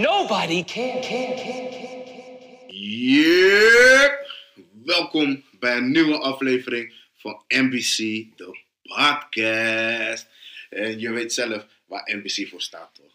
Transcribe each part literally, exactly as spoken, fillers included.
nobody cares. Care, care, care. Yep. Welkom bij een nieuwe aflevering van N B C, de podcast. En je weet zelf waar N B C voor staat, toch?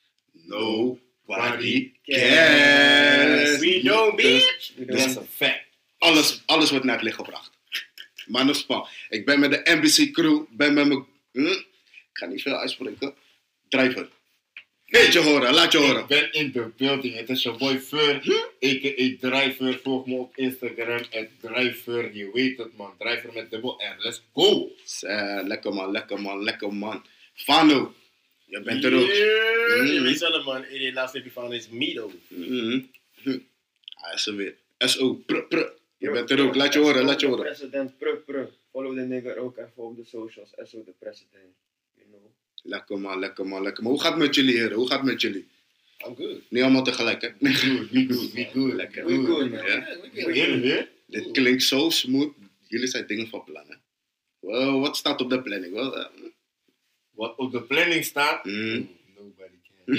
Nobody cares. We don't, bitch. Dat is een fact. Alles, alles wordt naar het licht gebracht. Maar nog span. Ik ben met de N B C crew. Ben met mijn... Hm? Ik ga niet veel uitspreken. Driver. Laat je horen, laat je horen. Ik ben in de building. Het is je boy Fur, a k a. Driver. Volg me op Instagram, at Driver. Je weet het, man. Driver met dubbel R. Let's go. Zee, lekker man, lekker man, lekker man. Fano, je bent er ook. Yeah, Mm. Je weet zelf, man. In de laatste episode is Mido. Mm-hmm. Hij is er weer. S O, pr, pr. Je bent er ook, laat je horen, laat je horen. President, pr, pr. Follow de nigger ook even op de socials. S O de president. You know. Lekker man, lekker man, lekker man. Hoe gaat het met jullie heren? Hoe gaat het met jullie? I'm good. Niet allemaal tegelijk, hè? We good, we good, we good. Lekker. We good, man. Ja? Beginnen weer? Dit klinkt zo smooth. Jullie zijn dingen van plannen. Well, wat staat op de planning? Well, uh, Wat op de planning staat? mm, Nobody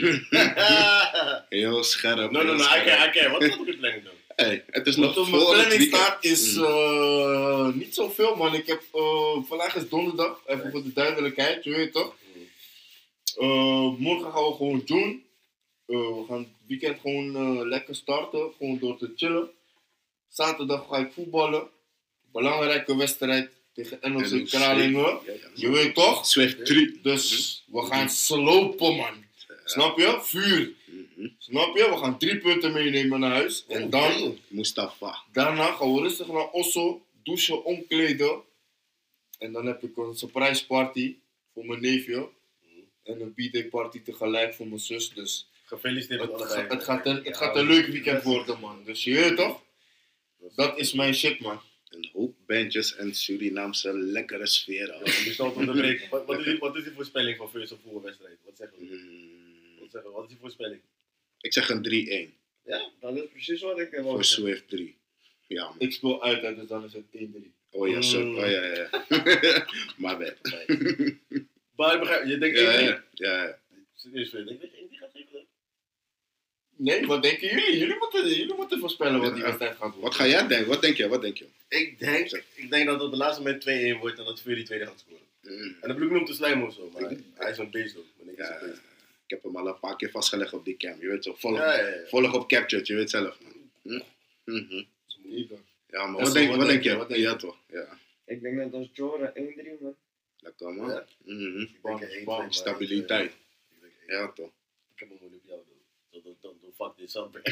cares. heel scherp. No, no, heel no. I scherp. can't, I can't. Wat is op de planning dan? Hey, het is Wat nog op mijn voor het planning weekend. staat is Mm. uh, niet zoveel, man. Ik heb, uh, vandaag is donderdag, even voor de duidelijkheid, je weet toch? Uh, morgen gaan we gewoon doen. Uh, we gaan het weekend gewoon uh, lekker starten, gewoon door te chillen. Zaterdag ga ik voetballen. Belangrijke wedstrijd tegen N O C Kralingen. Ja, ja. Je weet toch? Swift drie. Dus we gaan slopen, man. Snap je? Vuur. Mhm. Snap je? We gaan drie punten meenemen naar huis. En dan... Mustafa. Daarna gaan we rustig naar Osso, douchen, omkleden. En dan heb ik een surprise party voor mijn neefje. En een b-day party tegelijk voor mijn zus. Dus Gefeliciteerd met het, allebei. ga- het, gaat, een, het gaat een leuk weekend worden, man. Dus je weet toch? Dat is mijn shit, man. Een hoop bandjes en Surinaamse lekkere sfeer. Ja, om je stand te onderbreken. Wat, wat, is die, wat is die voorspelling van First of voetbalwedstrijd? Wat zeggen we? Mm, Wat zeggen we? Wat is die voorspelling? ik zeg een drie-één. Ja? Dat is precies wat ik heb Voor Swift drie. Ja, man. Ik speel uit, hè, dus dan is het één drie. Oh ja, zo. Mm. Oh ja, ja. Maar bad. Maar ik begrijp, je denkt Ja, één drie. ja, ja, ja. Serieus, Fred, denk je dat je één drie gaat geven dan? Nee, wat denken jullie? Jullie moeten, jullie moeten voorspellen wat die Ja. wedstrijd gaat worden. Wat ga jij denken? Wat denk je? Wat denk je? Ik denk, ik denk dat het op de laatste moment twee-één wordt en dat Fury tweede gaat scoren. Mm. En dat bedoel ik niet om te slijmen of zo, maar hij is een beest ook. Maar ik is Ja, een beest. ik heb hem al een paar keer vastgelegd op die cam. Je weet zo. Volg, Ja, ja, ja. volg op Captured, je weet zelf. Man. Hm? Mhm. Ja, maar wat, denk, wat denk je? Wat denk je? Ja, toch? Ja. Ik denk dat als Jora één drie, man. Lekker, man. Ja. Mhm. Ik denk één twee, maar ik- Stabiliteit. ik denk één twee. Ja, toch? Ik heb hem moeilijk op jou, though. So don't, don't, don't fuck this up.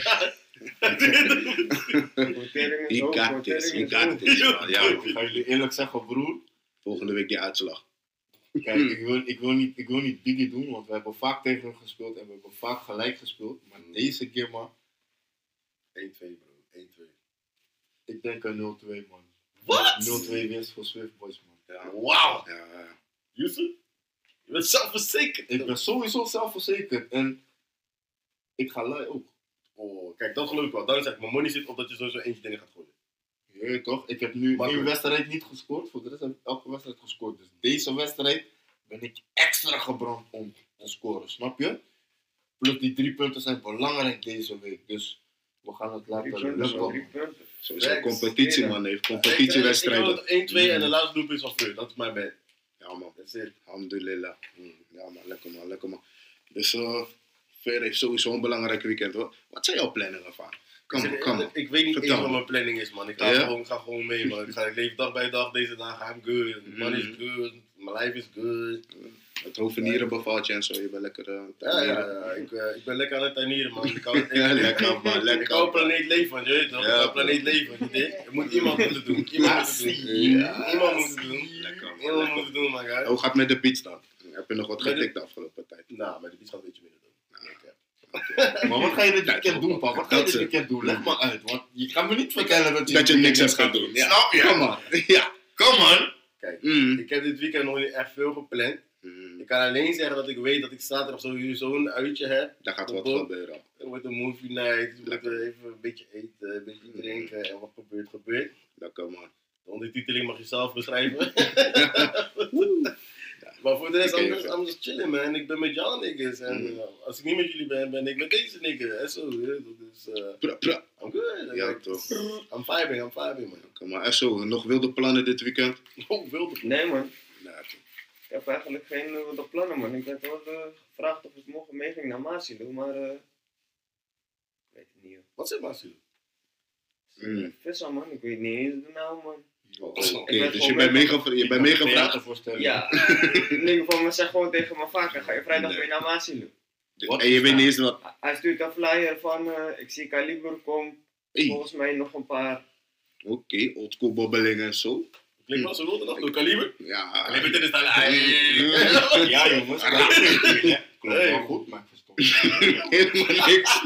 Quotering is You hoog, got this, quotering you is got hoog. this. man. Ja, Ik ga jullie eerlijk zeggen, broer. volgende week die uitslag. Kijk, ik wil, ik, wil niet, ik wil niet biggie doen, want we hebben vaak tegen hem gespeeld en we hebben vaak gelijk gespeeld. Maar deze keer, man, één twee, bro. één twee. ik denk een nul twee, man. Wat? nul twee winst voor Swift Boys, man. Ja. Wauw. Ja, ja. Yusuf? Je bent zelfverzekerd. Ik ben sowieso zelfverzekerd en ik ga lui ook. Oh, kijk, dat geloof ik wel. Daarom zeg ik, mijn money zit op dat je sowieso eentje dingen gaat gooien. Je weet toch? Ik heb nu Makkelijk. één wedstrijd niet gescoord, voor de rest heb ik elke wedstrijd gescoord. Dus deze wedstrijd ben ik extra gebrand om te scoren, snap je? Plus die drie punten zijn belangrijk deze week, dus we gaan het Drie laten punten, zo, drie lukken. punten. Sowieso Facts. competitie, man. Heeft Ik wil competitiewedstrijden. één twee en de Mm. laatste doelpunt is van Fleur. Dat is mijn bad. Ja, man. That's it. Alhamdulillah. Mm. Ja, man. Lekker, man. Lekker, man. Dus, uh, Ver heeft sowieso een belangrijk weekend, hoor. Wat zijn jouw planningen van? Kom, Ik zeg kom. eerlijk, Ik weet niet Vertel eens wat me. mijn planning is, man. Ik ga, Ja? gewoon, ik ga gewoon mee, man. Ik, ga, ik leef dag bij dag, deze dag. I'm good. Money is Mhm. good. My life is good. Het hoofdnieren bevalt je en zo. Je bent lekker uh, Ja, ja, ja. Ik, uh, ik ben lekker aan het tuinieren, man. Ik hou, ik, Ja, lekker, man. Lekker. Ik hou op planeet leven, man. Je weet toch? Ja, Ik hou op man. planeet leven. Je weet. Er moet iemand moeten doen. Iemand moet het doen. Ja. Iemand moet het doen. Lekker, man. Iemand Lekker. moet het doen, man. guy. Hoe gaat het met de beats dan? Heb je nog wat Met de- getikt de afgelopen tijd? Nou, maar de beats gaat een beetje minder doen. Nee, ik, Oké. Maar wat ga je dit Ja, weekend doen, pa? Wat ga je dit weekend doen? Leg maar uit, want je gaat me niet vertellen dat je, Dat je dit niks hebt weekend gaan doen. Ja. Snap je? Kom maar. Ja. Kom man! Kijk, Mm. ik heb dit weekend nog niet echt veel gepland. Mm. Ik kan alleen zeggen dat ik weet dat ik zaterdag sowieso een uitje heb. Daar gaat wat Op- gebeuren. Er wordt een movie night, we Lekker. moeten even een beetje eten, een beetje drinken en wat gebeurt, gebeurt. Lekker, man. De ondertiteling mag je zelf beschrijven. Maar voor de rest, Oké, I'm just, oké. I'm just chilling, man. Ik ben met jou niggas. En Mm. uh, als ik niet met jullie ben, ben ik met deze niggas. En zo, je weet toch. Dus, uh, Pra, pra. I'm good. Ja, Like, toch. I'm vibing, I'm vibing, man. Oké, maar zo, nog wilde plannen dit weekend? Oh, wilde. Nee man, Nee, toch. ik heb eigenlijk geen uh, wilde plannen man. Ik werd wel uh, gevraagd of ik morgen mee ging naar Maasilo, maar uh, ik weet het niet joh. Wat zit Marcelo? Mm. Vissa man, ik weet niet eens de naam man. Oké, Ik ben dus gewoon je bent mee- meegevra- je bent meegevraagd? Theatervoorstelling. Ja, in ieder geval, maar zeg gewoon tegen mijn vaker, ga je vrijdag Nee. mee naar Maasilo? Wat En je is weet dat? niet eens wat... Hij stuurt een flyer van, uh, ik zie Kaliber kom, Hey, volgens mij nog een paar. oké, oldschool bobbeling en zo. Klinkt wel zo rond nog door Kaliber. Ja, Kaliber dit is dan. Ja jongens, klopt wel goed, maar ik verstond. helemaal niks.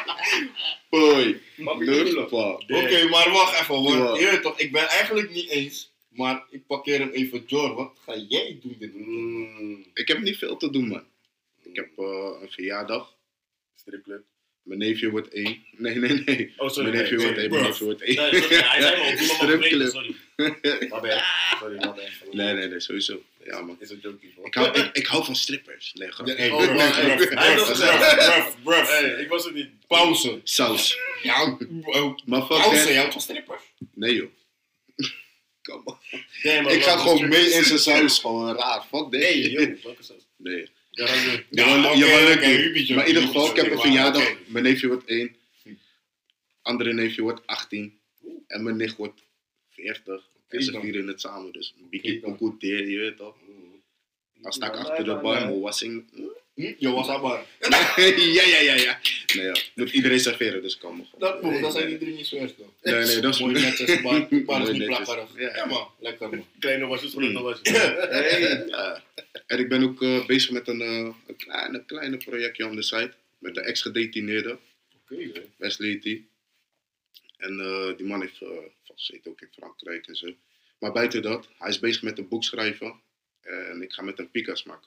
Boy, Wat bedoel je? nulpa. Oké, maar wacht even, want Ja. je weet toch, ik ben eigenlijk niet eens, maar ik parkeer hem even door. Wat ga jij doen dit weekend? Mm, Ik heb niet veel te doen, man. Ik heb uh, een verjaardag. stripclub. Mijn neefje wordt één. Nee, nee, nee. Oh, sorry. Mijn neefje nee, wordt één. Mijn neefje wordt één. Nee, sorry, hij zei al, doe maar Stripclub. sorry. My bad. Sorry, my bad. Nee, nee, nee, sowieso. Ja, man. Is een joke, man. Ik hou, ik, ik hou van strippers. Nee, grapje. Hey, Oh, bruv, wacht, bruv, hey, hij bruv, heeft bruv, gezegd. bruv, bruv. Hey, ik was het niet. Pauze. Saus. Ja, oh, Maar fuck pauze, that. jij houdt van strippers? Nee, joh. Kom op. Damn, man, Ik ga man, gewoon strip- mee in zijn saus. Gewoon raar. Fuck that. Hey, yo, welke saus? Nee. Ja, dat is het. Ja, Ja, maar, oké, ja, maar, oké, leuk. Rubietje, Maar in ieder geval, ik heb een Rubietje, verjaardag. oké. Mijn neefje wordt één. Andere neefje wordt achttien. En mijn nicht wordt veertig. En ze dan. vieren het samen. Dus een Oké beetje dan. pokoe deer, je weet toch. Dan sta ik Ja, achter de maar, bar, eh, mijn wassing. Hm? Je was al maar. ja, ja, ja, ja. Nee, ja. Moet iedereen serveren, dus kan me gewoon. Dat moet, dat zijn die drie niet zo erg toch? Nee, nee, dat is Mooi netjes, maar, maar dat is Mooi niet netjes. plakkerig. Ja. Ja man, lekker man. Kleine wasjes, grote Mm. wasjes. Hey, Ja. En ik ben ook eh, bezig met een, eh, een kleine, kleine projectje on the side. Met een ex-gedetineerde, Oké, hè. Wesley heet die. En eh, die man heeft uh, vastzitten ook in Frankrijk en zo. Maar buiten dat, hij is bezig met een boek schrijven. En ik ga met hem Picas maken.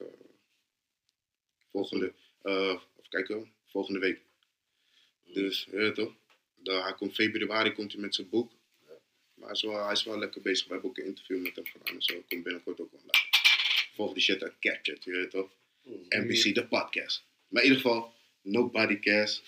Volgende, eh even kijken, volgende week. Dus, je weet toch. Dan, hij komt februari komt hij met zijn boek. Maar hij is, wel, hij is wel lekker bezig. We hebben ook een interview met hem gedaan en zo. Komt binnenkort ook online. Volg die shit uit Captured, je weet toch. N B C, de podcast. Maar in ieder geval, nobody cares.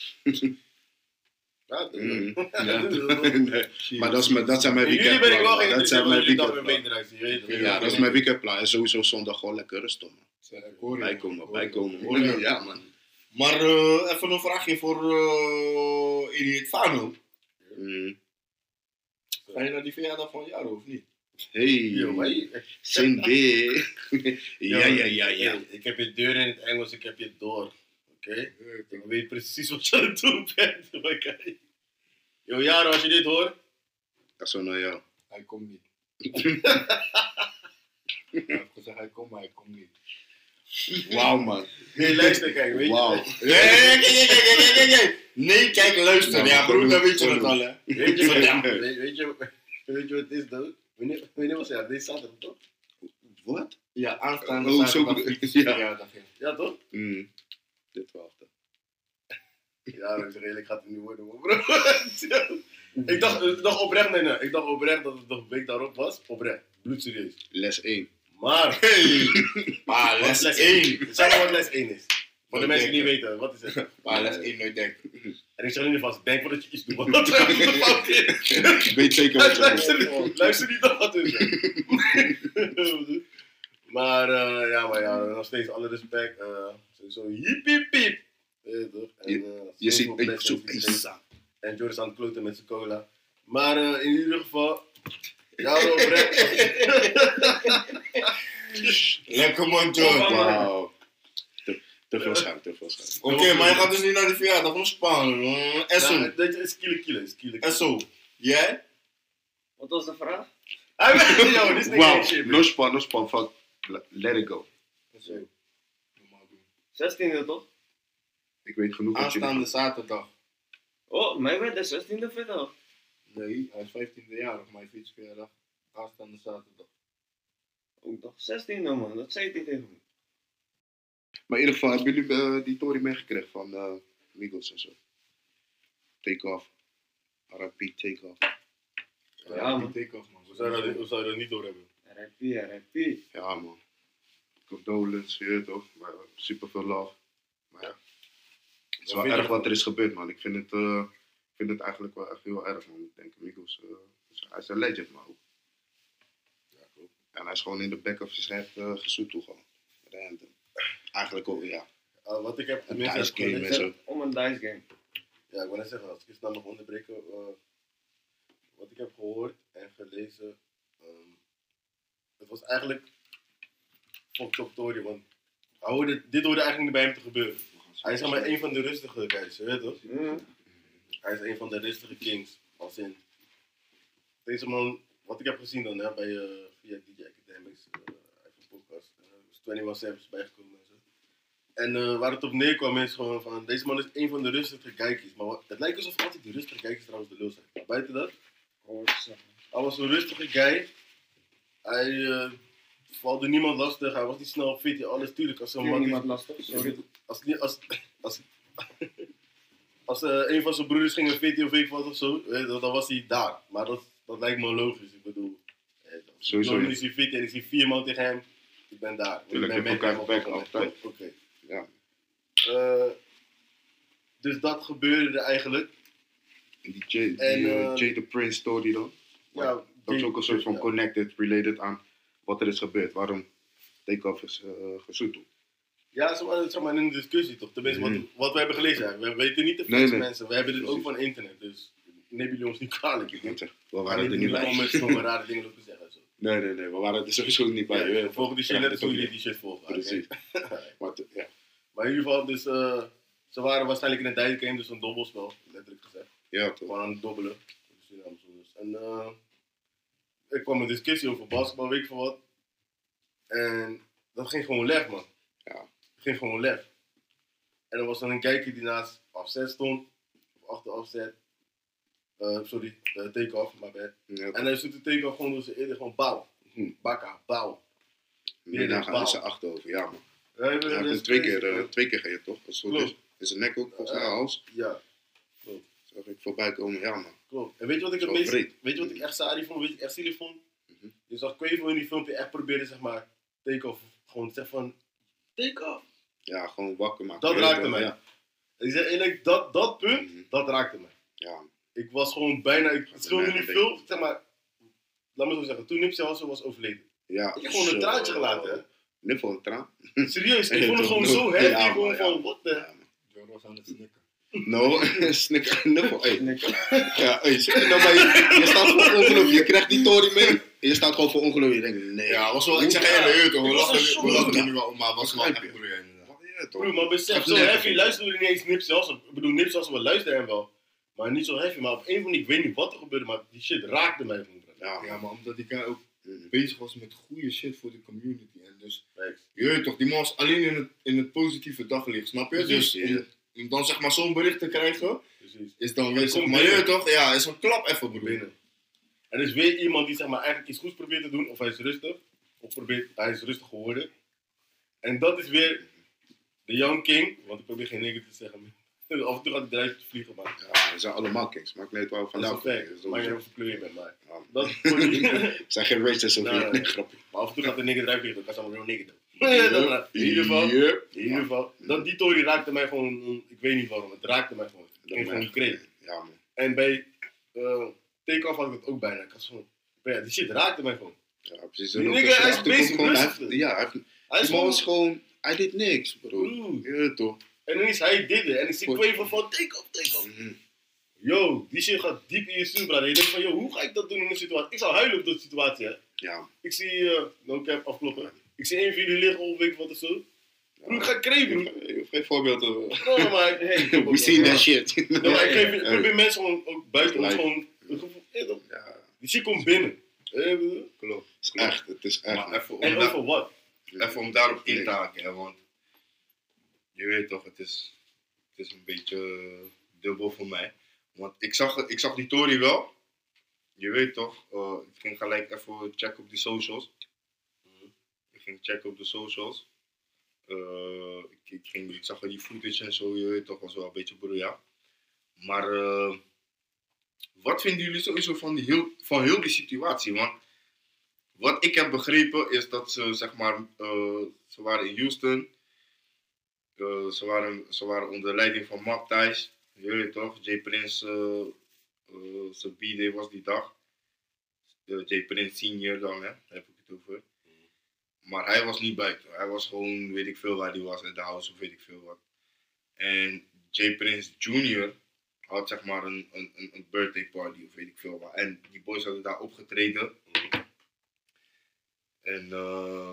Ja, dat Mm, is ja. het. Nee. Maar dat, is mijn, dat zijn mijn En jullie ben ik wel weekendplannen. Dat zijn mijn geïnteresseerd, jullie dan weer weekendplannen. beter uit, je weet het. Ja, dat is mijn weekendplan. En sowieso zondag gewoon lekker rustig, man. Ik hoor je. Bijkomen, Hoor je. bijkomen. Hoor je. Ja, man. Maar eh, even een vraagje voor uh, Idiot Fano. Mm. Ga je naar die verjaardag van Jaro of niet? Hey, Yo, maar je- Cindy. Ja, ja, ja, ja. Hey, ik heb je deur in het Engels, ik heb je door. Oké? Ik weet precies wat je aan het doen bent. Maar kijk. Yo, Jaro, als je dit hoort. Dat is zo naar jou. Hij komt niet. Hij heeft gezegd hij komt, maar hij komt niet. Wauw, man. Nee, luister, kijk, weet je. Wauw. Nee, kijk, kijk, kijk, kijk, kijk, kijk. Nee, kijk, luister. Nou, Ja, broer, dan gewoon weet je doen, het gewoon al, hè. Weet je wat, ja, weet, weet je, weet je wat het is, dan? Wanneer, wanneer was het? Deze zaterdag, toch? Wat? Ja, aanstaande Oh, zo zaterdag bedoel- is de ja. verjaardag, ja. Ja, toch? Mm. De twaalfde. Ja, ik zeg eerlijk, gaat het niet worden, man, bro. ik, dacht, ik dacht oprecht, nee, nee. Ik dacht oprecht dat het de week daarop was. Oprecht. Bloedserieus. Les één. Maar, Hey! Maar wat les les één. één? Zeg maar wat les één is. Voor de Nooit mensen die niet denken. weten, wat is het? Maar les één nooit denken. En ik zeg in ieder geval, denk voordat je iets doet, want dat is de fout in. Ik weet zeker wat je doet. Luister niet, luister niet naar wat is er. Maar uh, ja, maar ja, nog steeds alle respect. Uh, sowieso hiep hiep hiep. Weet je toch? En, uh, Je ziet, zoveel ik zo blessings, eens. en Joris aan het kloten met zijn cola. Maar uh, in ieder geval, ja, oprecht. Lekker man, Joe. Wauw. Te, te veel schuim, te veel schuim. Oké, maar je gaat dus niet naar de verjaardag van Spanje. Uh, Esso. Ja, dit is kilo kilo, is kilo kilo. Esso. Jij? wat was de vraag? Hij weet yo, dit is niks Wauw, shit. no span, no span. Fuck. Let it go. Esso. Normaal doen. zestiende toch? Ik weet genoeg wat jullie Aanstaande zaterdag. Oh, mij werd de zestiende verteld. Nee, hij is vijftiende jarig, mijn fietsverjaardag. Aanstaande zaterdag. Oh, ik dacht zestiende man, dat zei hij tegen me. Maar in ieder geval, hebben jullie uh, die Tory meegekregen van uh, Migos en zo? Take off. R I P, take off. Ja, man. Take off, man. Hoe zou je dat- hoe zou je dat niet door hebben? R I P, R I P. Ja, man. condolence, je weet toch. Maar super veel love. Maar ja, het is wel vind je erg wat ervan? er is gebeurd, man. Ik vind het, uh, ik vind het eigenlijk wel echt heel erg, man. Ik denk, Migos, uh, hij is een legend, man. Ja, klopt. En hij is gewoon in de back of zijn head uh, gezoet toe gewoon. Random. Eigenlijk ook, ja. Uh, wat ik heb Een tenminste dice heb game en gelezen- zo. Om een dice game. Ja, ik wil net zeggen, als ik je snel nog onderbreken. Uh, wat ik heb gehoord en gelezen. Um, het was eigenlijk. Fucked up story, want hij hoorde, dit hoorde eigenlijk niet bij hem te gebeuren. Hij is zeg maar een van de rustige guys, je weet toch? Mm. Hij is een van de rustige kings. Als in. Deze man, wat ik heb gezien dan hè, bij uh, via D J Academics, uh, hij heeft een podcast. Uh, er is eenentwintig Savage bijgekomen en zo. En uh, waar het op neerkwam is gewoon van, deze man is een van de rustige kijkers. Maar wat, het lijkt alsof altijd die rustige kijkers trouwens de lul zijn. Maar buiten dat, hij was een rustige guy. Hij uh, valde niemand lastig, hij was niet snel op fit, alles tuurlijk. Als een Viel man niemand lastig, sorry. als, als, als, als, als uh, een van zijn broeders ging een V T of ik wat of zo, weet je, dan was hij daar. Maar dat, dat lijkt me logisch. Ik bedoel, eh, Sowieso, dan ja. is hij fit en ik zie vier man tegen hem. Ik ben daar. Tuurlijk, ik ben je hebt met elkaar hem back op dat moment. altijd. Oké. Ja. Eh, dus dat gebeurde er eigenlijk. En die Jay, die, En, uh, uh, Jay the Prince story dan? Ja, Dat is ook een soort van ja. connected, related aan wat er is gebeurd. Waarom Takeoff is uh, gezoet toen. Ja, zeg maar, zeg maar in een discussie toch. Tenminste, wat, Mhm. wat we hebben gelezen. Hè. We weten niet de Nee, facts, nee. mensen. We hebben dit ook Precies. van internet. Dus neem jullie ons niet kwalijk. Ik Ik moet zeggen, we ga waren niet er in niet de bij. comments stomme rare dingen lopen zeggen. Zo. Nee, nee, nee, we waren er sowieso niet bij. je weet Ja, het. volgen die shit Ja, net dat als ook jullie niet. die shit volgen. Precies. oké? Maar t- ja, Maar in ieder geval, dus, uh, ze waren waarschijnlijk in een dice game, dus een dobbelspel, letterlijk gezegd. ja toch. Gewoon aan het dobbelen. En uh, ik kwam een discussie over basketbal, weet ik veel wat. En dat ging gewoon lef, man. Ja. Het ging gewoon lef. En er was dan een kijker die naast afzet stond, of achter afzet. Uh, sorry, uh, take-off, maar bad. Ja, En hij doet de take-off gewoon door zijn eerder gewoon bouw. Hm. Bakka, bouw. meer dan gaan ze achterover, ja man. Ja, Hij heeft hem twee keer, uh, twee keer gegeven toch? Als het goed Klopt. is. In zijn nek ook, volgens mij hals. Ja, Zag ik voorbij komen, ja man. klopt. En weet je wat ik het Zo meest, breed. weet je wat ik echt saai vond, weet je wat ik echt zielig vond? Mhm. Je zag Quavo in die filmpje echt proberen, zeg maar, take-off, gewoon te zeggen van, take-off. Ja, gewoon wakker maken. Dat Ja, raakte ja, mij. Ja, En ik zeg eerlijk, dat, dat punt, Mhm. dat raakte mij. ja. Ik was gewoon bijna, ik Gaat schreeuwde er niet mij veel, zeg maar, laat me zo zeggen, toen Nipsey Hussle was overleden. Ja, Ik heb gewoon een zo. traantje gelaten, hè. Niffel een traan. Serieus, ik Ja, vond het toch, gewoon no. zo heavy, Ja, gewoon man, ja. van, what the... Ja, man. Joe was aan het snikken. No, snik, niffel, hey. Niks. Ja, hey, zeg nou, maar je, je staat voor ongeluk, je krijgt die tory mee. En je staat gewoon voor ongeluk. Je denkt, nee. Ja, was wel, ik zeg Ja. eerlijk, toch, we Ik was er lachen zo we lachen goed. er nu wel om, maar het was wel Begrijp echt je? broer inderdaad. Ja, toch. Broer, maar besef, Even zo lekker. heavy luisteren we niet eens Nipsey Hussle. Ik bedoel, Nipsey Hussle, we luisteren hem wel. Maar niet zo heavy, maar op een van die, ik weet niet wat er gebeurde, maar die shit raakte mij gewoon. bro. Ja, Ja, maar omdat die guy ook Mhm. bezig was met goede shit voor de community. En dus, Facts. je weet toch, die man was alleen in het, in het positieve daglicht, snap je? Precies, Dus ja. om, om dan zeg maar zo'n bericht te krijgen, Precies. is dan weer, zeg komt maar, je binnen. weet toch, ja, is een klap even broer. Binnen. Er is weer iemand die zeg maar eigenlijk iets goeds probeert te doen, of hij is rustig, of probeert, hij is rustig geworden. En dat is weer de Young King, want ik probeer geen nigger te zeggen. Af en toe gaat hij eruit vliegen, maar Ja, we zijn allemaal kings. Maakt niet uit waar we dat is vandaan een komen. fact. Maar je hebt kleur je bent, maar Ja. dat voor die... We zijn geen racists of Nee, niet. nee. Nee, grapje. Maar af en toe gaat de nigger eruit vliegen, dan kan ze allemaal real nigger doen. Ja, dat- In ieder geval, Yep. in ieder geval, dat, die tory raakte mij gewoon, ik weet niet waarom, het raakte mij gewoon. Ik ging gewoon kreeg. Ja, man. En bij uh, Take-Off had ik het ook bijna. Ik had gewoon, ja, die shit raakte mij gewoon. Ja, precies. Die En ook nigga, als je hij is achterkomt, bezig, gewoon, hij rustig. heeft- Ja, hij heeft... Hij is Die man was gewoon, gewoon... Hij deed niks, bro. Oeh. Ja, toch. en dan is hij dit en ik zie Goed. Quavo van Take-Off, Take-Off. Mhm. Yo, die shit gaat diep in je ziel, brother. Je denkt van, yo, hoe ga ik dat doen in een situatie? Ik zou huilen op dat situatie, hè. Ja. Ik zie, uh, no cap, afkloppen. Ik zie een van jullie liggen op, weet ik wat of zo. Broer, ik ga kreeg, broer. Je hoeft geen voorbeeld te... Oh, maar, hey. We seen that shit. Ja, maar ik, geef, ik Ja. probeer mensen gewoon ook buiten ons Gelijk. gewoon... het gevoel- ja, dat- Ja, Die shit komt binnen. Eh, broer. Klopt. het is echt. Het is echt. Maar even om, En daar- over wat? even om daarop in te haken, hè, want je weet toch, het is, het is een beetje eh, dubbel voor mij. Want ik zag, ik zag die Tory wel, je weet toch, eh, ik ging gelijk even checken op die socials. Ik ging checken op de socials. Eh, ik, ik, ging, ik zag wel die footage en zo, je weet toch, was wel een beetje broeia. Maar eh, wat vinden jullie sowieso van, die heel, van heel die situatie? Want wat ik heb begrepen is dat ze, zeg maar, uh, ze waren in Houston. Uh, ze, waren, ze waren onder leiding van Mob Ties. Jullie toch? Jay Prince, uh, uh, zijn B-day was die dag. Uh, Jay Prince senior dan, hè? Daar heb ik het over. Maar hij was niet buiten. Hij was gewoon, weet ik veel waar hij was, in de house of weet ik veel wat. En Jay Prince junior had zeg maar een, een, een birthday party of weet ik veel wat. En die boys hadden daar opgetreden. En uh,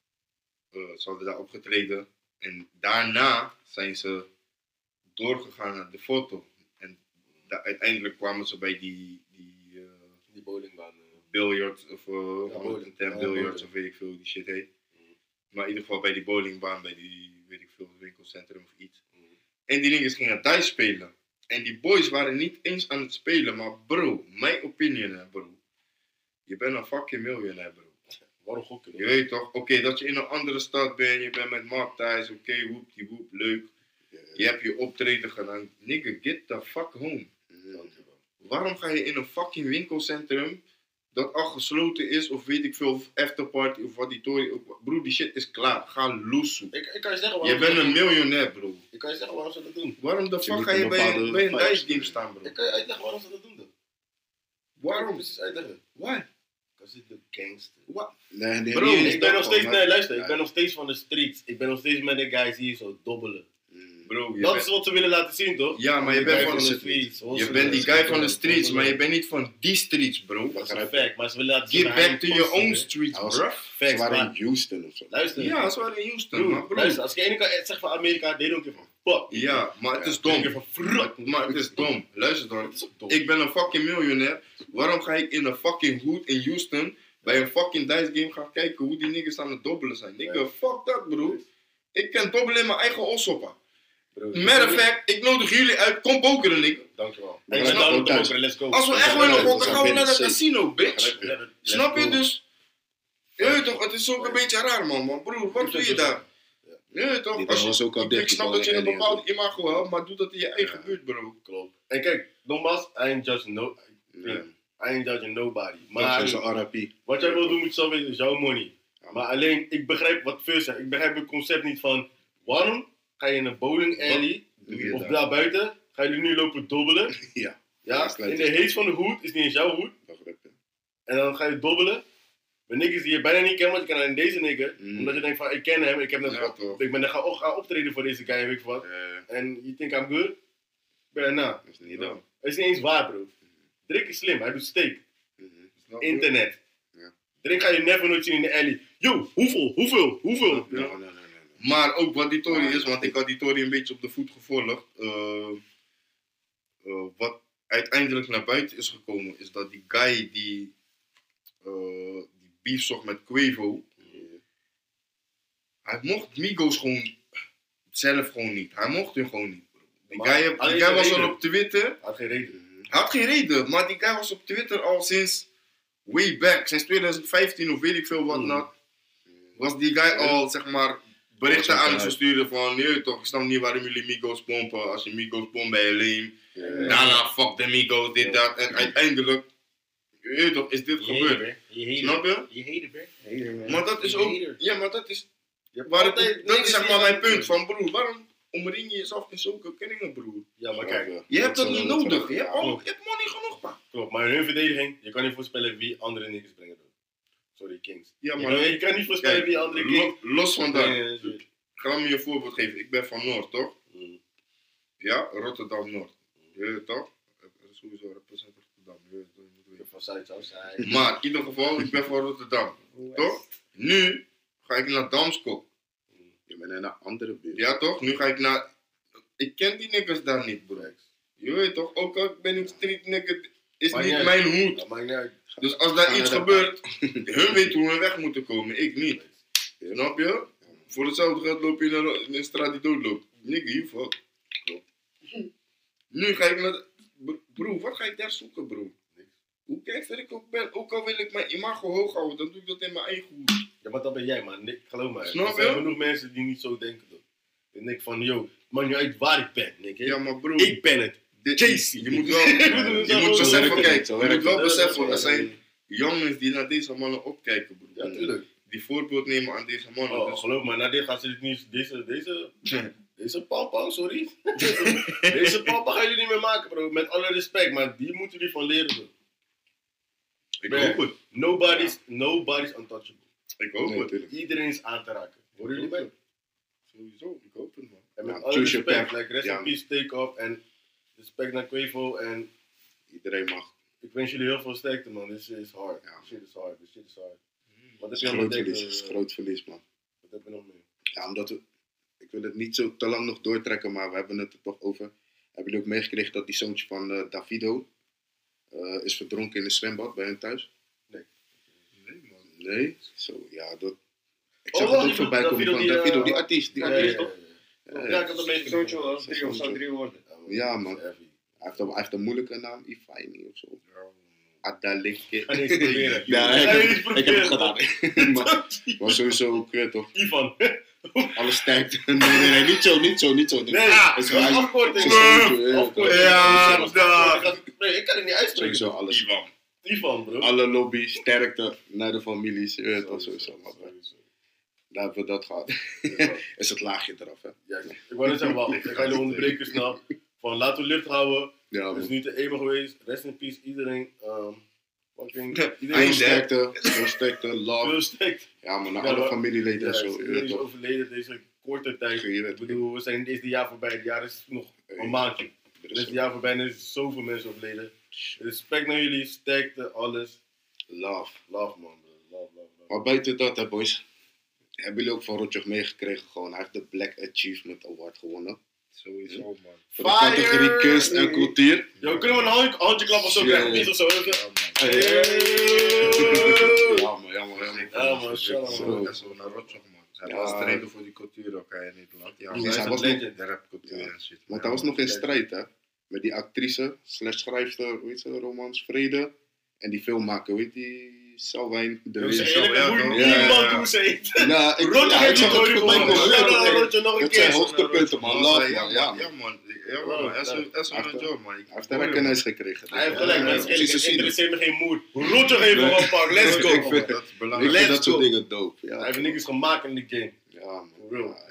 uh, ze hadden daar opgetreden. En daarna zijn ze doorgegaan naar de foto. En da- uiteindelijk kwamen ze bij die, die uh, Die bowlingbaan. Uh. billiard of uh, Ja, honderdtien bowling. billiards Ja, of weet ik veel hoe die shit heet. Maar in ieder geval bij die bowlingbaan, bij die weet ik veel winkelcentrum of iets. En die niggas gingen thuis spelen. En die boys waren niet eens aan het spelen, maar bro, mijn opinion hè bro. Je bent een fucking miljonair bro. Waarom gokken? Je weet toch, oké okay, dat je in een andere stad bent, je bent met Mark thuis, oké, okay, woep die woep, leuk. Je hebt je optreden gedaan. Nigga, get the fuck home. Waarom ga je in een fucking winkelcentrum dat al gesloten is, of weet ik veel, of afterparty, of wat die tory, bro, die shit is klaar. Ga loesoe. Ik, ik kan je zeggen Je bent een miljonair, bro. Ik kan je zeggen waarom ze dat doen. Waarom de Je fuck moet ga je een bij, bepaalde bij een vibes dice game hebben. staan, bro? Ik kan je uitleggen waarom ze dat doen dan. Waarom? Ik precies uitleggen. Why? Because it's the gangster. What? Nee, nee, Bro, niet eens Ik ben dat nog steeds, gewoon, nee maar- luister, ik Ja. ben nog steeds van de streets. Ik ben nog steeds met de guys hier zo dobbelen. Mm. Bro, je Dat bent, is wat ze willen laten zien toch? ja, maar je Die bent guy van van de de streets. je hosselen, bent die guy van de streets, dobbelen. maar je bent niet van die streets, bro. Dat is een fact, maar ze willen laten zien Get dat hij back to een your poster own is. streets, Hij was- bro. Ze Facts, waren maar in Houston of zo. luister. Ja, ze waren in Houston, Broer, maar bro. luister, als ik aan de ene kant zeg van Amerika, they don't give a fuck. Ja, maar het is They don't dom. give a fuck. Maar het is dom. Luister dan. Het is ook dom. Ik ben een fucking miljonair. Waarom ga ik in een fucking hood in Houston bij een fucking dice game gaan kijken hoe die niggas aan het dobbelen zijn? Nigga, fuck dat, bro. Ik kan dobbelen in mijn eigen ossoppen. Broer, Matter of fact, ik nodig jullie uit. Kom pokeren, nigga. Dankjewel. Maar Ik we ben gaan down gewoon to thuis. pokeren, let's go. Als we echt Ja, willen ja, gokken, we gaan gaan we naar het binnen, casino, bitch. Begrijp je? Let's Snap je go. dus? Je weet toch, het is ook een beetje raar, man. man. Broer, wat doe je daar? Je weet toch, Die als was ook al je, dicht, ik die snap dat je een bowling alley en bepaald imago hebt, maar doe dat in je eigen Ja. buurt, bro. Klopt. En kijk, nogmaals, I ain't judging, no, Ja. I ain't judging nobody. Maar Maar is een R I P. wat jij wil doen moet zelf weten, is jouw money. Ja. Maar alleen, ik begrijp wat veel zegt. Ik begrijp het concept niet van, waarom ga je in een bowling alley, Doe je of daar? daar buiten, ga je nu lopen dobbelen. Ja, Ja, sluit in de het. heet van de hoed, is niet eens jouw hoed. begrijp je. En dan ga je dobbelen. Met niggas die je bijna niet kent, want je kan alleen deze nigger. Mm. Omdat je denkt van, ik ken hem, ik heb net Ja, toch. ik ben net gaan, gaan optreden voor deze guy, weet ik wat. Eh, En you think I'm good? Ben na. Dat is niet dan. Het is niet eens waar, bro. Drake is slim, hij doet steak. Mhm. Snap je? Internet. Ja. Drake ga je never nooit zien in de alley. Yo, hoeveel, hoeveel, hoeveel? Nee, nee, nee, nee, nee. Maar ook wat die Tory is, want ik had die Tory een beetje op de voet gevolgd. Uh, uh, wat uiteindelijk naar buiten is gekomen, is dat die guy die, uh, die beef zocht met Quavo, hij mocht Migos gewoon zelf gewoon niet. Hij mocht hun gewoon niet. Bro. Die Maar guy, alleen die guy de was al reden. op Twitter. Had geen reden. Hij had geen reden, maar die guy was op Twitter al sinds way back, sinds twintig vijftien of weet ik veel wat Mm. not. Was die guy al, zeg maar, berichten aan het versturen van, nee toch, ik snap niet waarom jullie Migos pompen. Als je Migos pompt ben je lame. Ja. Daarna fuck de Migos, dit, dat. En uiteindelijk, je weet toch, is dit gebeurd. Snap je? Je hater, bro. Hater, man. Maar dat is Je ook, hater. ja maar dat is, Je hebt waar altijd ik, dat is niggas zeg die maar mijn haten. punt van, broer, waarom omring je jezelf in zulke kringen, broer? Ja, maar kijk. Je hebt dat niet nodig, je Ja. hebt, al, je hebt money genoeg, pa. Klopt, maar in hun verdediging, je kan niet voorspellen wie andere niggas brengen. Bro. Sorry, Kings. Ja, Je maar kan, je kan niet voorspellen kijk, wie andere Kings lo- los van dat, brengen. Sorry. ga me je een voorbeeld geven. Ik ben van Noord, toch? Mm. Ja, Rotterdam-Noord. Je weet het toch? Sowieso represent Rotterdam, je weet het toch? Je moet Ik ben weten. van Zuid, Zuid. Maar in ieder geval, ik ben van Rotterdam, toch? Nu ga ik naar Damsko. Je bent in een andere buurt. Ja toch? Nu ga ik naar... Ik ken die niggas daar niet, bro. Je weet toch? Ook al ben ik street nigga, is Maakt niet niet mijn hoed. Dat maakt niet uit. Dus als daar Ga iets naar gebeurt, hun weten hoe we weg moeten komen, ik niet. Snap je? Voor hetzelfde geld loop je naar de- in een straat die doodloopt. Nigga, you fuck. Nu ga ik naar... de- Bro, bro, wat ga ik daar zoeken, bro? Hoe kijk dat ik ook ben? Ook al wil ik mijn imago hoog houden, dan doe ik dat in mijn eigen hoed. Ja, maar dat ben jij, man. Nee, geloof me. Snap Er zijn je? genoeg mensen die niet zo denken. Toch? Ik denk van, yo, man, niet uit waar ik ben. Denk, Ja, maar bro... ik ben het. dit- Chasey. Je moet wel... Ja, Je moet zo beseffen, werkt het kijk, niet, zo je werkt moet wel het. beseffen, er zijn, jongens die naar deze mannen opkijken, broer. Ja, tuurlijk. Die voorbeeld nemen aan deze mannen. Oh, Dus- geloof me, na dit gaan ze dit niet, deze, deze, deze papa, sorry. Deze papa gaan jullie niet meer maken, bro. Met alle respect, maar die moeten jullie van leren, bro. ik Bro, hoop het. Nobody's, nobody's untouchable. Ik hoop Nee, het. tuurlijk. Iedereen is aan te raken. Horen jullie mij? Sowieso, ik hoop het, man. En met Ja, alle choose your respect, path. like, rest Ja. in peace, take off en respect naar Quavo en Iedereen mag. ik wens jullie heel veel sterkte, man. This shit is hard. Ja. This shit is hard. This shit is hard. Wat Het heb is je nog groot meer? verlies. Het is groot verlies, man. Wat heb je nog meer? Ja, omdat we... Ik wil het niet zo te lang nog doortrekken, maar we hebben het er toch over. Hebben jullie ook meegekregen dat die zoontje van eh, Davido eh, is verdronken in een zwembad bij hun thuis? Nee, man. Nee? Zo, ja, dat... Ik Oh, zag wel, het ook die voorbij Davido komen van die, eh, Davido, die artiest. Die Ja, artiest ja, toch? ja, ja. Ja, ik heb het meegekregen. Zoontje als drie of zou drie worden. Ja, man. Dat is heavy. Hij heeft, een, hij heeft een moeilijke naam, Ifaini of zo. Ja, man. Adaleke. Ga niet eens proberen. Ja, ik Ga niet heb, eens ik heb het proberen. gedaan. maar, maar sowieso ook kut, toch? Ivan. Alles sterkte. Nee, nee, nee, niet zo, niet zo, niet zo. Nee, Ah, dat is is wel- afkorting. Sowieso, ja, Afkorting. Ja, Dat is daar. afkorting. Nee, ik kan het niet uitspreken. Sowieso alles. Ivan. Ivan, bro. Alle lobby, sterkte naar de families. Je weet toch sowieso. Maar Sowieso. daar hebben we dat gehad. Is het laagje eraf, hè? Ja, ik wou net zeggen, wacht. Ik ga jullie onderbreken snel. Van laten we licht houden. Ja, Het is man. niet de eenmaal geweest. Rest in peace, iedereen. Um, fucking, Veel iedereen sterkte, veel sterkte, veel love. sterkte. Ja, maar naar Ja, alle maar- familieleden en Ja, zo. Je iedereen weet is toch? overleden deze korte tijd. Je weet Ik bedoel, we zijn dit jaar voorbij. Het jaar is nog een maandje. Er Dit is jaar voorbij en er is zoveel mensen overleden. Respect naar jullie, sterkte, alles. love. Love man, bro. Love, love, love. Maar buiten dat, hè, boys. Hebben jullie ook van Rotjoch meegekregen? Gewoon, hij heeft de Black Achievement Award gewonnen. Sowieso, man. Voor de Fire! categorie kunst en cultuur. Yo, kunnen we een handje, handje klap of zo Ja, krijgen? ja. Iets of zo? even? Ja, man. Hey. Ja, man, ja, man, ja, man. Ja, man, shout out, Zo. man. Dat is wel naar Rotjoch, man. Hij Ja. was strijden voor die cultuur ook hè, in Nederland. Ja, Dus hij hij is was een nog- legend. De rapcultuur en shit. Want hij was nog in strijd, hè? Met die actrice, slash schrijfster, hoe heet ze, Romans Vrede. En die filmmaker, hoe heet die? Salwijn de Yo, Wees. zeg Zo, eerlijk, ja, het toch? boeit Ja, ja, niemand ja. hoe ze heet. Nou, ik, Rotjoch ja, ik heeft zag die het nooit voorbij gewonnen. komen. Shout out Ja, Rotjoch nog een dat zijn keer. hoogtepunten, man. Love, Ja, man. Ja, man. Ja, man. man. Ja, man. Hij is een- hij is Hij heeft een job, man. Ik- Hij heeft een rekening gekregen. Hij heeft gelijk, Ja, maar ja, het precies, is zie je. interesseert me geen moed. Rotjoch heeft hem opgepakt, let's go. Ik vind- Dat is Ik belangrijk. vind Let's dat soort go. dingen dope. Ja, Hij heeft niks gemaakt in die game. ja, man. For real. Ja,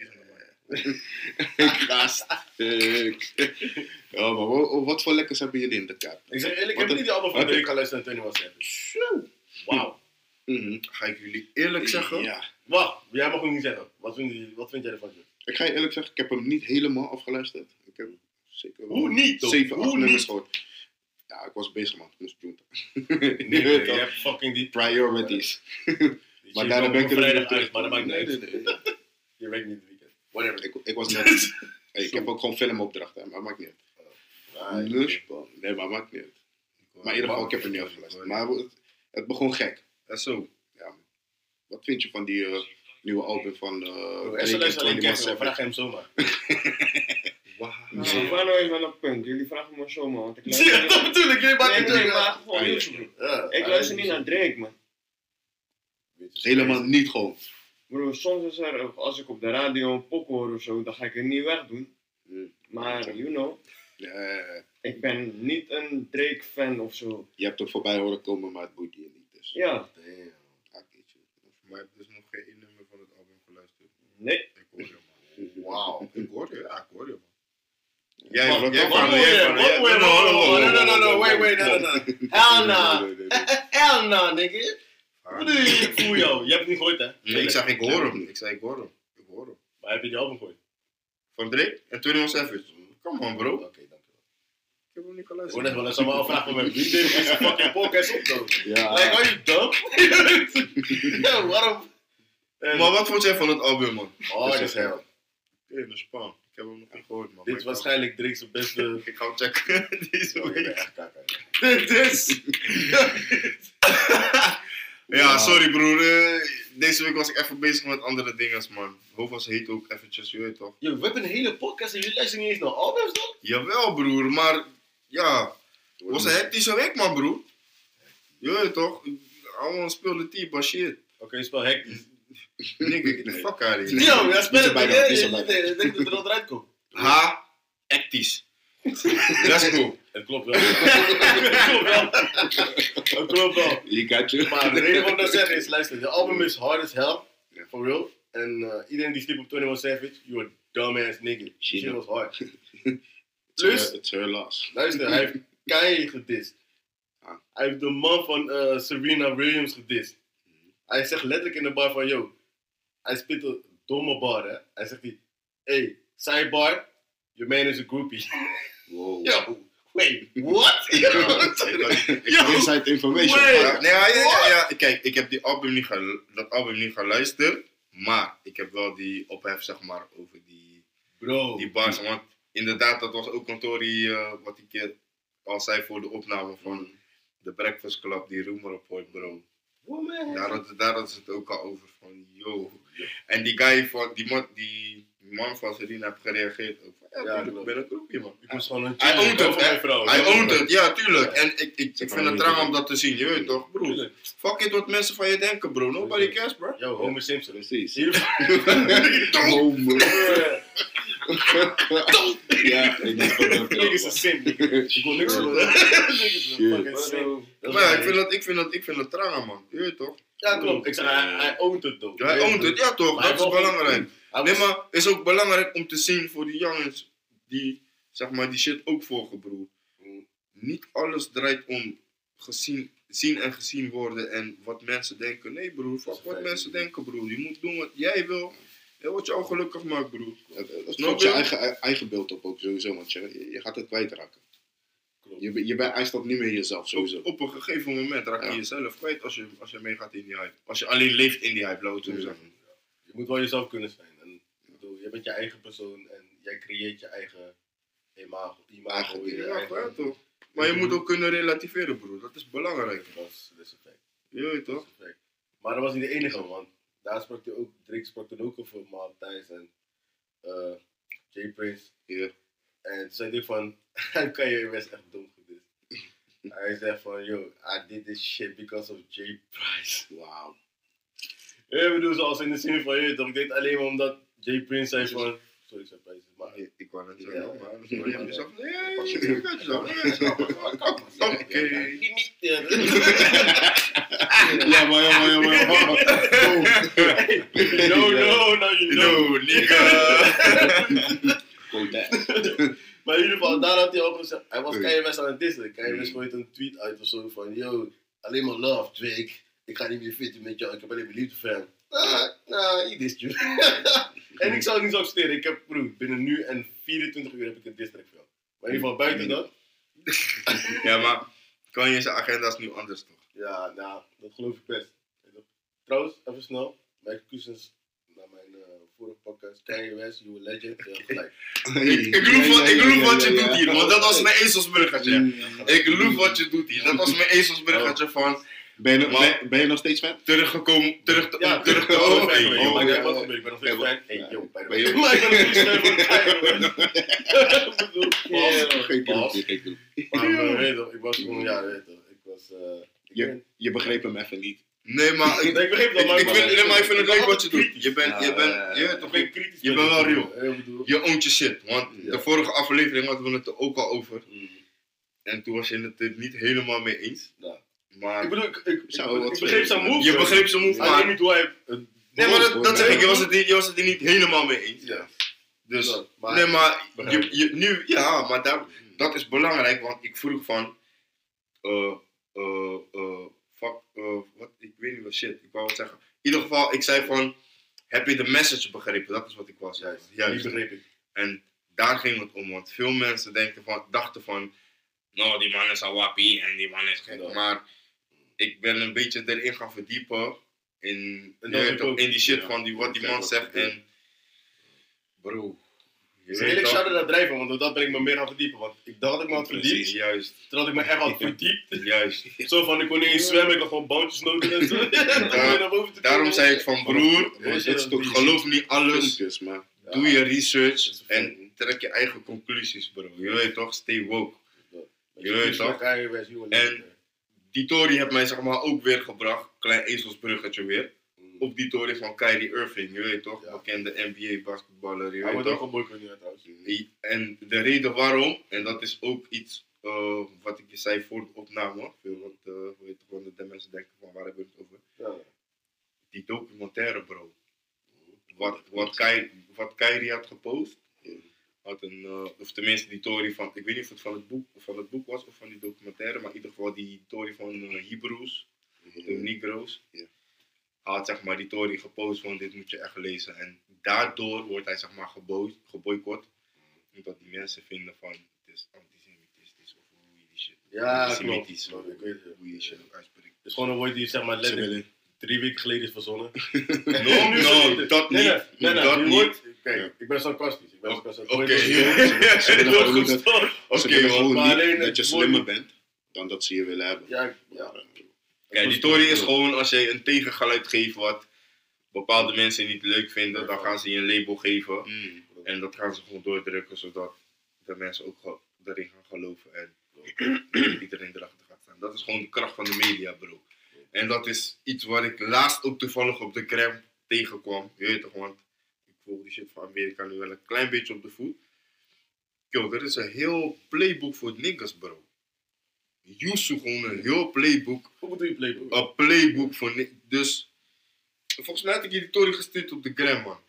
ja. Gast. Ik- Ja, maar wa- wat voor lekkers hebben jullie in de kaart? Ik zeg eerlijk, ik Wat heb een- niet die album van wat Drake een- geluisterd en twenty-one Savage. Wauw. Mhm. Ga ik jullie eerlijk zeggen? Ja. Wacht, jij mag ook niet zeggen. Wat vind, je, wat vind jij ervan? Joh? Ik ga je eerlijk zeggen, ik heb hem niet helemaal afgeluisterd. Ik heb zeker wel Hoe niet, toch? zeven, acht Hoe nummers niet? gehoord. Ja, ik was bezig, man. Ik moest doen. Nee, Je weet je toch? hebt fucking die... Priorities. die Maar shit daarna kwam ben ik op er vrijdag weer terug. uit, maar dat maakt niet Nee, uit. nee, nee. Je werkt niet het weekend. Whatever. Ik, ik was net... Hey, ik heb ook gewoon filmopdrachten, maar maakt niet uit. Ah, Dus, nee, maar maakt niet uit. Maar in ieder geval, ik heb er niet afgeluisterd. Maar het, het begon gek. Ja, zo. Ja, man. Wat vind je van die eh, nieuwe album van... eh Bro, Drake Eerst en luister alleen twenty-one Kevin, vraag Savage? hem zomaar. Wauw. Nou, Fano is wel een punt. Jullie vragen me zo, man. Want ik Zie je, luister dat bedoel ik, je maakt Nee, het nee, druk. maar gewoon Ah, ja. nieuws, bro. Ja, Ik luister niet naar Drake, man. Helemaal niet gewoon. Bro, soms is er, als ik op de radio een pop hoor of zo, dan ga ik het niet wegdoen. Hmm. Maar, you know, Ja, ik ben niet een Drake-fan of zo. je hebt er voorbij horen komen, maar het boeit je niet. Dus. Ja, Ah, weet je. Maar ik heb dus nog geen één nummer van het album geluisterd. nee. Ik hoor je, man. Wauw. Ik hoor je, ja, ik hoor je, man. Jij, Wacht, wat Wat dan? hoor je? Wat hoor je? Wat hoor je? No, no, no, no, wait, wait, no, no, no. Hell nah. Nee, nee, nee, nee. Hell nah, nigga. Wat doe je? Ik voel jou. Je hebt het niet gehoord, hè? Nee, ik zeg ik hoor hem. Ik zei ik hoor hem. Ik hoor hem. Maar heb je die album gehoord? Van Drake en twenty-one Savage. Come on, bro. Oké, dankjewel. Ik heb hem niet Ik word geluisterd. net wel eens allemaal afvragen van mijn vrienden. Is een fucking podcast op, though. Ja. Like, are you dumb? Yo, waarom? En- Maar wat vond jij van het album, man? Oh, dat is hell. Oké, dat is spannend. Ik heb hem nog niet gehoord, man. Dit is waarschijnlijk Drake's beste... Ik ga hem checken deze Oh, week. echt kakker. Dit is... Ja, sorry broer. Eh, deze week was ik even bezig met andere dingen, man. Hoofd heet ook eventjes, je weet toch? Yo, we hebben een hele podcast en jullie luisteren niet eens naar albums, dan? Jawel, broer, maar ja, het was een hectische week, man, broer. Je weet toch? Allemaal speelde type, maar shit. Oké, spel hectisch. Nigga, get the fuck out of here. Yo, ja, spel Niet het erbij niet, dan, hè? niet Je erbij. je- je denkt dat er al eruit komt. Ha, hectisch. Let's go. Het klopt wel. Het klopt wel. Het klopt wel. You got you. Maar de reden waarom ik dat zeg is, luister, de album is hard as hell. Ja. For real. En uh, iedereen die sliep op twenty-one Savage, you a dumbass nigga. Die Shit, shit man. was hard. Plus, Plus, it's her loss. luister, hij heeft Kanye gedist. Ah. Hij heeft de man van uh, Serena Williams gedist. Hij zegt letterlijk in de bar van, yo, hij spit een domme bar, hè. Hij zegt die, hey, sidebar, your man is a groupie. Wow. Yo, wait, what? Inside information. Wait. Ja, nee, ja, ja, ja, ja. Kijk, ik heb die album niet gelu- dat album niet geluisterd. Maar ik heb wel die ophef, zeg maar, over die, Bro. die bars. Want inderdaad, dat was ook een Tory, uh, wat ik keer al zei voor de opname van de Breakfast Club, die Rumor Report, bro. Daar had, daar had ze het ook al over van, yo. En die guy van, die man, die man van Serena heeft gereageerd ook van, ja, Ja, ik ben- klopt. ik ben een groepje, man. Ik moest gewoon een Hij chill oont doen het, van hè? mijn vrouw. Hij Ja, oont ja. het, ja, tuurlijk. Ja. En ik, ik, ik vind het raar om dat te zien, je weet toch, broer. Tuurlijk. Fuck it wat mensen van je denken, bro. Nobody cares, bro. Yo, Homer Simpson. Precies. Hier- Ja, ik denk dat dat Nigga is een simp. nigga. Ik wil niks van. Nigga is een Shit. fucking simp. Dat is Maar ja, waar. ik vind dat, ik vind dat, ik vind dat traag, man. Je weet toch? Ja, klopt. Ik zeg, hij, hij oont het toch. Ja, hij oont het, ja toch, Maar dat is hij wel- belangrijk. Hij Nee, was- maar het is ook belangrijk om te zien voor die jongens die, zeg maar, die shit ook volgen, broer. Niet alles draait om gezien, zien en gezien worden en wat mensen denken. Nee, broer, fuck wat feit. mensen denken, broer. Je moet doen wat jij wil en wat jou gelukkig maakt, broer. Dat is Snap ook je je? eigen, eigen beeld op ook sowieso, want je, je gaat het kwijtraken. Klopt. Je, be- je bent eindstand niet meer jezelf sowieso. Op, op een gegeven moment raak je Ja. jezelf kwijt als je, als je meegaat in die hype. Als je alleen leeft in die hype, laat het zo zeggen. Je moet wel jezelf kunnen zijn. En, ik bedoel, je bent je eigen persoon en jij creëert je eigen imago. imago Eigen je ding, Ja, eigen- ja, toch. Maar je moet ook kunnen relativeren, broer. Dat is belangrijk. Dat is, dat is een fact. Je weet Dat toch? is een fact. Maar dat was niet de enige, want daar sprak hij ook, Drake sprak er ook over Matthijs en uh, Jay Prince. Ja. En toen zei hij van, hij kan je best echt dom gedist. Hij zegt van, yo, I did this shit because of Jay Price. Wauw. Ja, ik bedoel, zoals in de zin van, je toch, ik deed het alleen maar omdat Jay Prince zei van, sorry, ik zei Price, maar Ik, ik wou net Ja. zeggen, maar je hebt jezelf. Nee, Pas je- je gaat jezelf. Je gaat jezelf. Oké. die niet. Ja. Ja, maar ja, maar ja, maar ja. No, no, no, you know. No, nigga. Maar in ieder geval, daar had hij ook gezegd, hij was Mm. Kanye West aan het dissen. Kanye West gooit een tweet uit of zo van, yo, alleen maar love, Drake. Ik ga niet meer fitten met jou, ik heb alleen maar liefde voor hem. Ah, nou, he dissed you. En ik zou het niet zo accepteren. Ik heb, broer, binnen nu en vierentwintig uur heb ik een diss track voor jou. Maar in ieder geval, buiten dat, Ja, maar kan je zijn agenda is nu anders toch? ja, nou, dat geloof ik best. Weet je toch? Trouwens, even snel, mijn excuses naar mijn uh, vorige podcast, Kanye West, you a legend, je hebt gelijk. Ik, ik geloof wat, ik geloof wat je doet hier, want dat was mijn ezelsburgertje. Ik geloof wat je doet hier. Dat was mijn ezelsburgertje van Ben je, Maar- ben, ben je nog steeds fan? teruggekomen, terug te, Ja, terug te oh, over. fan, Hey, joh. yo, Maar ja. kijk wat gebeurt, ik ben nog steeds Ja, fan. Hey, ja. yo, bij de Ben je- Maar ik ben nog steeds fan van Kanye. Ik bedoel, Geen Bas, knoopje, geen knoopje. Maar uh, weet je toch, ik was gewoon, ja, weet je toch, ik was, uh, ik Je, ben- je begreep hem even niet. Nee, maar ik, Nee, ik begreep dat, ik, maar ik vind, nee, maar ik vind het leuk wat je doet. kritisch. Je bent, je bent, je, weet Ik toch, ben kritisch. je bent wel real. Ik bedoel, je oont je shit. Want Ja. de vorige aflevering hadden we het er ook al over. mm, En toen was je het er niet helemaal mee eens. ja. Maar Ik bedoel, ik, ik, Zou ik, wat ik begreep zijn move. je begreep zijn move, Alleen maar... niet hoe hij... het Nee, maar dat, dat zeg ik. Je was, Nee, het niet, je was het er niet helemaal mee eens. Ja. Dus, Ja, maar- nee, maar Begrijp je, je, nu, ja, maar dat, dat is belangrijk, want ik vroeg van, uh, uh, uh, fuck, uh, wat, ik weet niet wat shit, ik wou wat zeggen. In ieder geval, ik zei van, heb je de message begrepen? Dat is wat ik was. Juist, Juist. die begreep ik. En daar ging het om, want veel mensen denken van, dachten van, nou, die man is al wappie en die man is gek. Ja. Maar ik ben een beetje erin gaan verdiepen in, En je dat weet ik toch, ook. in die shit Ja. van die, wat die Kijk man wat zegt. gebeurt. En bro, je Dus weet eerlijk toch? zouden dat drijven, want dat ben ik me meer gaan verdiepen. Want ik dacht dat ik me had verdiept, Precies, juist, terwijl ik me echt had verdiept. juist. Zo van, ik kon niet eens zwemmen, ik had gewoon boutjes nodig en zo. Om weer naar boven te Daarom komen. zei ik van broer, Maar dit is toch geloof niet alles, filmpjes, maar... Ja. doe je research Dat is en trek je eigen conclusies bro. Je weet toch, stay woke. Je weet Dus toch? dan ga je weer zien, En- Die Tory heeft mij zeg maar ook weer gebracht, klein ezelsbruggetje weer, op die Tory van Kyrie Irving, je weet toch, Ja. bekende N B A basketballer, je Hij weet wordt ook toch. een boycott nu trouwens. En de reden waarom, en dat is ook iets uh, wat ik je zei voor de opname, veel wat, uh, hoe heet het, gewoon de mensen denken van waar hebben we het over? Ja. Die documentaire, bro. Wat, wat, Kai, wat Kyrie had gepost, had een, uh, of tenminste die Tory van, ik weet niet of het van het, boek, van het boek was of van die documentaire, maar in ieder geval die Tory van uh, Hebrews, de Negro's. Ja. Hij had zeg maar die Tory gepost van dit moet je echt lezen. En daardoor wordt hij zeg maar gebo- geboycott. Omdat die mensen vinden van het is antisemitistisch of hoe je die shit. Ja, antisemitisch, klopt. of Ik weet het. hoe je die shit ook uitspreekt. Het is gewoon een woord die zeg maar Ze letterlijk willen... drie weken geleden is verzonnen. No, no, dat Nee, nee, niet. nee, nee, Dat die niet. woord- Kijk, Ja. ik ben sarcastisch. Ik ben Oké. sarcastisch. Oké. Ze willen gewoon niet dat- Oké, Ze willen want- gewoon maar niet alleen dat het je woord- slimmer bent dan dat ze je willen hebben. Ja, ja. Kijk, die Tory is gewoon als je een tegengeluid geeft wat bepaalde mensen niet leuk vinden, dan gaan ze je een label geven. Mm. En dat gaan ze gewoon doordrukken zodat de mensen ook ge- erin gaan geloven en iedereen erachter gaat staan. Dat is gewoon de kracht van de media, bro. En dat is iets waar ik laatst ook toevallig op de gram tegenkwam. Je weet toch, want ik volg die shit van Amerika nu wel een klein beetje op de voet. Yo, er is een heel playbook voor niggas, bro. Yusu gewoon een heel playbook. Hoe bedoel je playbook? Een playbook voor niggas. Dus, volgens mij had ik je die Tory gestuurd op de gram, man.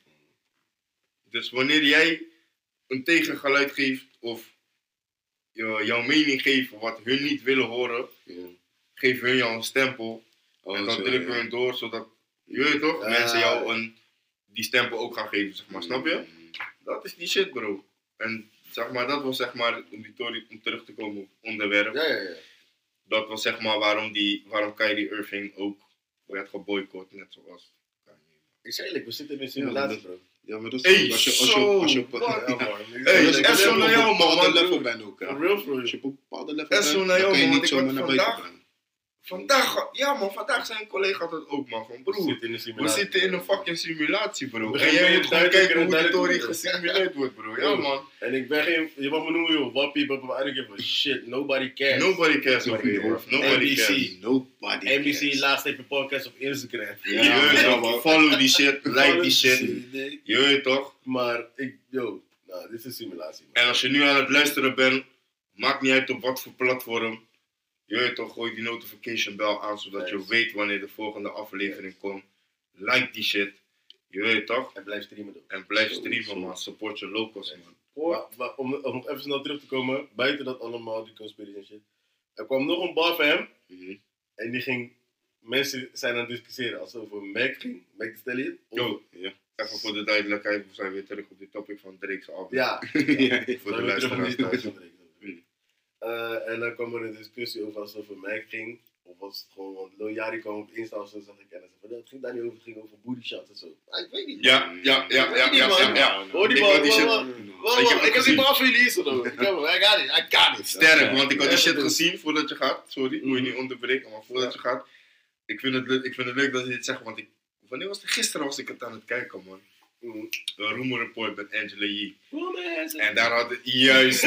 Dus wanneer jij een tegengeluid geeft of uh, jouw mening geeft wat hun niet willen horen, Ja. geef hun jou een stempel Oh, en dan zo, drukken we ja. hun door zodat je weet toch, Ja. mensen jou een, die stempel ook gaan geven, zeg maar, snap je? Mm. Dat is die shit, bro. En zeg maar, dat was zeg maar, om die Tory, om terug te komen op het onderwerp, Ja, ja, ja. dat was zeg maar waarom, die, waarom Kyrie Irving ook werd geboycott, net zoals Kanye. Ik zei eerlijk, we zitten in een Ja, simulatie, dat- bro. Ja, maar dat is Hey, als je, als je, zo, als je op, wat? Ja, man. Hey, als je echt zo naar jou, op een man, bepaald man. level bent ook. For Ja. real, for Als je real. op een bepaalde level Echt zo bent, naar dan jou, kan je man, niet want ik zomaar word naar buiten vandaag- brengen. Vandaag, ja man, vandaag zijn collega dat ook, man. Van We broer, zitten in een we simulatie. zitten in een fucking simulatie, bro. We En gaan jij weer moet gewoon duidelijk kijken en hoe die Tory duidelijk doen. gesimuleerd wordt, bro. Ja, man. En ik ben geen, je mag me noemen joh, wappie, but I don't give a shit, nobody cares. Nobody cares over you, bro. Nobody N B C. cares. Nobody N B C cares. laatst even podcast op Instagram. Ja, ja, man. Follow die shit, like die shit. Nee, Je weet toch? maar ik, yo, nou, dit is een simulatie. Man. En als je nu aan het luisteren bent, maakt niet uit op wat voor platform. Je weet toch, gooi die notification bell aan, zodat je Nice. weet wanneer de volgende aflevering komt. Like die shit. Je weet toch? En blijf streamen doen. En blijf Sowieso. streamen, man. Support je locals, man. Maar, maar om, om nog even snel terug te komen, buiten dat allemaal, die conspiracy en shit. Er kwam nog een bar van hem, Mhm. en die ging, mensen zijn aan het discussiëren als het over Mac ging, Mac the Stallion. Of- Yo, Ja. even voor de duidelijkheid, we zijn weer terug op dit topic van Drake's album. Ja, Voor Ja. de Zijn we terug op luisteraars die thuis. topic van Drake. Eh, en dan kwam er een discussie over als het over Mac ging. Of was het gewoon, want Lil Yachty kwam op Insta of zo, zag ik en hij zei van, "Nee, het ging daar niet over, het ging over booty shots en zo. Ah, ik weet niet. Ja, ja, ja, ja, ja, ja, ja. Hoor die Ik man, had die shit- wow, wow, Ik heb wow, het ik heb die gezien. man voor jullie hier zo doen. Ik heb hem, I got it, I got it. Sterk, want ik had die Ja, shit dat is- gezien voordat je gaat. Sorry, moet je Mhm. niet onderbreken, maar voordat je gaat. Ik vind, het, leuk- ik vind het leuk dat je dit zegt, want ik, wanneer was het? Gisteren was ik het aan het kijken, man. Mm. Een Rumor Report met Angela Yee. En En daar hadden juist.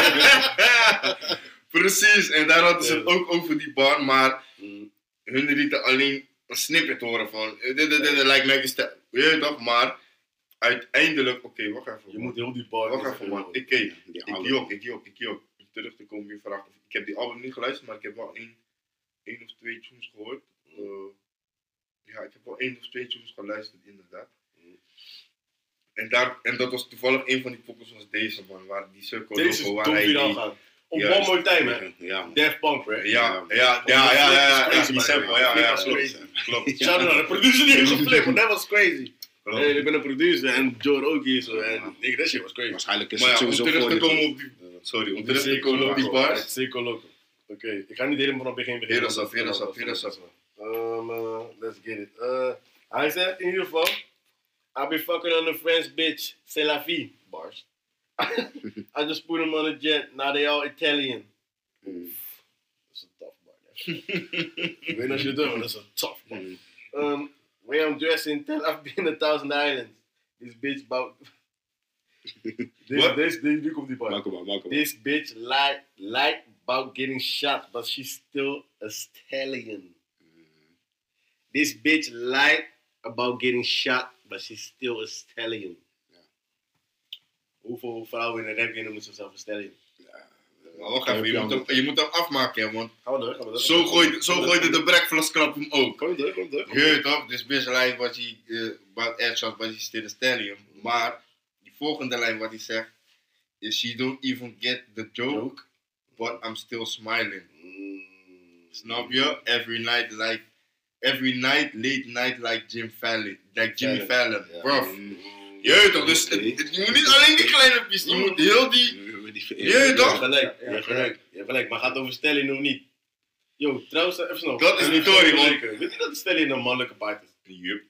Precies, en daar hadden ze het ook over die bar, maar hun lieten alleen een snippet horen van. eh, Dit, dit, dit, lijkt mij gesteld. Weet je toch, maar uiteindelijk, oké, wacht even. Je man. moet heel die bar. Wacht even, man. Ik keek. Die Ik oude- jok, ik jok, ik jok. Om terug te komen op je vraag. Ik heb die album niet geluisterd, maar ik heb wel één, één of twee tunes gehoord. Uh, ja, ik heb wel één of twee tunes geluisterd, inderdaad. En, daar, en dat was toevallig een van die pokkels was deze, man. Waar die circle Deze is logo, waar dom hij viraal die... gaan. Op Juist. One More Time, hè. Ja, man. Daft Punk, hè. Ja, ja, ja, ja, ja, ja, ja, ja, die sample, ja, ja, klopt. Klopt. Shout out naar de producer die heeft geflipt, want dat was crazy. klopt. Hey, ik ben een producer en Joe ook hier zo. En nigga, that shit was crazy. Waarschijnlijk is Maar het ja, om sowieso terug voor te je komen geweest. op die... Sorry, om Dit terug is te komen op die Loco, bars. het is Seco Loco. Oké, ik ga niet helemaal vanaf het begin beginnen. Hit us up, hit us up, hit us up. Um, uh, let's get it. Uh, hij zegt in ieder geval, I'll be fucking on a French bitch, c'est la vie, bars. I just put them on a jet, now they all Italian. Mm. Dat is een tough bar. Ik weet niet als je het doet, maar dat is een tough bar. Mm. Um, way I'm dressed in Tel Aviv in a thousand islands. This bitch about... this, What? this, this, nu komt die bar. Maak hem maar, maak hem maar. This bitch lied, lied about getting shot, but she's still a stallion. This bitch lied about getting shot, but she's still a stallion. Ja. Hoeveel vrouwen in een rap game noemen zichzelf een stallion? Maar wacht even, je moet, hem, je moet hem afmaken, hè, want Gaan we door, gaan we door. zo gooit, zo gooit de breakfast club hem ook. Kom door, kom door. Je weet toch, dus beste lijn wat hij, uh, wat Airshot, wat hij still a stallion. Maar, die volgende lijn wat hij zegt, is she don't even get the joke, but I'm still smiling. Mm. Snap je? Every night like, every night, late night like Jim Fallon, like Jimmy Fallon, Ja. bruv. Je weet toch, dus het- het- je moet niet alleen die kleine pies, je moet heel die, je weet Je hebt toch? gelijk, je hebt gelijk, je hebt gelijk, maar gaat het over stallion of niet? Yo, trouwens, even snel. Dat is Eh, die Tory, man. zeker. Weet je dat stallion een mannelijke paard is? Yup.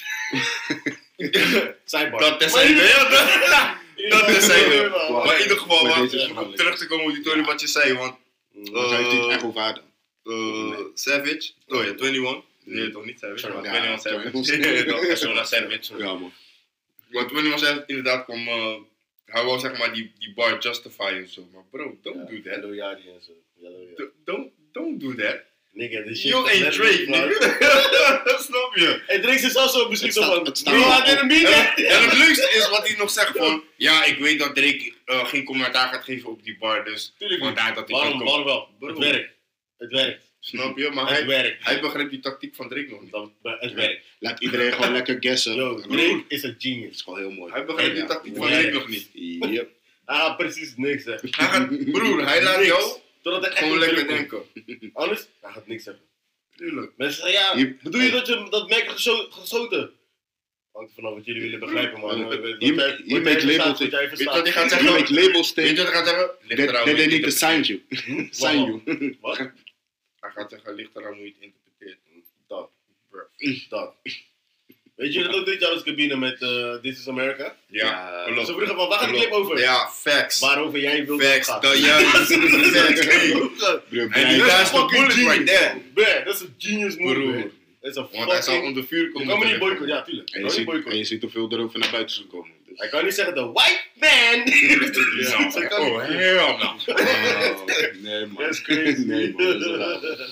Sidebar. Dat terzijde, ja, dat, dat terzijde. Maar Maar in ieder geval, Maar wat, deze is om mannelijk. terug te komen op die Tory wat je zei, want Wat heeft hij het echt over haar dan? uh, Savage, oh ja, eenentwintig, nee toch niet Savage, maar Ja, eenentwintig Savage, eenentwintig. nee toch, sorry, Savage. Ja, man. Want eenentwintig Savage inderdaad kwam, uh, hij wou zeg maar die, die bar justify en zo, maar bro, don't do that, Yellow Yachty en zo. Yellow Yachty. D- don't, don't do that. Nigga, this shit. You ain't Drake, nigga. Snap je? Hey, Drake is also misschien Het zo staat- van. het staat "Bro, wel I didn't op." mean En, it." en het leukste is wat hij nog zegt van, ja, ik weet dat Drake uh, geen commentaar gaat geven op die bar, dus Tuurlijk niet. vandaar dat hij Waarom, kan komen. waarom wel? Bro. Het werkt. Het werkt. Snap je? Maar Het hij, werkt. hij begrijpt die tactiek van Drake nog niet. Dat- Het werkt. Laat iedereen gewoon lekker guessen. Yo, Dat Drake is een genius. is gewoon heel mooi. Hij begrijpt die Ja. tactiek van Ja. Drake nog niet. Yep. Hij gaat precies niks zeggen. Hij gaat, broer, hij laat Niks. jou Totdat hij echt gewoon een lekker druk komt. denken. Anders, hij gaat niks zeggen. Tuurlijk. Mensen zeggen, ja, Je- bedoel je dat je dat merk gescho- geschoten? Hangt vanaf wat jullie willen begrijpen, man. Je- Wat jij- je wat jij make verstaat, labels- wat jij Weet je verstaat. wat hij gaat You zeggen? make labels Weet je take wat hij gaat zeggen? Ligt that, eraan that hoe je they het need to sign interpreteert. you. Sign you. Wat? Hij gaat zeggen, ligt eraan hoe je het interpreteert. Dat. Bruh. Dat. Weet je dat ook dit jaar als cabine met uh, This is America? Ja, Ja, Ze vroegen van, waar gaat de clip over? Ja, facts. Waarover jij wilt Facts, gaan. dat juist. Facts. Hey. Bro, En die Brian- daar is de fucking bullet genius. right there. Bruh, dat is een genius move, Broer. man. Dat is een Want hij zal fucking... onder vuur Je komen. kan me niet te boycotten, liggen. ja, tuurlijk. En Je je, kan niet ziet, en boycotten. je ziet hoeveel er over naar buiten is gekomen. Dus. Hij kan niet zeggen, the white man! Ja, Ze kan oh, niet. hell no. Oh, nee man. Dat is crazy. Nee man, dat is raar.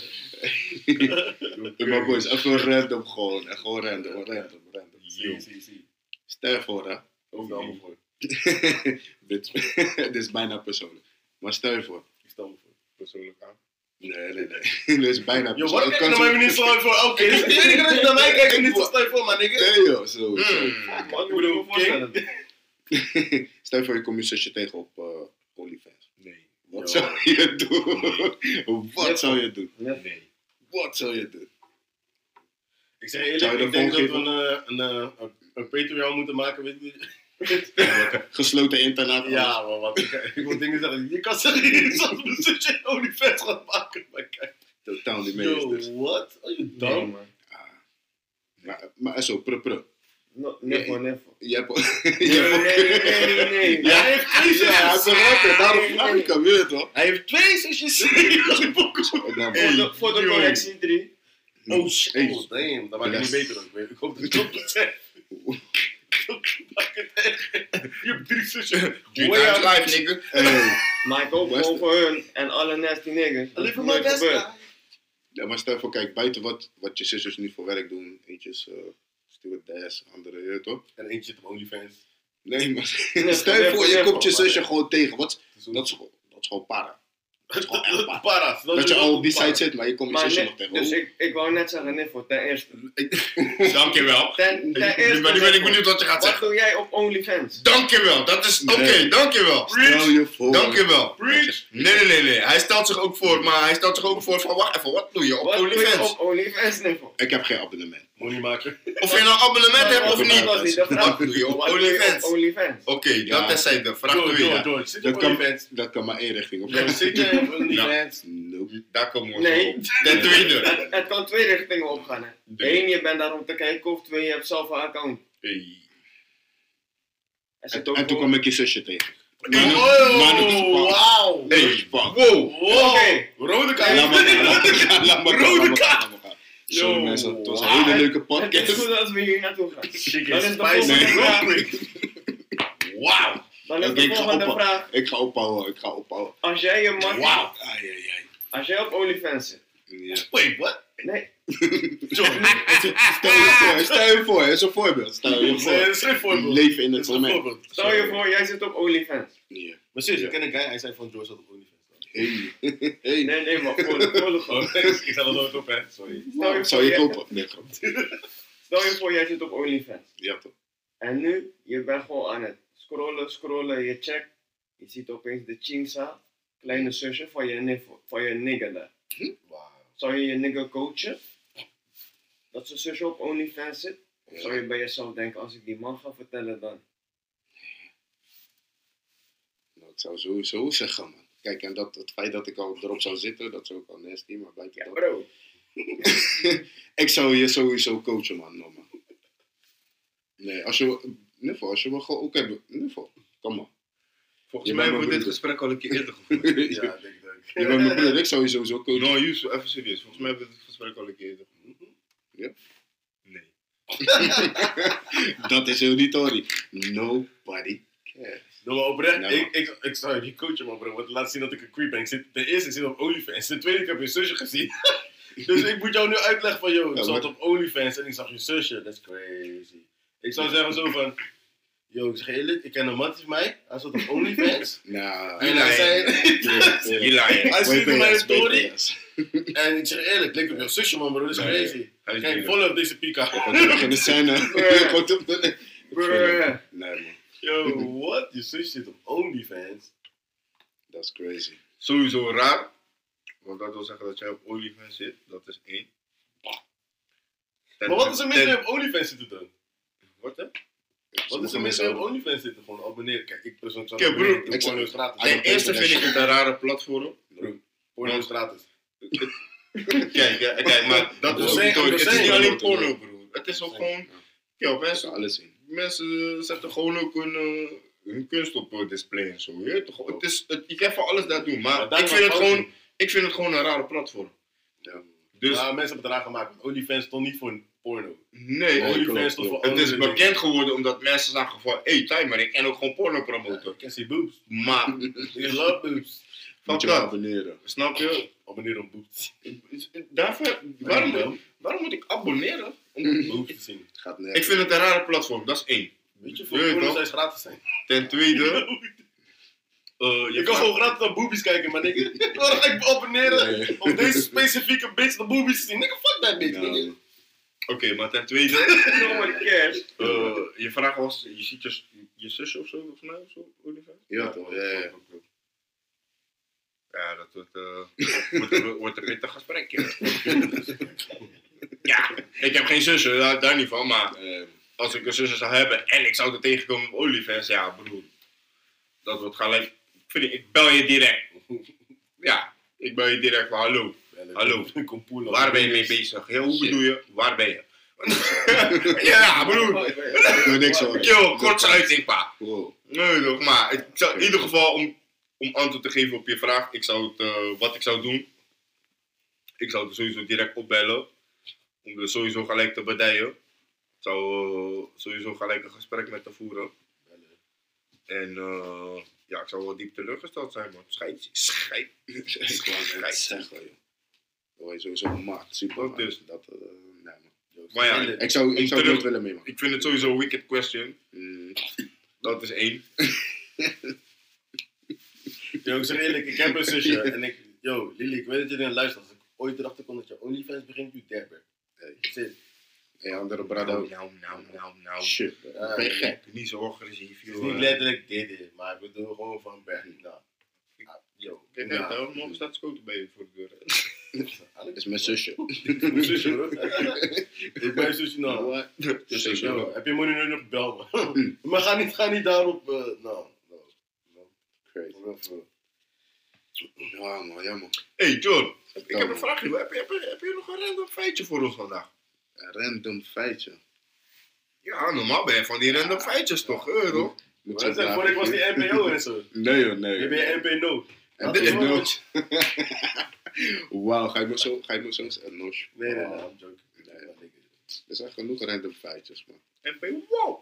Maar boys, even random gewoon. En gewoon random, random, random. Zie, zie, zie. Stel je voor hè. Ook wel me voor. dit, dit is bijna persoonlijk. Maar stel je voor. Ik stel me voor. Persoonlijk aan. Nee, nee, nee. dit is bijna Yo, persoonlijk. waarom kijk je naar mij niet zo voor? Oké, dus de enige dat je naar mij kijkt en niet zo stel je voor, maar nigga. Nee joh, zo. zo. Hmm. Man, Ik bedoel, voorstellen. Stel je voor je komt je zusje tegen op uh, OnlyFans. Nee. Wat Yo. zou je doen? Wat zou je doen? Nee. Wat zou je doen? Ik zeg je Zou je eerlijk, ik dat denk dat we gewoon een, eh, een, eh, een, een Patreon moeten maken, weet je. Gesloten internaat. Ja, maar wat ik, ik wil dingen zeggen. Je kan zeggen, je zal mijn zusje OnlyFans gaan maken, maar kijk. Totaal niet mee is Yo, dus. what? Are you Nee, dumb? man. Maar, maar zo, prr, prr. No, never, never. Je hebt Nee, nee, nee, nee, nee. Ja, hij heeft twee Ja, hij is zusjes. een rapper, daarom vraag ik hem, weet je toch? Hij heeft twee zusjes. En dan- Voor de, voor de Yo. correctie drie. Oh shit. Hey. Oh damn, dat maakt het niet Bless. beter ook. Ik hoop dat het op zegt. Je hebt drie zusjes. Three Way times out. life, nigga. Hey. Maar ik hoop Best- gewoon voor hun en alle nasty niggas. Dat Alleen het voor mijn nooit best gebeurt. guy. Ja, maar stel je voor, kijk, buiten wat, wat je zusjes nu voor werk doen, eentje is uh, stewardess, andere, je weet toch? En eentje zit op OnlyFans. Nee, maar Nee, stel je voor, je nee, komt je nee, zusje gewoon tegen, wat, Dat is dat is gewoon, dat is gewoon para. Dat is gewoon echt para. Paras. Dat je al op die site zit, maar je komt je Maar zusje nee, nog tegen. dus Oh. ik, ik wou net zeggen, Niffo, ten eerste. Dankjewel. Ten, ten Ik eerste, ben, nu ben ik Niffo, benieuwd wat je gaat wat zeggen. doe jij op OnlyFans? Dankjewel, dat is... Oké, Nee. dankjewel. Stel je voor. Dankjewel. Preach. Nee, nee, nee, nee. Hij stelt zich ook voor, maar hij stelt zich ook voor van, wacht even, wat doe je op Wat doe je OnlyFans? op OnlyFans, Niffo? Ik heb geen abonnement. Money maken. Of je nou een abonnement hebt of Dat niet. was niet de vraag. Wat doe je op Wat doe je OnlyFans? op OnlyFans? Oké, Ja. dat terzijde. Vraag George, doe je. George, George. Zit je Dat op kan, OnlyFans? dat kan maar één richting op. Ja, zit je op OnlyFans? Nope. Daar komen we Nee. zo op. Ten tweede. Het, het kan twee richtingen opgaan. Hè. Drie. Eén, je bent daar om te kijken, of twee, je hebt zelf een account. Hey. Er zit En, ook en toen gewoon- kwam ik je zusje tegen. Hey. Maar Oh, maar dat is fuck. wauw. Dat Hey. is fuck. Wow. Wow. Oké. Rode kaart. Laat maar gaan, laat maar gaan, laat maar gaan, Rode laat maar kaart. gaan, laat maar gaan. Sorry Yo, mensen, het was een wow. hele leuke Het is podcast. goed als we hier naartoe gaan. Chick Dan is is de spicy. volgende Nee. vraag. Wauw. Dan is Oké, de ik ga volgende ophouden. vraag. Ik ga ophouden, ik ga ophouden. Als jij je man, Wauw. Ai, ai, ai. als jij op OnlyFans zit, Ja. Wait, what? Nee, Stel je voor, stel je voor, is een voorbeeld. Stel je Nee, voor. dat is geen voorbeeld. Leven in Dat het is een moment. voorbeeld. stel je voor, jij zit op OnlyFans. Ja. Maar serieus, ik ken een guy, hij zei van George had op OnlyFans. Hey. Hey. Nee, nee, maar voor de voor Oh, nee, ik zal er nooit op, hè. Sorry. Stel je Zou voor, je jij- kopen? Nee, grap. Stel je voor, jij zit op OnlyFans. Ja, toch. En nu, je bent gewoon aan het scrollen, scrollen, je checkt. Je ziet opeens de Chinsa, kleine zusje van je, nif- van je nigger daar. Wauw. Zou je je nigger coachen? Dat zijn zusje op OnlyFans zit? Of zou je bij jezelf denken, als ik die man ga vertellen dan? Nou, ik zou sowieso zeggen, man. Kijk, en dat, het feit dat ik al erop zou zitten, dat is ook al nasty, maar buiten Ja dat. bro. Ik zou je sowieso coachen, man. No, man. Nee, als je... In ieder geval, als je me gewoon ook hebt... In ieder geval, kom maar. Volgens Je mij bent hebben we mijn dit broeder. gesprek al een keer eerder gevoerd. Ja, ik denk dat ik. Je bent mijn broer, ik zou je sowieso coachen. No, Yusuf, even serieus. Volgens mij hebben we dit gesprek al een keer eerder gevoerd. Ja? Nee. Dat is heel niet Tory. Nobody cares. Nou, maar oprecht, Nee, man. ik, ik, ik zou je niet coachen, man, bro. Want laat zien dat ik een creep ben. Ik zit, ten eerste, ik zit op OnlyFans. Ten tweede, ik heb je zusje gezien. Dus ik moet jou nu uitleggen van, yo, ik Ja, zat maar- op OnlyFans en ik zag je zusje. Dat is crazy. Ik zou zeggen zo van, yo, ik zeg je eerlijk, ik ken een man van mij. Hij zat op OnlyFans. Nou, En hij zei, Je laaien. hij stuurde mij een story. B P S. En ik zeg eerlijk, klik op jouw zusje, man, bro. Dat is Nee, crazy. hij is Kijk, binnen. follow deze pika. Wat heb je de scène? Gewoon op de- Bruh. Nee, man. Yo, what? Je zusje zit op OnlyFans. Dat is crazy. Sowieso raar. Want dat wil zeggen dat jij op OnlyFans zit. Dat is één. Ten- Maar wat is er mis ten- mee op OnlyFans zitten dan? Wat hè? Wat is er Sommige mis mee op mensen OnlyFans zitten? Gewoon abonneren. Kijk, ik persoonlijk zou Kijk, broer, abonneren. ik zou- Porno is gratis. Ah, Ten eerste vind ik het een rare platform. Porno is gratis. Kijk, ja, kijk, maar dat I'm is just ook saying, niet I'm Het just is niet saying. alleen porno, broer. Het is ook gewoon... Ja, mensen mensen, alles zien. mensen zetten gewoon ook hun, eh, hun kunst op eh, display en zo. Je weet toch? Het is, het, je kan van alles daar doen. Maar Maar daar ik kan vind, het het gewoon, ook ik vind het gewoon een rare platform. Ja. Dus Ja, mensen hebben het raar gemaakt. Want OnlyFans stond niet voor porno. nee, Nee, het- klopt, OnlyFans stond voor het is andere bekend dingen. geworden omdat mensen zagen van... Hé, hey, timer, ik kan ook gewoon porno promoten. Ik ken die boobs. Maar, Ik love boobs. Moet fuck je maar dat. abonneren. Snap je? Abonneer op boobs. Daarvoor, waarom, moet, waarom moet ik abonneren? Om boobs te zien. Gaat net. Ik vind het een rare platform, dat is één. Weet je, voor Ja, porno toch? zou het gratis zijn. Ten tweede... eh, Je kan vraagt- gewoon gratis naar boobies kijken, maar nigga. Waarom ga ik me abonneren Nee. om deze specifieke bitch de boobies te zien? Nigga, fuck that bitch, nigga. Nou, Oké, maar ten tweede... Nobody cares. eh, je vraag was, je ziet je, je zusje of zo, of mij of zo, Oliver? ja, toch? Ja, ja. Ja, dat wordt, eh, wordt, wordt, wordt een pittig gesprek. Ja. Ja, ik heb geen zussen, daar, daar niet van, maar Eh, als ik een zussen zou hebben en ik zou er tegenkomen op OnlyFans, ja broer, dat wordt gelijk, ik, vind, ik bel je direct. Ja, ik bel je direct van hallo, Hallo. Kom poelen. waar ben je mee bezig? Ja, hoe bedoel je, waar ben je? Ja broer, Ik doe niks hoor. yo, korte uiting pa. Wow. Nee toch, maar ik zou in ieder geval, om, om antwoord te geven op je vraag, ik zou het, eh, wat ik zou doen, ik zou er sowieso direct opbellen, om er sowieso gelijk te bedijen. Ik zou eh, sowieso gelijk een gesprek met te voeren. En eh, ja, ik zou wel diep teleurgesteld zijn, man. Scheid, scheid, Ik wou net scheid. zeggen, joh. Dat was sowieso maat, super. Wat maat. dus? Dat, eh, nee, man. Maar ja, Ik zou, ik Om zou het terug- nooit willen meemaken. ik vind het sowieso een wicked question. Mm. Dat is één. Yo, ik zeg eerlijk, ik heb een zusje en ik... Yo, Lily, ik weet dat je erin luistert. Als ik ooit erachter kom dat je OnlyFans begint, you dead, bro. Hey. Zit. Hey, andere brado. Nou, nou, nou, nou, nou. Shit, Ja, ben je gek? Niet zo agressief, Het is joh. niet letterlijk dit, dit, maar ik bedoel gewoon van, bro. Nou, ah, yo. Kijk, nou, daar morgen staat Scoot bij je voor de deur. Dat is mijn zusje. Mijn zusje, bro. Ik ben je zusje nou. What? Je zusje, Yo, bro. heb je money nog bel me? Maar ga niet, ga niet daarop, eh, nou, nou. Crazy. voor real, voor real. Ja, man, ja, man. Hey John, ik Vertel, heb een man. vraagje. Heb je, heb, je, heb je nog een random feitje voor ons vandaag? Een random feitje. Ja, normaal ben je van die random feitjes toch, hè, toch? Moet Wat zeg, voor ik was die N P O en zo. Nee, joh, nee. Nu ben je N P O. En Laat dit is me horen. nooit. Wauw, ga je me zo, ga je me zo zeggen? Nosh. Nee, nee, nee, I'm joking. Nee. Er zijn genoeg random feitjes, man. En ben je wow.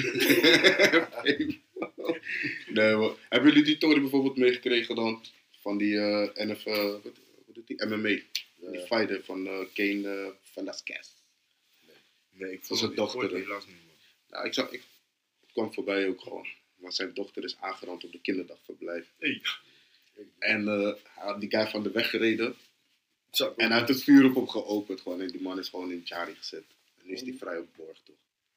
Nee, man. Hebben jullie die tory bijvoorbeeld meegekregen dan? Van die eh N F, eh, wat, wat doet die? M M A. Die fighter van uh, Cain uh, Velasquez. Nee, ik Dat is vond een het dochter, dochter. hè? Helaas niet, man. Nou, ik, zag, ik het kwam voorbij ook gewoon. Want zijn dochter is aangerand op de kinderdagverblijf. Hey. En uh, hij had die guy van de weg gereden. Zo, En hij had het vuur op hem geopend gewoon. En die man is gewoon in het jari gezet. En nu is hij vrij op borg, toch?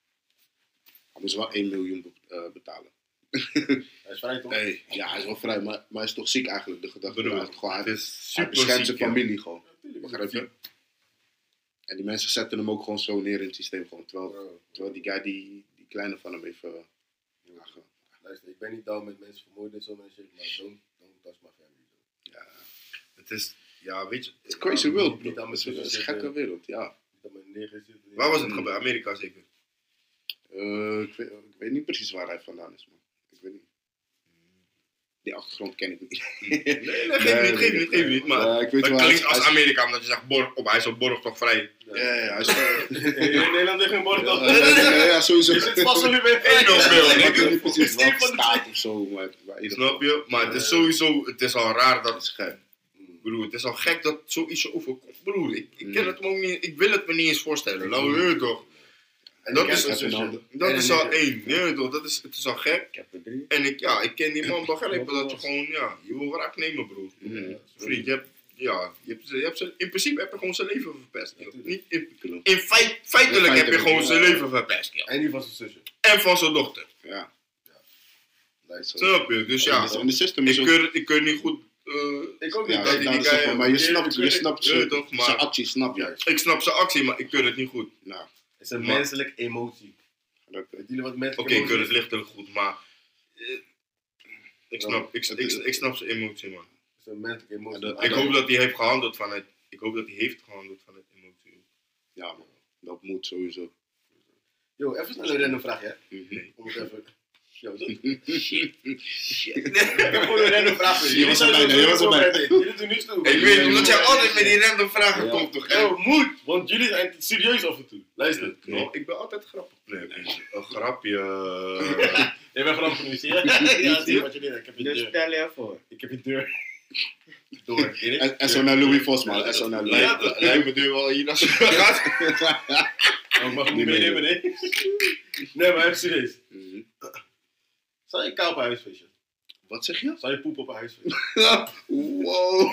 Hij moest wel één miljoen be- uh, betalen. Hij is vrij toch? Hey, ja, hij is wel vrij, maar, maar hij is toch ziek eigenlijk, de gedachte. Bedoel, Hij, gewoon, het hij, is hij super beschermt zijn ziek, ja. familie gewoon. Natuurlijk. Begrijp je? En die mensen zetten hem ook gewoon zo neer in het systeem. Gewoon. Terwijl, Bro, terwijl die guy die, die kleine van hem heeft... Uh, aange- luister, ik ben niet down met mensen vermoorden en zo en shit, maar don't, don't touch my family. ja, Het is, ja, weet je. it's crazy Ja, world, niet- niet bro. aan Het is mijn het is een zussen gekke wereld, ja. Niet dat mijn neger zit. Waar was het Mm. gebeurd? Amerika zeker? Uh, ik, weet, ik weet niet precies waar hij vandaan is, man. Ik weet niet. Die achtergrond ken ik niet. Nee, nee, geef niet, geef niet, geef niet. Maar Ja, ik weet het wel, hij klinkt is- als hij is- Amerika, omdat je zegt borg, op, hij is op borg toch vrij. Ja, ja, ja, hij is In Nederland heeft geen bord toch? ja, ja, ja, sowieso. Je zit vast nu bij Eén op beeld, Ik nigga. weet niet precies Een wat van de staat of zo, maar, maar in ieder Snap geval, je? Maar het is sowieso, het is al raar dat dat, is gek. broer, het is al gek dat zoiets je overkomt. Broer, ik, ik, ken Mm. het me ook niet, ik wil het me niet eens voorstellen. Laten we weten toch. En Dat ik heb is- een Even een zusje. ander. Dat En is een al neger. één. Nee, toch, dat is, het is al gek. Ik heb er drie. En ik, ja, ik ken die man begrijpen dat je gewoon, ja, je wil wraak nemen, broer. Mm. Vriend, je hebt, ja, je hebt, je hebt zijn, in principe heb je gewoon zijn leven verpest. joh. Natuurlijk. Niet in, Klopt. in feit, feitelijk In heb je feitelijk, gewoon ja. zijn leven verpest. joh. En die van zijn zusje. En van zijn dochter. Ja. Luister. Snap je? Dus ja, En de system is ik ook... keur, ik keur niet goed. eh, Ik ook niet. Ja, dat dat die nou, die dat is guy- ook- maar je ik- snapt, ik- je snapt ja, zijn, toch, maar- zijn actie, snap je? ik snap zijn actie, maar ik keur het niet goed. Nou, Het is een Maar- menselijke emotie. dat, Weet jullie wat menselijke Oké, ik keur emotie het is? lichtelijk goed, maar. eh, ik, snap, ik, ik, ik snap zijn emotie, man. Het is een menselijke emotie. Ja, dat- Maar Ik dan- hoop dat hij heeft gehandeld vanuit. Ik hoop dat hij heeft gehandeld vanuit emotie. ja, man. Dat moet sowieso. Yo, even snel een random vraag, hè? Mhm. Om het even... Yo, dat... Shit. Ik heb gewoon een random vraag voor Je jullie. was Jullie zijn erbij, je was sowieso erbij. voorbereid. Jullie doen niets toe. Ik weet, omdat jij altijd met die random vragen Ja. komt, toch? hè? Yo, moet! Want jullie zijn serieus af en toe. Luister. No, ik ben altijd grappig. Nee, een grapje. Jij bent grappig nu, zie je? Ja, zie je wat je deed? Ik heb je Dus deur. stel je voor. Ik heb je deur. Door. En, en zo naar Louis Vos, man. En zo naar Louis. Lijkt lijkt me deur wel hier als je gaat. Oh, ik mag hem niet Nee, nee, meenemen, nee? Nee, maar even serieus. Mhm. Zou je kou op een huisfeestje? Wat zeg je? Zou je poep op een huisfeestje? Wow.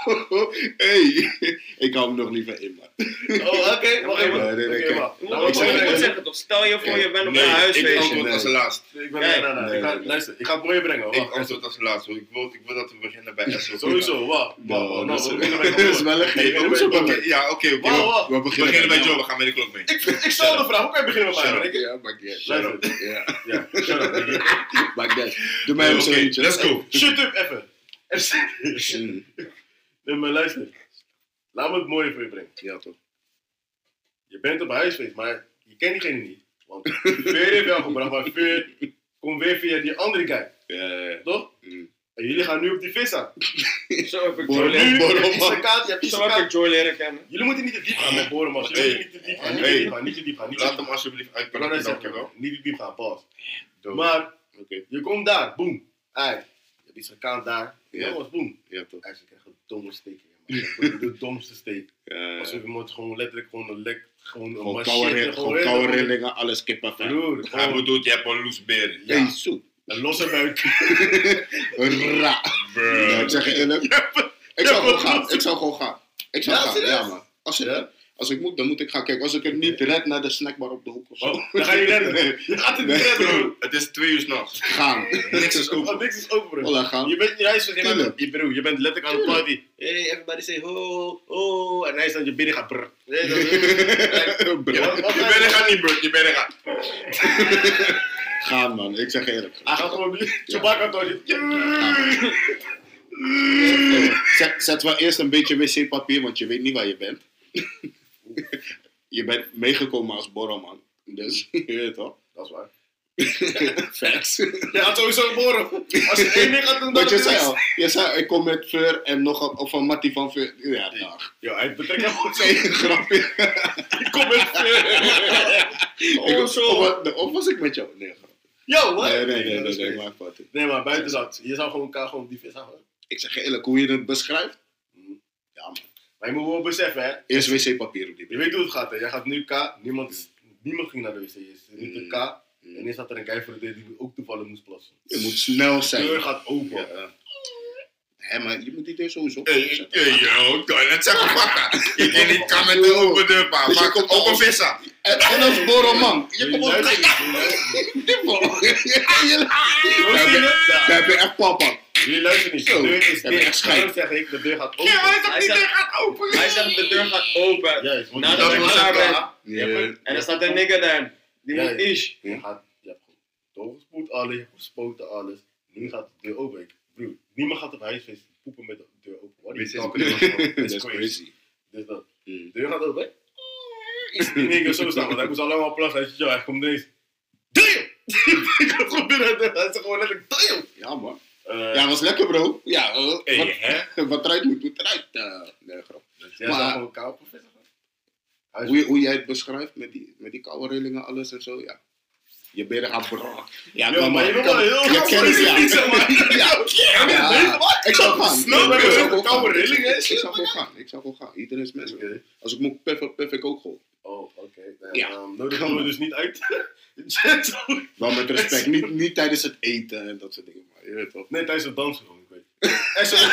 Hey. Ik hou hem nog liever in, man. Oh, oké. Wacht even. Nee, nee, nee, Oké, kijk. wacht. Je Nou, moet, ik je zeg moet het zeggen toch, stel je voor je bent op Nee, een ik huisfeestje. antwoord als laatst. Ik ben, Kijk. nee, nee, nee. Nee, Ik ga, nee. luister, ik ga het mooie brengen. Ik Wacht, antwoord als laatst, want ik wil, ik wil dat we beginnen bij S O P. Sowieso, wacht. Wacht, wacht. dat is- Nou, we beginnen dat bij is wel een Nee, gegeven. we Hoezo beginnen bij Oké, mij? ja, oké, oké. Wacht, we- wacht. We We beginnen beginnen bij jou. Joe, we gaan met de klok mee. Ik, ik stel de vraag, hoe kan je beginnen met mij? man? Ik- Ja, maakt niet uit. Luister. Ja, Ja, shut up. nigga. maakt niet uit. Doe mij Oké, ook zo eentje. let's go. Shut up, even. Even- Mm. Nee, maar luister. Laat me het mooie voor je brengen. Ja, toch. Je bent op een huisfeest, maar je kent diegene niet. Want Veer heeft wel gebracht, maar Veer komt weer via die andere guy. Ja, ja, ja. Toch? Mm. En jullie gaan nu op die vis aan. Zo heb ik Borrel, Joy Nu, leren- je borrel, hebt die man. kaart, je hebt die zo heb ik kaart. Joy leren kennen. Jullie moeten niet te diep gaan met boren, man. Jullie Hey. moeten niet te diep gaan, niet te Hey. diep gaan, niet te diep gaan. Niet te Laat diep hem alsjeblieft gaan. Ik uitpakken. wou net Dankjewel. zeggen, niet te diep gaan, pas. Doe. Maar, Oké. je komt daar, boem. Ei, je hebt iets gekant daar. Ja. Ja, was boem. Ja, toch. Hij krijgt een domme steek. man. De domste steek. Ja, Alsof je moet gewoon letterlijk gewoon een lek, gewoon een gewoon machine, koude ri- gewoon weet je, koude gewoon- rillingen, alles kippenvel. Broer, Hij gewoon bedoelt, je hebt een loes beren. Ja. Hey, soep. een losse buik. Ra. Ja, ik zeg je eerlijk. Ik zou gewoon gaan. Ik zou gewoon gaan. Ik zou Ja, gaan, serieus? ja man. Als ik, Ja? als ik moet, dan moet ik gaan kijken. Als ik het niet red naar de snackbar op de hoek of zo. Oh, dan ga je redden. Nee. Je gaat het Nee. niet redden, broer. Broer, het is twee uur s'nachts. Gaan. Niks is Oh, open. niks is open, broer. Voilà, gaan. Je bent in huis vergeten. Tuurlijk. Je, broer, je bent letterlijk aan het party. Hey, everybody say ho, ho. En hij is aan je binnen gaat brr. Nee, dat is- Bro. Je bent gaat niet, bro. Je bent gaat. Gaan man, ik zeg je eerlijk. Hij gaat gewoon nu. Chewbacca toch niet. Zet, zet wel eerst een beetje wc-papier, want je weet niet waar je bent. Je bent meegekomen als borrelman. Dus, je weet toch? Dat is waar. Facts. Je gaat sowieso geboren. Als je één ding gaat doen, dan Want je is zei het. al, je zei ik kom met Fur en nog een, of een Mattie van Fur. Ja, dag. Ja, hij betrekt hem goed. Nee, een grapje. Ik kom met Ik Oh, was- zo. Of, of was ik met jou? Nee, grapje. Yo, wat? Nee, nee, nee, dat nee, is nee, crazy. maar fout. Nee, maar buiten dat. Je zou gewoon elkaar gewoon op die vis houden. Ik zeg je eerlijk, hoe je het beschrijft? Ja man. Maar je moet wel beseffen, hè. Eerst wc-papier op die Je bril. weet hoe het gaat, hè. Jij gaat nu K, niemand, is- niemand ging naar de wc. Je zit nu Mm. de K, en ineens zat er een guy voor de deur die ook toevallig moest plassen. Je moet snel De zijn. deur gaat open. Ja. Hé, maar je moet die deur sowieso Hey, opzetten. hey, yo, toilet zeg maar pakken. Je kan niet kan met de open deur, pa. Dus je Maar komt op een als- vissa. En en als borrelman. Je Jullie komt op luisteren niet, jullie luisteren niet. Daar heb je echt papa. Jullie luisteren niet. De Zo, deur is heb je echt dicht. schijt. Daarom zeg ik, de deur gaat open. Ja, maar hij Hij zegt niet, zegt- hij gaat open. Hij zegt de deur gaat open. Juist, want Nadat die ik deur klaar is ben. klaar. Ja. En er staat een nigger daar. Die Ja, moet ja. ish. Je, gaat, je hebt gewoon doorgespoeld alles, je hebt gespoten alles. Nu gaat de deur open. Ik- Broer, niemand gaat op huisfeest poepen met de deur open. Wat is dat? Dat is crazy. Dus dat. Mm. De deur gaat open. Is die nigger zo staan, want hij moest al lang al plassen. Hij zegt, ja, hij komt ineens. Damn! Ik had gewoon binnen, hij zegt gewoon letterlijk, damn! Ja, man. Uh, Ja, was lekker, bro. Ja, uh, Hey, wat, hè? wat eruit moet, moet eruit. Uh, nee, grap. dus jij maar- zag gewoon koud professor. Hoe, je- hoe jij het beschrijft met die, met die koude rillingen, alles en zo, ja. Je benen gaan brrrr. Ja, Ja, maar je wil kan- wel heel je graag kent het, ja. niet, zeg maar. Ja, ja. Ik zou gaan. Snap je? Ik zou gewoon Koude gaan. rillingen, Ik zou gewoon gaan. Ik zou gewoon gaan. Iedereen is mensen. Oké. Als ik moet puffen, puff ik ook gewoon. Oh, oké. Ja. Ja. Um, nodig Kom. we dus niet uit. Wel met respect. Niet, niet tijdens het eten en dat soort dingen. Maar je weet toch. Nee, tijdens het dansen gewoon, ik weet. En zo.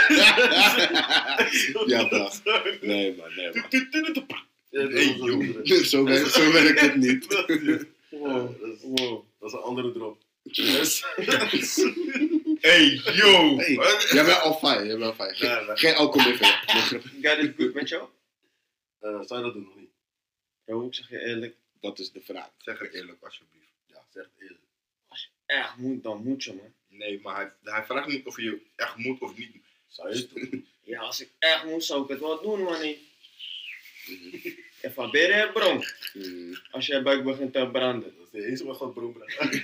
Ja, pa. Nee, man. Nee, man. Ja, dat Hey, is een joh. andere. Zo, werkt, zo werkt het niet. Wow, dat is, wow, dat is een andere drop. Yes. Hey, yo. Hey, Wat? jij bent al fijn. Jij bent al fijn. Geen, Ja, ja. geen alcohol meer voor je. Gaat het goed met jou? Uh, zou je dat doen nog niet? Bro, ik zeg je eerlijk. Dat is de vraag. Zeg het eerlijk, alsjeblieft. Ja, zeg het eerlijk. Echt moet, dan moet je, man. Nee, maar hij, hij vraagt niet of je echt moet of niet. Zou je het doen? Ja, als ik echt moet, zou ik het wel doen, man. En van beren bron. Mm. Als je buik begint te branden. Dat is de enige wat gaat broer.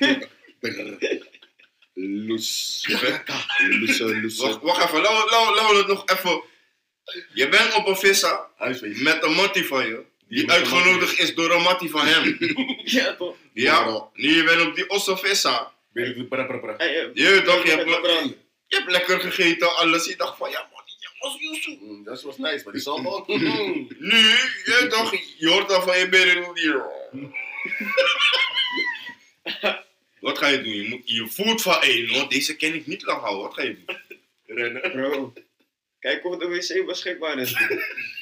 Loes. Loes, loes. Wacht, wacht even, laten we- laten we- laten we het nog even. Je bent op een vissa Huisfeest. met een mattie van je, die met een uitgenodigd is door een mattie van hem. Ja, toch? Ja, nu je bent op die osso vissa. Ben ik de pra pra pra. Hey, eh, Je weet toch, je hebt, begint te branden. je hebt lekker gegeten, alles. Je dacht van, ja man, ja, was Yusuf. Mm, dat was nice, maar die zal wel. Nu, je weet toch, je hoort dan van je beren hier. Wat ga je doen? Je, moet, je voelt van, hé, hey, deze kan ik niet lang houden. Wat ga je doen? Rennen. Bro, kijk of de wc beschikbaar is. Dat is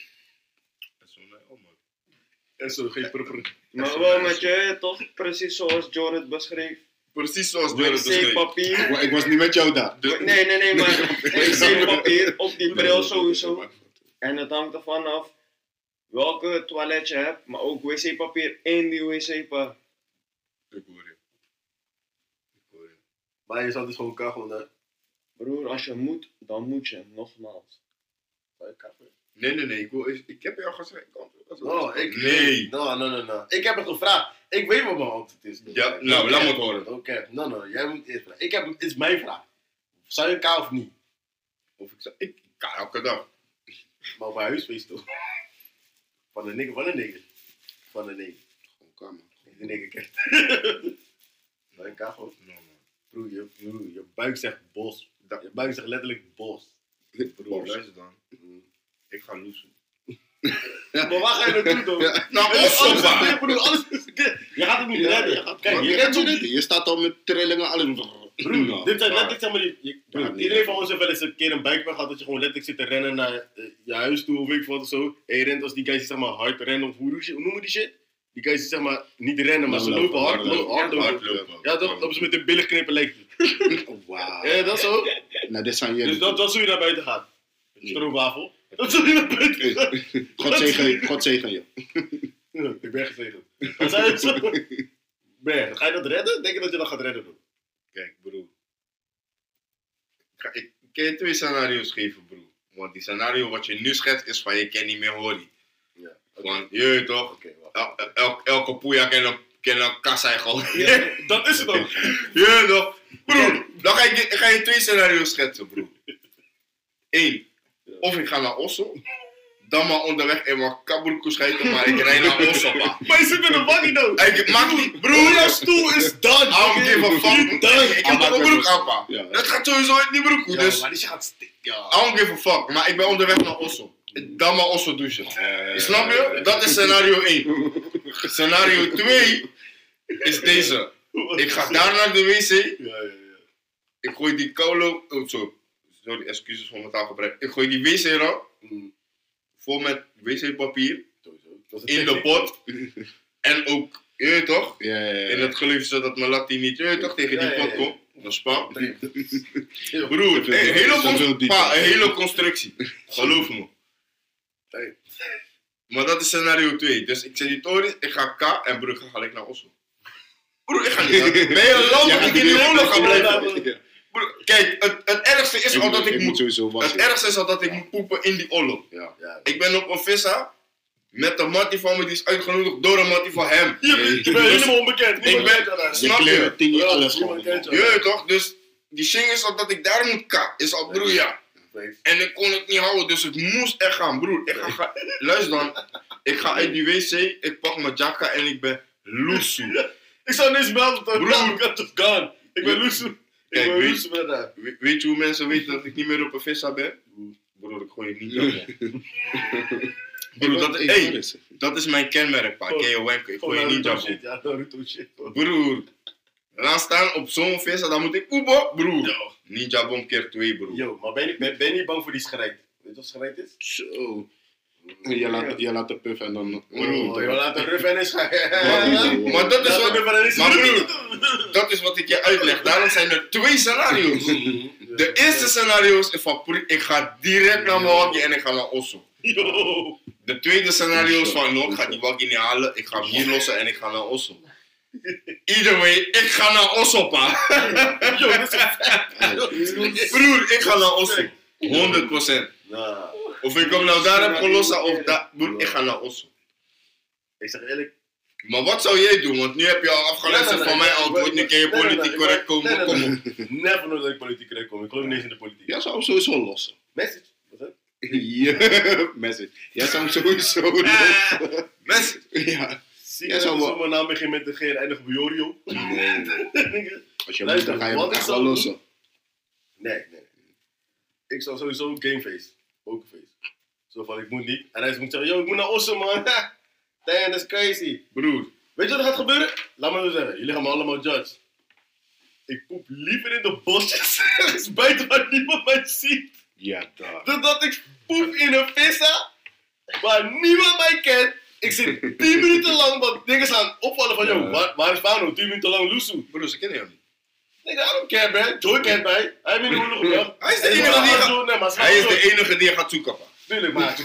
zo, nee, oh, man. En zo, geen pra pra. Maar wel met je, toch? Precies zoals John het beschreef. Precies zoals Jordan beschreef. wc-papier. Ik was niet met jou daar. Nee, nee, nee, maar wc-papier op die bril sowieso. En het hangt ervan af welke toilet je hebt, maar ook wc-papier in die wc-papier. Ik hoor je. Ik hoor je. Maar je zou dus gewoon kachelen, hè? Broer, als je moet, dan moet je, nogmaals. Zou je kachelen? Nee, nee, nee. Ik, wil, ik heb jou gezegd. Oh, ik... Nee. No, no, no, no. Ik heb het gevraagd. Ik weet wat mijn antwoord is. Ja, nou, laat me het horen. Oké, no, no. Jij moet eerst vragen. Ik heb... Het is mijn vraag. Zou je K of niet? Of ik zeg, ik kan elke dag. Maar op mijn huisfeest toch? Van een nigger, van een nigger. Van een nigger. Gewoon kalm, man. Die nigger kijkt. Zou je K of No, man. Broer, je, broer, je buik zegt bos. Je buik zegt letterlijk bos. Broer, luister dan. Ik ga loesen. Maar waar ga je naartoe dan? Nou, Alles of is zo dit, broer, alles is dit. Je gaat het niet Ja, redden. je gaat- Kijk, Wat je red redt je het dit? niet. Je staat al met trillingen, alles. Broer, dit zijn maar- letterlijk zeg maar die... je- broer, Ja, nee. iedereen van ons heeft wel eens een keer een buikpijn gehad dat je gewoon letterlijk zit te rennen naar eh, je huis toe of weet ik wat of zo. En je rent als die guys die zeg maar hard rennen of hoe, hoe, hoe noemen die shit? Die guys die zeg maar niet rennen, maar ze Hardlopen, lopen hard, hardlopen. hard, hard lopen. Hardlopen. Ja, dat, dat is met de billen knippen lijkt het. Oh, wauw. Ja, dat zo. Nou, dit zijn jullie. Dus dat, dat is hoe je naar buiten gaat. Stroopwafel. Dat is hoe je naar buiten gaat. God zegen je. God zegen je. Ja, ik ben gezegend. Wat zei je zo? Ben, ga je dat redden? Denk je dat je dat gaat redden? Bro? Kijk, broer. Ik, ga- ik kan je twee scenario's geven, broer. Want die scenario wat je nu schetst is van je kan niet meer horen. Ja. Oké, Want je weet toch, Oké, wacht. el, el, elke poeja kan een, kan een kassa gooien. Ja, dat is het ook. Je weet toch, broer. Dan ga je, ga je twee scenario's schetsen, broer. Eén, of ik ga naar Osso. Dan maar onderweg in mijn kabroeko schijten, maar ik rijd naar Osso, pa. Maar je zit in een waggie dan. Ik maak niet, Broer, broer. jouw stoel is done. I don't give a fuck. Nee, ik heb toch een broek aan, pa. Ja. Dat gaat sowieso uit die broek, Ja, dus maar die shit gaat stikken. Ja. I don't give a fuck. Maar ik ben onderweg naar Osso. dan maar Osso douchen. Eh, Snap je? Dat is scenario één. Scenario twee is deze. Ik ga daar naar de wc. Ja, ja, ja. Ik gooi die koude... Oh, zo. Sorry, excuses voor mijn taalgebruik. Ik gooi die wc-rol Mm, vol met wc-papier sowieso. Dat is een in de techniek. pot. En ook, je weet toch? Ja, ja, ja. In het geloof zodat mijn latte niet, je weet toch, tegen die Ja, ja, pot ja. komt. Dat is spam. Ja. Broer, een hele, Te veel cons- diep. pa, een hele constructie. Geloof me. Maar dat is scenario twee. Dus ik zet die toren, ik ga K en broer, ga gelijk naar Oslo. Broer, ik ga niet. Ben je lang dat ik in die oorlog ga blijven? Ja. Broer, kijk, het, het ergste is Ik al moet- dat ik ik moet moet. sowieso Het wassen. ergste is al dat ik moet poepen in die oorlog. Ja. Ja, Ik ben op een vissa met een mattie van me die is uitgenodigd door een mattie van hem. je bent, je bent helemaal onbekend. Ik Niemand ben- kent jou daar. Je Snap je? kleren, ting, Ja, alles niemand gewoon. kent jou. Je weet toch? Dus die zing is al dat ik daar moet ka. Is al broer, ja. En ik kon het niet houden, dus ik moest echt gaan, broer. Ik ga, ga, luister dan, ik ga uit die wc, ik pak mijn jacka en ik ben loesoe. Ik zou niks melden, toch? Broer. Broer, ik heb het gone. Ik ben Ja. loesoe. Ik Kijk, ben weet- loesoe met dat. We- weet je hoe mensen weten dat ik niet meer op een vissa ben? Broer, ik gooi het niet op. Broer, dat, Ik- hey, ik- dat is mijn kenmerk, pa. Ken je wanken? Ik gooi je niet Naruto op. shit, ja, Naruto shit. Broer, laat staan op zo'n vissa, dan moet ik poepen, broer. Yo. Ninja Bomb keer twee, broer. Yo, maar ben je, ben, ben je niet bang voor die schrijt? Weet je wat schrijt is? Zo. Je laat, je laat de puff en dan... Oh, je laat de ruf en eens gaan. Wow. Maar dat is Laat de wat, ruf en eens maar gaan. broer, dat is wat ik je uitleg. Daarom zijn er twee scenario's. De eerste scenario is van, broer, ik ga direct naar mijn waggie en ik ga naar Osso. Yo. De tweede scenario is van, no, ik ga die waggie niet halen, ik ga hem hier lossen en ik ga naar Osso. Either way, ik ga naar Osso, pa. Yo, dat is Broer, ik ga naar Osso. honderd procent. Nah, Of ik hem nou daar heb gelossen of daar, broer, ik ga naar Osso. ik zeg eerlijk. Maar wat zou jij doen? Want nu heb je al afgeluisterd Nee, nee, van nee, mijn ik- antwoord, nu kan je nee, nee, nee, politiek ik- correct nee, komen. nee, Kom nee. op. Never nooit dat ik politiek correct kom. Ik geloof niet eens in de politiek. Jij zou hem sowieso lossen. Message. Wat is dat? Ja, message. Jij zou hem sowieso lossen. Mensen, Ja. Zie Jij je zou dat wel- mijn naam begint met de G en eindigt op Jorio? Nee, nee. Als je moet, Luister, dan ga je wat hem ik echt zou wel doen- lossen. Nee, nee, nee. Ik zou sowieso gameface. Pokerface. Zo van, ik moet niet. En hij moet zeggen, yo, ik moet naar Osso, man. Damn, that's crazy. broer. Weet je wat er gaat gebeuren? Laat me zo zeggen, jullie gaan me allemaal judge. Ik poep liever in de bosjes, ergens buiten waar niemand mij ziet, Ja, daar. dan dat ik poep in een vissa waar niemand mij kent. Ik zit tien minuten lang, want dingen gaan opvallen van, yo, Ja. waar, waar is Pano? tien minuten lang loesoe. Broer, ze kennen jou niet. Nigga, I don't care, man. Joy kent mij. Hij heeft me in de oorlog gebracht. Hij is de En ik enige wil die haar gaat- doen, nee, maar Hij is snap je? de enige die je gaat zoeken, pa. Tuurlijk, maar.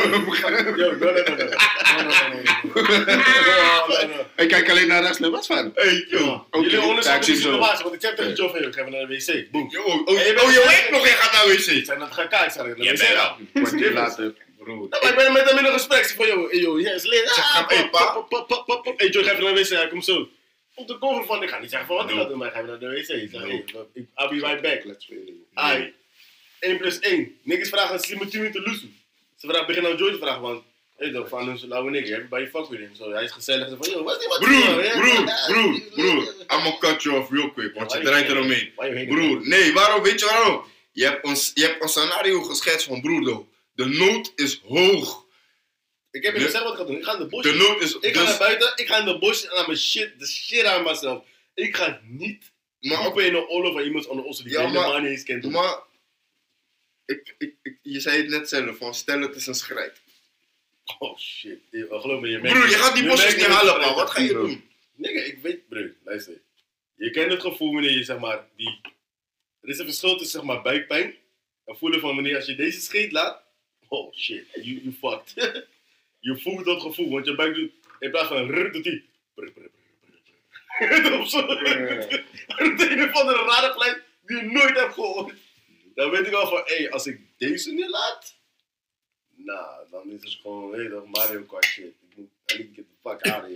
Yo, no, no, no, no. No, no, no, no, no. No, no, no. Ik kijk alleen naar rechts. Wat van? Hey, yo. Yo, Oké, jullie onderzoeken ja, ik zie de hem zo. situatie, want ik heb tegen Joe van, yo, ik ga even naar de wc. Boom. Yo, oh, oh, Hey, je bent- oh, je weet nog, je gaat naar Ik wc. zei, dat ga ik kijken, ik zei, naar de Je wc. bent nou. wel. Kwartier later. Broer. Ja, maar ik ben met hem in een gesprek. Ik zeg van, yo, yo, yes, lid. Zeg, ga- hey, pa. Hey, Joe, ik ga even naar de wc, hij komt zo. Op de cover van, ik ga niet zeggen van wat ik ga doen, maar ik ga even naar de wc. Ik zeg, hey, ik- I'll be right back. Let's play. Ai, één plus één. Niks vragen, ze moet tien minuten loesoe. Ze vragen, begin nou Joy te vragen, want, hé toch, van een lauwe nigger, everybody fuck with him. Zo, hij is gezellig, ze van, yo, wat is die wat? Broer, broer, broer, broer. I'm gonna cut you off real quick, want je draait eromheen. Broer, nee, waarom? Weet je waarom? Je hebt een, je hebt een scenario geschetst van broer, de, de nood is hoog. Ik heb je De- gezegd wat ik ga doen, ik ga in de De bosjes. nood is... Ik ga dus- naar buiten, ik ga in de bosjes en aan mijn shit, de shit aan mezelf. Ik ga niet maar, poepen in een oorlog van iemand onder ons die Ja, ja, maar- helemaal niet eens kent. maar ik, ik, ik, je zei het net zelf, van stel het is een schrijf. Oh shit, Je- geloof me, je Broer, je gaat die bosjes merkt niet me halen, het man. Wat ga je doen? Nigga, ik weet, broer, luister. Je kent het gevoel wanneer je, zeg maar, die... Er is een verschil tussen, zeg maar, buikpijn en voelen van wanneer als je deze scheet laat. Oh shit, you, you fucked. Je voelt dat gevoel, want je buik doet, in plaats van rrr, doet die... brr, brr, brr, brr. Of zo. Het een of andere rare geluid die je nooit hebt gehoord. Dan weet ik al van, hé, hey, als ik deze nu laat, nou, dan is het gewoon, weet je toch, Mario Kart shit. Ik moet, I need to get the fuck out of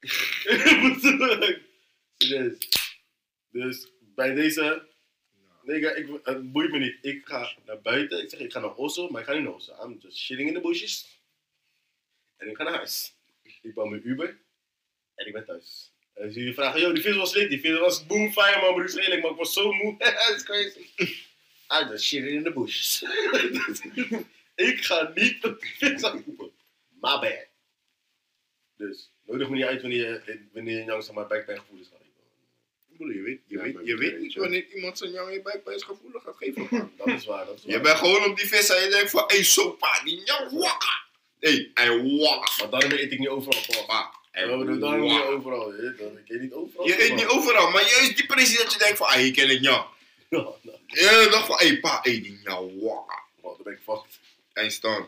here. Serieus. Dus bij deze, nigga, ik, het boeit me niet. Ik ga naar buiten, ik zeg, ik ga naar Osso, maar ik ga niet naar Osso. I'm just shitting in the bushes. En ik ga naar huis. Ik bouw mijn Uber en ik ben thuis. En zie je vragen, yo, die vis was lit, die vis was boomfire, man, broer, redelijk, maar ik was zo moe. That's crazy. I just shit in the bushes. Ik ga niet op die pizza kopen. My bad. Dus, nodig me niet uit wanneer je, wanneer je jou zeg maar buikpijngevoelens gaat. Broer, je weet, je Ja, weet, maar je weet weet niet je. wanneer iemand zijn jou in je buikpijnsgevoelig gaat geven. Man. Dat is waar, dat is waar. Je bent gewoon op die vis en je denkt van, hé, hey, sopa, die jou wakka. Hé, hij wakka. Maar daarom eet ik niet overal, Paul. Ah, hij Ja, maar daarom niet wakka. overal, je weet dat. Ik eet niet overal. Je eet niet overal, maar juist die precies dat je denkt van, hé, hier ken ik jou. Ja, nou, Je dacht van, hé, hey, pa, hé, hey, die jou wakka. man, dan ben ik fucked. Hij staat.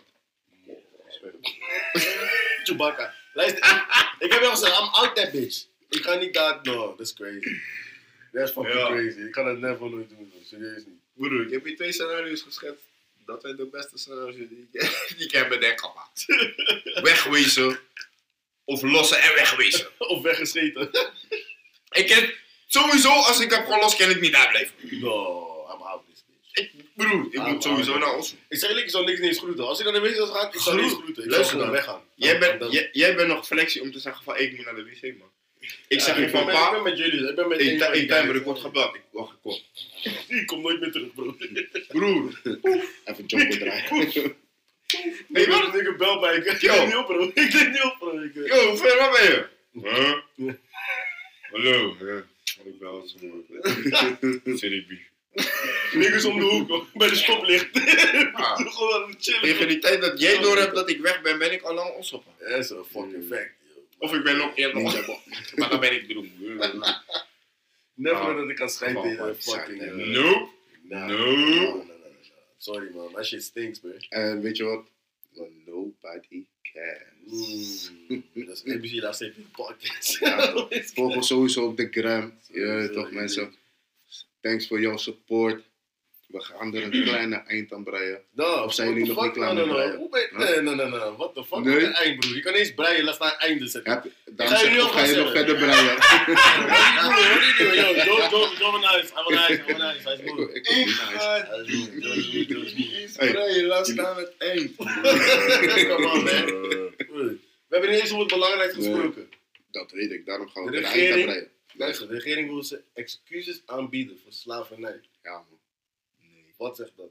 Chewbacca. Luister, ik, ik heb wel gezegd, I'm out that bitch. Ik ga niet daar, no, that's crazy. That's fucking Ja. crazy. Ik ga dat never nooit doen, bro. Serieus niet. Broer, ik heb hier twee scenario's geschetst. Dat zijn de beste scenario's die ik, die ik heb bedenken, maat. Wegwezen. Of lossen en wegwezen. Of weggescheten. Ik ken, sowieso, als ik heb gelost, kan ik niet uitblijven. No, I'm out this bitch. Ik, broer, ik Ah, moet sowieso ah, naar ons. Ik zeg eerlijk, ik zou niks niet eens groeten. Als ik naar de wc ga, ik zou niet eens groeten. Ik zou Luister gewoon dan. weggaan. Jij Dan- dan- bent, jij, jij bent nog flexie om te zeggen van, hey, ik moet naar de wc, man. Ik zeg Ja, je ik van, ben- Ik ben pa, met jullie, ik ben met hey, één ti- van hey, die timer, guys. ik word gebeld. Ik, wacht, ik kom. Ik kom nooit meer terug, bro. Broer, Even Jocko draaien. Nee, wat? Ik bel bij. Ik ik Yo. neem niet op, bro. Ik neem niet op, bro. Ik, eh, yo, hoe ver waar ben je? Huh? Hallo. Ja. Ik bel het zo. Seribi. Niggas om de hoek, hoor. Bij de stoplicht. Ah. Gewoon aan het chillen. Tegen die tijd dat jij door hebt dat ik weg ben, ben ik al lang onstoppen. Dat is een fucking fact, yo. Of ik ben nog eerder. Maar dan ben ik droom. Never Ah. dat ik kan schijten in Gewoon een fucking... zijn, eh, Nope. nah. No. No, no, no, no, no. Sorry, man. That shit stinks, bro. En weet je wat? Want nobody cares. Mm. Dat is A B C laatst even een podcast. Ja, toch. Volg ons sowieso op de gram. Je weet toch, mensen. Thanks voor jouw support. We gaan er een kleine eind aan breien. No, Of zijn what jullie the nog fuck? niet klaar No, met no, no. breien? Hoe ben je... Huh? Nee, nee, nee, nee. What the fuck? Nee? Wat een eind, broer. Je kan niet eens breien, laat staan einde zetten. Heb, daarom Ga je zeg nu ik, al of ga je gaan nog zeggen? verder breien? What are you doing? Yo, Joe, Joe, Joe, nice. I'm nice, I'm nice. Hij is Ik moe. ik vind het niet nice. Hij is moe, Joe is moe, Joe is moe. Hey, laat staan het eind. Come on, man. We hebben niet eens over het belangrijk gesproken. Dat weet ik, daarom gaan we De er een eind aan regering- breien. Luister, de regering wil ze excuses aanbieden voor slavernij. Ja, man. Wat zegt dat?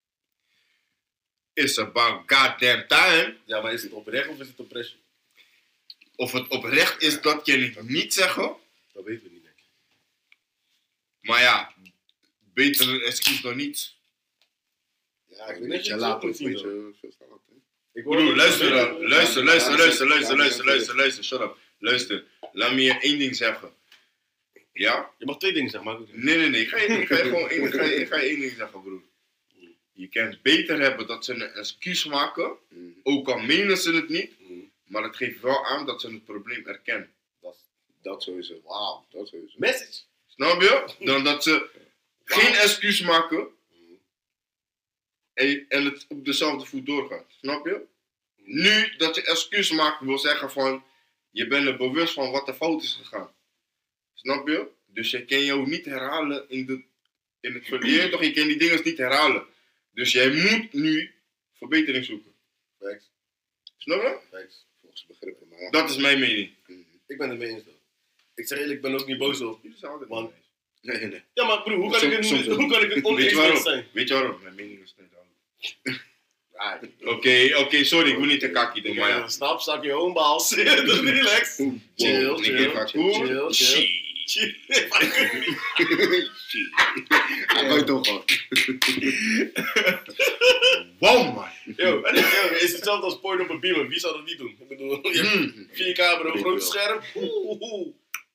It's about goddamn time. Ja, maar is het oprecht of is het oppressie? Of het oprecht is, dat kan ik niet zeggen. Dat weten we niet, denk ik. Maar ja, beter een excuus dan niets. Ja, Ik ik weet weet je niet laat of het, je het weet zo moet zien. je. Veel te laat, hè. Ik hoor- Broer, luister dan. Ja, Luister, ja, luister, ja, luister, ja, luister, ja, luister, ja, luister, luister. Shut up. Luister. Laat me je één ding zeggen. Ja? Je mag twee dingen zeggen, maar ik ook niet. Nee, nee, nee. Ik ga je, ik ga je gewoon één, ik ga je, ik ga je één ding zeggen, broer. Je kan het beter hebben dat ze een excuus maken. Mhm. Ook al menen ze het niet. Mhm. Maar het geeft wel aan dat ze het probleem erkennen. Dat is... Dat sowieso. Wauw, dat sowieso. Message. Snap je? Dan dat ze geen excuus maken. En, en het op dezelfde voet doorgaat. Snap je? Nu dat je excuus maakt wil zeggen van... Je bent er bewust van wat er fout is gegaan. Snap je? Dus je kan jou niet herhalen in, de, in het verleden. Toch, je kan die dingen niet herhalen. Dus jij moet nu verbetering zoeken. Facts. Snap je? Facts. Volgens begrippen, maar ja. Dat is mijn mening. Mhm. Ik ben het mee eens, though. Ik zeg eerlijk, ik ben ook niet boos op. Jullie zijn altijd Man. nice. Nee, nee. Ja, maar broer, hoe kan Soms- ik het, soms nu- wel. hoe kan ik het Weet oneens je met waarom? zijn? Weet je waarom? Mijn mening is niet duidelijk. Ah, Oké, oké, sorry, ik wil niet te kakkie doen, maar ja. Snap, zak je own balls. Relax. Chill, Wow, chill, ik ga chill, cool. chill. Shit. Hij gooit toch gewoon. Wow, man. Yo, en, yo, is hetzelfde als porno op een beamer. Wie zou dat niet doen? Ik bedoel, je hebt Mm. vier K bro, groot scherm. Oeh, oeh.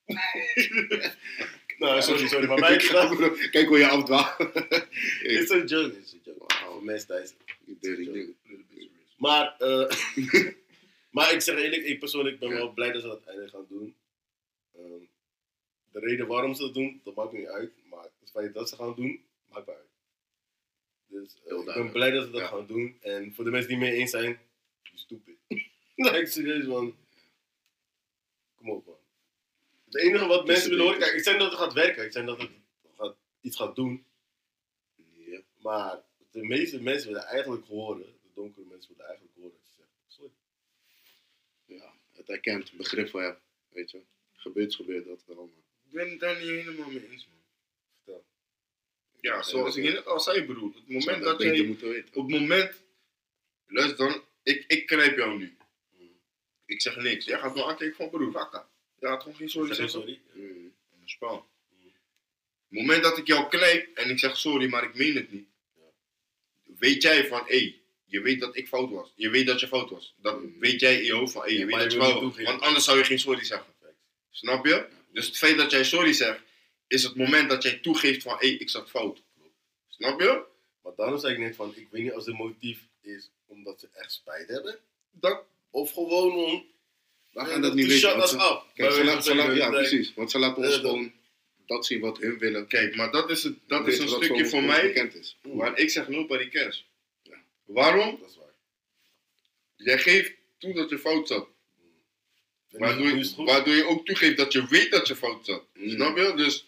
Nou, sorry, sorry, maar mij gedaan. Kijk hoe je afdwaalt. Is een joke, is een joke. Voor mensen thuis. Die dirty nigga. Maar, eh maar ik zeg eerlijk, ik persoonlijk ben Ja. wel blij dat ze dat eindelijk gaan doen. Ehm, de reden waarom ze dat doen, dat maakt me niet uit. Maar het feit dat ze gaan doen, maakt me uit. Dus eh, Heel ik ben duidelijk. blij dat ze dat Ja. gaan doen. En voor de mensen die het mee eens zijn, die stupid. Like, serieus man. Kom op man. Het enige wat mensen willen horen, kijk, ik zeg niet dat het gaat werken. Ik zeg niet dat het gaat, iets gaat doen. Ja. Maar de meeste mensen willen eigenlijk horen, de donkere mensen willen eigenlijk horen dat ze zeggen, sorry. Ja, het erkent, begrip voor heb. Weet je. Gebeurt, is gebeurd, dat wel. Maar. Ik ben het daar niet helemaal mee eens, man. Vertel. Ja, zoals ik net al zei, broer. Op het Moment moment dat dat beter jij... moeten weten. Op het moment luister dan, ik, ik knijp jou nu. Ik zeg niks. Jij gaat me aankijken van broer, wakka. Je gaat gewoon geen sorry Zeg zeggen. sorry. Mm, dat is spel. Het moment dat ik jou knijp en ik zeg sorry, maar ik meen het niet. Weet jij van, hé, hey, je weet dat ik fout was. Je weet dat je fout was. Dat weet jij in je hoofd van, hé, hey, je Ja, weet maar dat je je wil fout niet was. toegeven. Want anders zou je geen sorry zeggen. Snap je? Dus het feit dat jij sorry zegt, is het moment dat jij toegeeft van, hé, hey, ik zat fout. Snap je? Maar daarom zei ik net van, ik weet niet als het motief is omdat ze echt spijt hebben. Dat, of gewoon om... We eh, gaan dat to niet weten. shut want us ze- up. Kijk, Bij ze wijze laten, van ze laten, ja, spreken, like, precies. Want ze laten ons eh, dat- gewoon dat zien wat hun willen. Kijk, maar dat is, het, dat is Wat een voor stukje ons voor ons mij bekend is. waar ik zeg nobody cares. Waarom? Dat is waar. Jij geeft toe dat je fout zat. Nu- Waardoor nu is je, het goed. waardoor je ook toegeeft dat je weet dat je fout zat. Mm. Snap je? Dus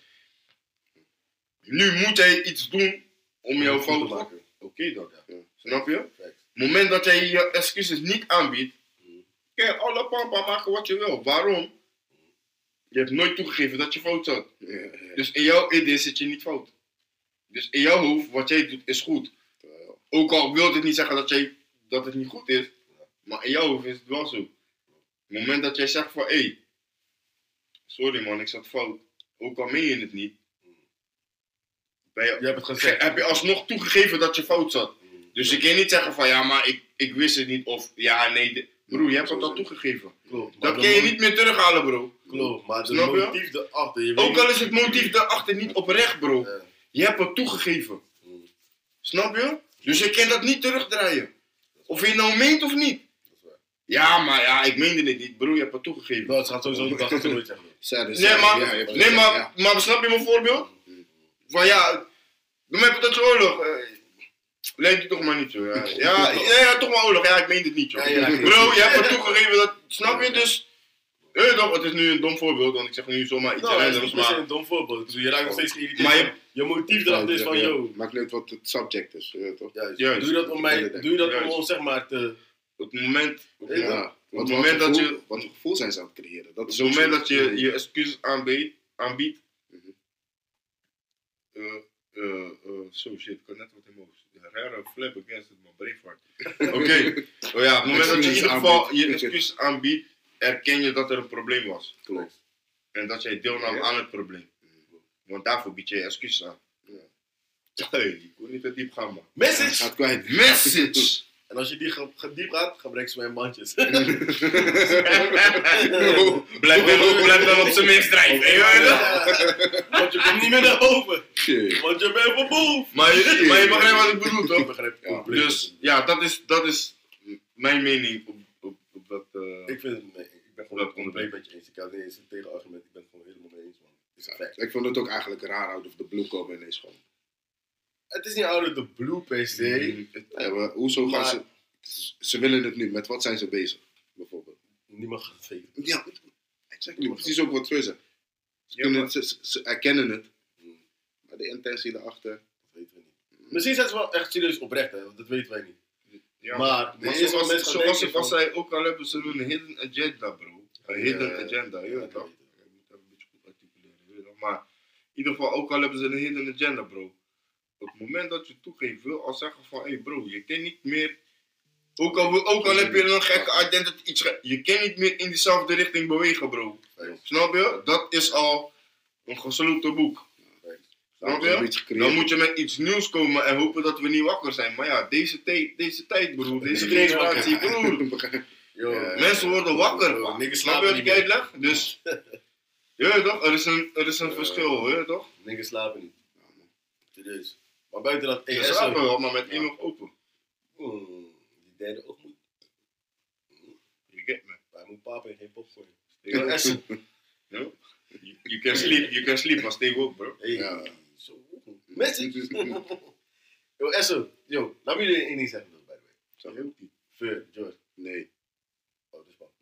nu moet jij iets doen om jouw het goed fout te te maken. Oké dan. Ja. Snap je? Facts. Het moment dat jij je excuses niet aanbiedt, Mm. kijk, alle papa maken wat je wil. Waarom? Je hebt nooit toegegeven dat je fout zat. Ja, ja, ja. Dus in jouw idee zit je niet fout. Dus in jouw hoofd, wat jij doet, is goed. Terwijl- Ook al wil dit niet zeggen dat, jij, dat het niet goed is, maar in jouw hoofd is het wel zo. Het moment dat jij zegt van, hé, hey, sorry man, ik zat fout. Ook al meen je het niet, ben je, Je hebt het gezegd. heb je alsnog toegegeven dat je fout zat. Mm. Dus je kan niet zeggen van, ja, maar ik, ik wist het niet, of ja, nee. de- Broer, je hebt Zo het al is het. toegegeven. Klopt. Maar Dat de kan je mo- niet meer terughalen, bro. Klopt, maar de Snap je? motief erachter. Je weet Ook al is het motief daarachter niet oprecht, bro. Ja. Je hebt het toegegeven. Mm. Snap je? Dus je kan dat niet terugdraaien. Of je het nou meent of niet. Dat is waar. Ja, maar ja, ik meende het niet, bro. Je hebt het toegegeven. Nou, het gaat sowieso dat gaat ze nooit zeggen. Zij dus- Nee, maar, ja, je hebt nee, gezegd, maar, ja. maar snap je mijn voorbeeld? Van ja, noem even dat je oorlog. eh, Lijkt je toch maar niet zo. Ja, ja, ja, ja, toch maar oorlog. Ja, ik meen het niet, joh. Ja, ja, Bro, je hebt het toegegeven dat. Snap je dus? Eh, toch, het is nu een dom voorbeeld, want ik zeg nu zomaar iets Nou, dat is randoms, niet per se maar. een dom voorbeeld. Dus je raakt nog steeds geïrriteerd. Maar Maar je- je, je motief erachter is van, Ja, yo. Maakt niet uit wat het subject is, je weet toch? Juist. Juist. Doe je dat om mij, doe je dat om Juist. ons zeg maar te... Op het moment, op het Ja. moment, Ja. op Wat, het wat, moment dat gevoel, je. wat voor gevoel zijn ze aan het creëren? Dat Op is het moment zo- dat je je excuses aanbiedt, aanbiedt Mhm. eh, eh, eh, zo shit, ik had net wat in mijn hoofd. Ja, rare flap against it, man, brain fart. Oké, oh ja, op het moment dat je in ieder geval je excuses aanbiedt, erken je dat er een probleem was. Klopt. En dat jij deelnam Ja. aan het probleem. Want daarvoor bied je je excuses aan. Hey, ik wil niet te diep gaan, man. Message! Gaat kwijt. Message! En als je die ge- ge- diep gaat, gebruik ze mijn bandjes. Blijf wel, blijf wel op zijn minst drijven, hè, joh. Want je komt niet meer naar boven. Shit. Want je bent van boven. Maar je, maar je begrijpt wat ik bedoel, Ik toch? begrijp het Ja. compleet. Dus ja, dat is, dat is mijn mening op, op, op dat. eh, Ik vind het, nee, ik ben Dat gewoon compleet onderwerp. met je eens. Ik had niet eens een tegenargument, ik ben het gewoon helemaal mee eens, man. Het is een fact. Ik vond het ook eigenlijk raar out of the blue komen ineens gewoon. Het is niet out of the blue per se. Ja, maar hoezo gaan Maar- ze... Ze willen het nu, met wat zijn ze bezig? Bijvoorbeeld. Niemand gaat het weten. Ja, exactly. Precies ook wat Fur zegt. Ze, kunnen het- ze, ze- ze erkennen het. Maar de intentie erachter... Dat weten we niet. Misschien zijn ze wel echt serieus oprecht, hè, want dat weten wij niet. Ja, Maar maar er is wel zoals, mensen gaan zoals denken ik al van- zei, ook al hebben ze een hidden agenda, bro. Een hidden Ja, agenda, je ja, weet dat toch? weet ik. Ik moet even een beetje goed articuleren, je weet toch? Maar in ieder geval, ook al hebben ze een hidden agenda, bro. Op het moment dat je toegeeft, wil al zeggen van, hé hey bro, je kan niet meer... Ook al, wil- ook al heb je een gekke identity, iets ge- je kan niet meer in diezelfde richting bewegen, bro. Snap je? Dat is al een gesloten boek. Snap Een je? beetje gecreëerd. Dan moet je met iets nieuws komen en hopen dat we niet wakker zijn. Maar ja, deze, tijd, deze tijd, broer, deze Iedereen is generatie, wakker. broer. Yo, Ja. Mensen worden wakker. Yo, niggas Snap je slapen wat niet ik meer. uitleg? Dus, je weet toch? Er is een, er is een verschil, je weet toch? Niggas slapen niet. Serieus. Maar buiten dat Ze E S slapen O. wel, maar met één oog open. Hmm, die derde oog moet. You get me. Hij moet papen en geen popcorn. Stay woke. Essen. You, you can sleep, you can sleep, maar stay woke, bro. Hey, Ja. zo. Message. Yo, Esso. Yo, laat me jullie één ding zeggen, by the way. Zo heel diep. Fur, George. Nee. Oh, dat is wel.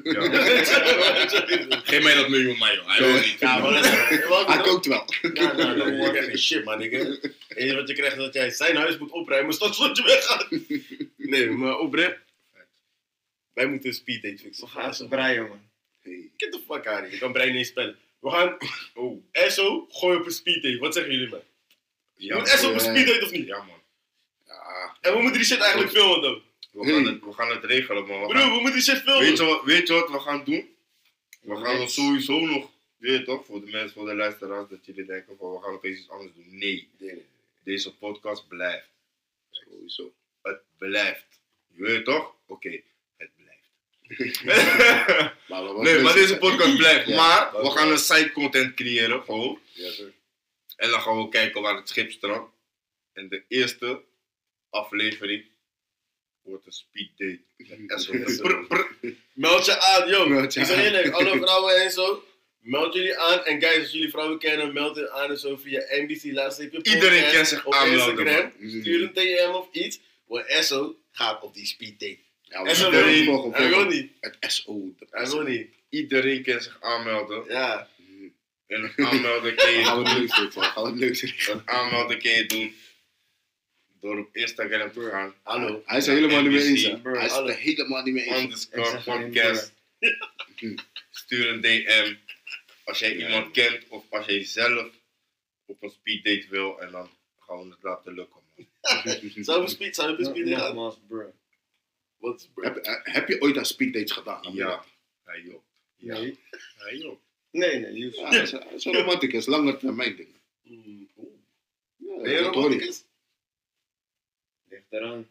Ja. Geef mij dat miljoen, man, joh. Hij wil niet. Ja, maar dat is wel. Hij kookt wel. Ja, nou, dan hoor ik echt geen shit, man, nigga. Het enige wat je krijgt is dat jij zijn huis moet opruimen, zodat je weggaat. Nee, maar oprecht. Wij moeten een speed date fixen. We gaan ze breien, man. Hey. Get the fuck out of here. Ik kan brein niet spellen. We gaan, oh, Esso, gooi op een speed date. Wat zeggen jullie, man? Ja, Moet Esso op een ja. speed date of niet? ja, man. Ja. En we moeten die shit eigenlijk filmen, dan. We gaan, het, we gaan het regelen, man. We Bro, gaan, we moeten die shit filmen. weet, je wat, weet je wat we gaan doen? We gaan Yes. ons sowieso nog, weet je toch, voor de mensen, voor de luisteraars, dat jullie denken van we gaan opeens iets anders doen. Nee, Nee, nee. deze podcast blijft. Sowieso. Het blijft. Je weet toch? Oké, het blijft. Maar we- nee, maar deze podcast blijft. Ja. Maar we gaan een side content creëren, gewoon. Ja, sir. En dan gaan we kijken waar het schip strandt. En de eerste aflevering wordt een speed date. Met S O S. Prr, prr. Meld je aan, yo. Meld je Ik zeg aan. eerlijk, alle vrouwen en zo. Meld jullie aan. En guys, als jullie vrouwen kennen, meld je aan en zo via N B C laatste Iedereen kan zich op aanmelden, Instagram. man. Stuur een T M of iets. Want Esso gaat op die speed date. Ja, we Esso moeten wil iedereen- niet. volgen, Hij wil volgen. niet. Het S O. de- Hij wil niet. Iedereen kan zich aanmelden. Ja. En het aanmelden kan je Gaan we het doen. leuk doen, man. Gaan we het leuk doen. Het aanmelden kan je doen door op Instagram te gaan. Hallo. Hij is er helemaal niet mee eens, hè. N B C, bro. Hij is er helemaal niet mee eens. Underscore Ik zeg geen podcast. Stuur een D M als jij iemand kent of als jij zelf op een speed date wil en dan gaan we het laten lukken, man. Zou we speed, zou we speed gaan? Nogmaals, bro. Wat is bro? Heb, eh, heb je ooit aan speeddates gedaan? Ja, hij joh. Ja, Nee. hij joh. Nee, nee, Yusuf. Ja, dat is, dat is een romanticus, langer termijn ding. Mm, oeh. Ja, Ben je dat hoor je. romanticus? Ligt eraan.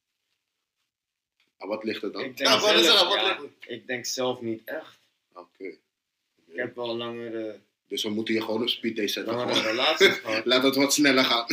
Ah, wat ligt er dan? Ik denk, Ja, wat is zelf, er? Wat ja, ligt er? ik denk zelf niet echt. Oké. Ik heb wel langere, Dus we moeten je gewoon op speeddate zetten. langere Gewoon. relaties gehad. Laat het wat sneller gaan.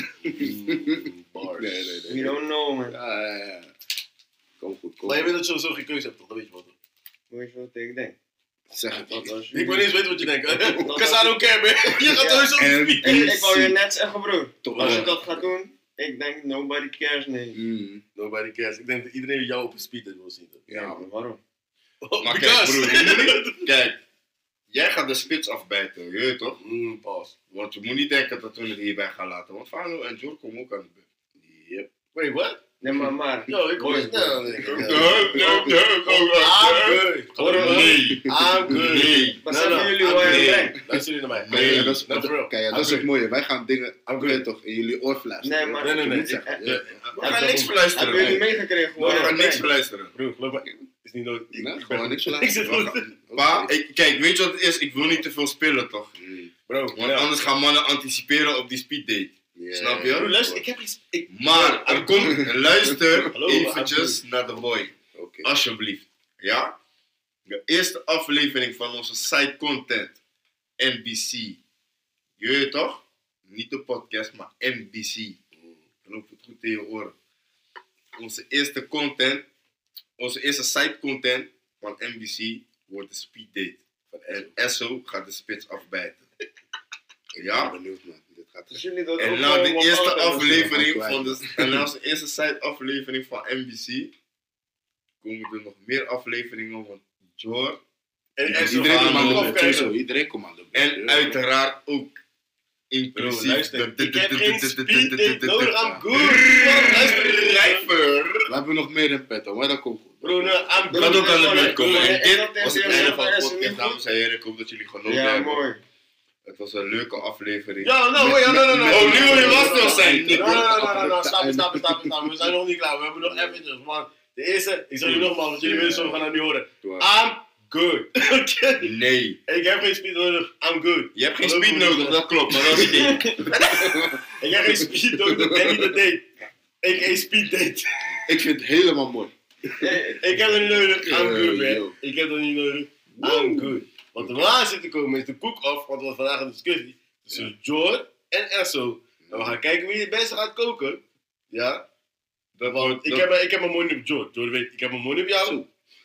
Mm, bars. Nee, nee, We nee. don't know, man. Ja, ja, ja. Kom goed, kom Maar je goed. weet dat je sowieso geen keuze hebt, toch? Dat weet je wat. Weet je wat ik denk? Zeg het Dat niet. als Ik wil niet jullie... eens weten wat je denkt. Dat- Cause I don't care, man. Je gaat Ja. sowieso En- speed. Ik, ik wou je net zeggen, bro. Toch Als je wel. dat gaat doen, ik denk nobody cares, nee. Mm, Nobody cares. Ik denk dat iedereen jou op een speed date wil zien. toch? ja, Maar waarom? Oh, Maar kijk, because. broer, je moet niet- kijk, jij gaat de spits afbijten, je weet toch? Mm, pas. Want je moet niet denken dat we het hierbij gaan laten, want Fano en Jor komen ook aan de beurt. Yep. Wait, what? Nee, maar maar. Yo, ik hoor Boys, het. boys. Nee, nee, nee. Nee, nee, nee, I'm good. Nee. I'm good. Nee. Beseffen jullie I'm waar je good. brengt? Luister jullie naar mij. Nee, ja, dat is, Not for real. kijk, ja, dat is I'm het mooie. Wij gaan dingen, I'm weet je good. toch, in jullie oor fluisteren. Nee, maar- Nee, nee, Je nee. moet zeggen, Ik- ja. ja. We gaan niks Hebben verluisteren. jullie Hey. meegekregen? We hoe gaan hij niks brengt? verluisteren. Bro, geloof me. Is niet nodig. Ik- Nee, ik gewoon ben- niks Ik verluisteren. zit We goed. gaan- Pa, Oké. ik, kijk, weet je wat het is? Ik wil niet te veel spillen, toch? Mm, Bro, Want ja. anders gaan mannen anticiperen op die speed date. ja, Snap je? ja, Bro, ja. luister, ik heb iets. Ik, Maar, er komt, luister Hallo, eventjes naar de boy. Oké. Alsjeblieft. Ja? De eerste aflevering van onze site content. N B C. Je weet toch? Niet de podcast, maar N B C. Geloof het goed in je oren. Onze eerste content, onze eerste site content van N B C wordt de speed date. En Esso gaat de spits afbijten. Ik Ja? ben benieuwd, man. Dit gaat Dus jullie dat ook En nou wel de wat eerste ouder doen? aflevering kwijt. van de, en nou de eerste site aflevering van N B C komen er nog meer afleveringen van Jor en, en zo Iedereen gaan komt we aan de nog beurt. kijken. Sowieso, iedereen komt aan de beurt. en Ja. uiteraard ook Bro, inclusief luister, de- ik heb geen speed date nodig, I'm Ja. good. Bro, luister, Rijver. We hebben nog meer in petto, maar dat komt goed. Bro, nee, I'm Gaat good. ook aan de beurt komen. En Is dit dat was het in einde van de Is het podcast, niet dames en heren. Ik hoop dat jullie genoten Ja, hebben. mooi. Het was een leuke aflevering. Ja, nou, ja, no, no, no. Oh, nu wil je wel stil zijn. No, no, no, no, no, stop, stop, stop, stop. We zijn nog niet klaar. We hebben nog eventjes, man. De eerste, ik zeg je nogmaals, want jullie willen zo, we gaan het nu horen. I'm good. Oké? Nee. Ik heb geen speed nodig, I'm good. Je hebt geen speed nodig, dat klopt, maar dat is het ding. Ik heb geen speed nodig en niet een date. Ik heb speed date. Ik vind het helemaal mooi. Ik heb dat niet nodig, I'm good, Eh, man. yo. Ik heb dat niet nodig, I'm good. Wat er na zit te komen is de cook-off, want we hadden vandaag een discussie tussen Jor en Esso. En we gaan kijken wie het beste gaat koken. Ja? Dat Want wordt- ik dat- heb, ik heb mijn money op Jor. Jor weet, ik heb mijn money op jou.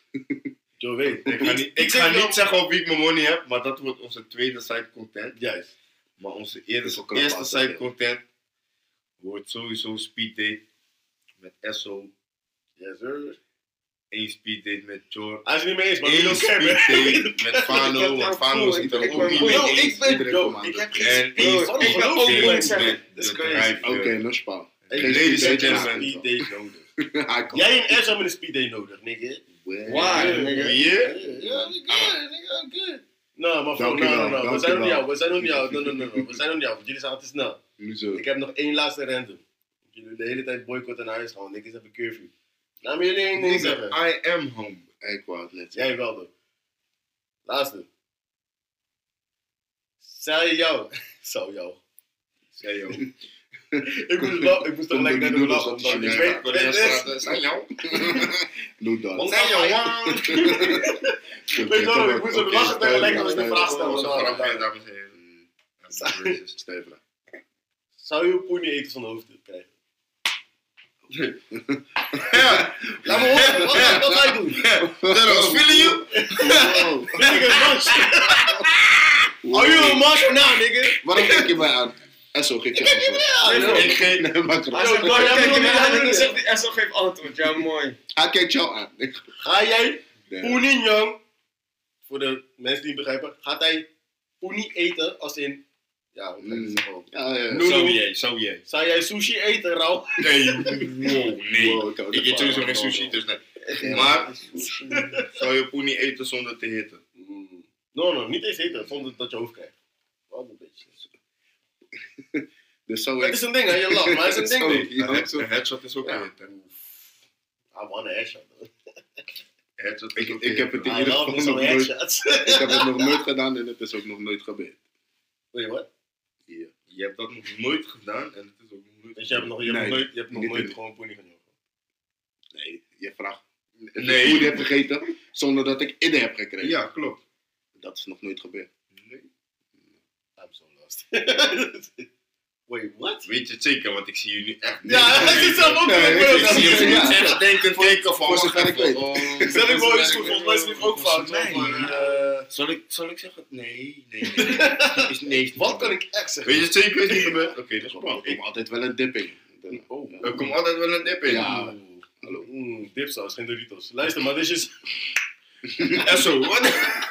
Jor weet. Ik ga niet, ik zeg ga jou- niet zeggen op wie ik mijn money heb, maar dat wordt onze tweede site content. Juist. Maar onze is eerste, ook een eerste apart, site ja. content wordt sowieso speed date met Esso. Yes, sir. Eén speed date met Jor. Hij is het niet mee eens, maar we Eén don't speed care, man. date met Fano, want Fano zit er Ik ook ben niet cool. mee Yo, eens. ik ben Iedereen Joe. komt aan Ik de heb beurt. geen En speed. één Waarom ik ben geloof ook je niet me? eens zeggen. met Dat is de crazy. Oké, driver. no spaal. Ik Geen heb Ladies speed and date, gentlemen. ja. speed date nodig. Hij komt. Jij en S hebben een speed date nodig, nigga. Waar, Ja, nigga? Hier? Ja, we good, nigga, I'm good. No, maar voor, Dankjewel, no, no, no. We zijn nog niet dankjewel. jou, we zijn nog niet jou. No, no, no, no. We zijn nog niet jou, want jullie zijn te snel. Nu zo. Ik heb nog één laatste random. Jullie de hele tijd boycotten naar huis gaan, want niggas hebben curfew. Laat me jullie één ding zeggen. I am humble. Ik wou het net zeggen. Jij wel toch? Laatste. Zou jou. Zou jou. Zei joh. Ik moest wel, ik moest toch gelijk net doen lachen, omdat ik weet wat het is. Zijn jou? Doe dat. Wat zijn jou? Weet je wel, ik moest ook lachen tegelijk als ik de vraag Dat was een grapje, stelde. dames en heren. Stel je vraag. Zou je een poenie eten van de hoofd krijgen? Ja, Laat me horen, wat, wat ga je doen? that was feeling you. Wow. Nigga, lunch. Are you a monster now, nigga? Waarom kijk je mij aan? Esso, geef je antwoord. Ik geef... Nee, maar Hij grap. zegt, Yo, jij kijk je moet mij niet aan en doen, dan hè? zegt hij, Esso geeft antwoord. Ja, mooi. Hij kijkt jou aan. Ik- Ga jij Nee. poenie, jong? Voor de mensen die het begrijpen, gaat hij poenie eten als in... Ja, hoe ga je het zeggen ook? Ja, ja. Noem- Zo jij, zo jij. Zou jij sushi eten, rauw? Nee, wow, nee. Wow, ik hou Ik eet ervan. sowieso geen sushi, dus nee. Maar, zou je poenie eten zonder te hitten? No, no, niet eens eten, zonder dat je hoofd krijgt. Wat een beetje. Dus zo Het is een ding, hè? Je lacht, maar het is een ding, Zo, nee. ja, Een zo. head- een headshot is ook Ja. een hit, hè. I want a headshot, though. Headshot is Ik, ook ik een heb hit, het in I ieder love geval me some nog nooit, headshots. ik heb het nog nooit gedaan en het is ook nog nooit gebeurd. Wait, what? Ja. Je hebt dat nog nooit gedaan en het is ook nog nooit Dus je hebt nog, je hebt Nee, nog nooit, je hebt nog niet nooit in- gewoon poenie van jou. Nee, je vraagt. Nee. Nee. Ik heb gegeten zonder dat ik idee heb gekregen. Ja, klopt. Dat is nog nooit gebeurd. Nee. I'm so lost. Wait, what? Weet je het zeker, want ik zie je nu echt... Ja, hij zit zelf ook Nee, in ik- de Ik zie je nu Ja. echt denken, kijken van... Voor zover ik weet. Stel ik wel eens goed, volgens mij is het ook fout. Nee. hoor, maar, eh, Zal ik, zal ik zeggen? Nee, nee, nee. nee. Is, nee is niet Wat kan gebeurd. ik echt zeggen? Weet je het zeker, is niet gebeurd? Oké, dat is Er spannend. komt altijd wel een dip in. Oh. Ja. Er komt altijd wel een dip in. Ja. Hallo. Mm, dipsaus, geen Doritos. Luister, maar dit is... En zo, wat?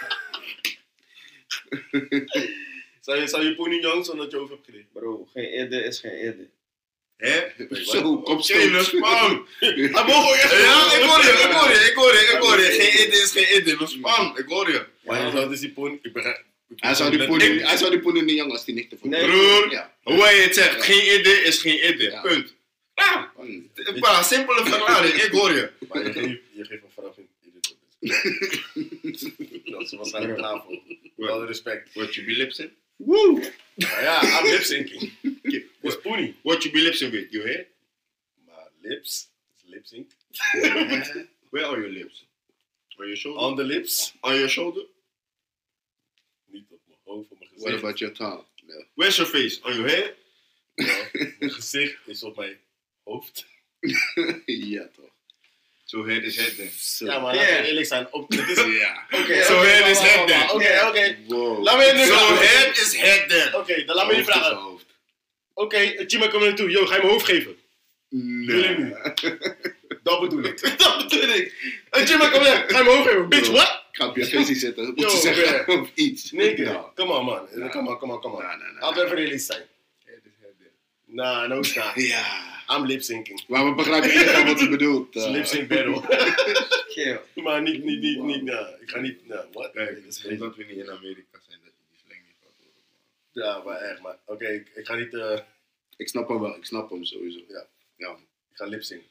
Zou je, zou je poenie jong zonder dat je over hebt gekregen? Bro, geen eerder is geen eerder. Hè? Zo, kom Oké, dat is spannend. Hij mogen ook echt... Ja, ik hoor je, ik hoor je, ik hoor je, ik hoor je. Geen eten is geen eten, dat is spannend. Ik hoor je. Maar je zou dus die poenie... Ik begrijp... ik Hij zou die ik- poenie, hij zou die poenie niet jong als die niet te Nee. Broer, Ja. hoe je het zegt, geen eten is geen eten. Ja. Punt. Ja, Mm. een paar simpele verklaring, ik hoor je. Maar je geeft, je geeft een vrouw geen idee. Dat is waarschijnlijk klaar voor. Met alle respect. What you be lipsing? Maar ja, I'm lip syncing. Dus poenie. What you be lipsing with, you hear? Maar lips, lip sync. Where are your lips? On your shoulder? On the lips. On your shoulder? Niet op mijn hoofd, op mijn What gezicht. about your tongue? No. Where's your face? On your hair? Ja, mijn gezicht is op mijn hoofd. Ja, toch. So head is head then. Zo. Ja, maar Ja. laten we eerlijk zijn. Op, dit is... Oké, Ja. oké, Zo oké, head is wacht, head wacht, then. Oké, oké. Wow. Laat me je nu So vragen. head is head then. Oké, dan laat me je Hoofd is vragen. hoofd. Oké, Chima komt er naartoe. Yo, ga je mijn hoofd geven? Nee. Dat bedoel ik. Dat bedoel ik. En Chima komt er. Ga je mijn hoofd geven? Bitch, what? Ik ga op je visie zitten. Moet Yo, je zeggen. Of iets. Nee, Ja. come on man. Come on, come on, come on. Nee, nee, nee. Laten we even realistisch zijn. Head is head then. Nah, no, it's not. Ja. I'm lip syncing. Maar we begrijpen iedereen wat ze bedoelt. It's eh. lip sync battle. Kill. Maar niet, niet, niet, niet, nah. Ik ga niet, nah, what? Kijk, Dat het is is crazy. dat we niet in Amerika zijn, dat je die slang niet gaat horen. Ja, maar echt, maar oké, ik, ik ga niet, eh, Ik snap hem wel. Ik snap hem sowieso. Ja. Ja. ik ga lip zingen.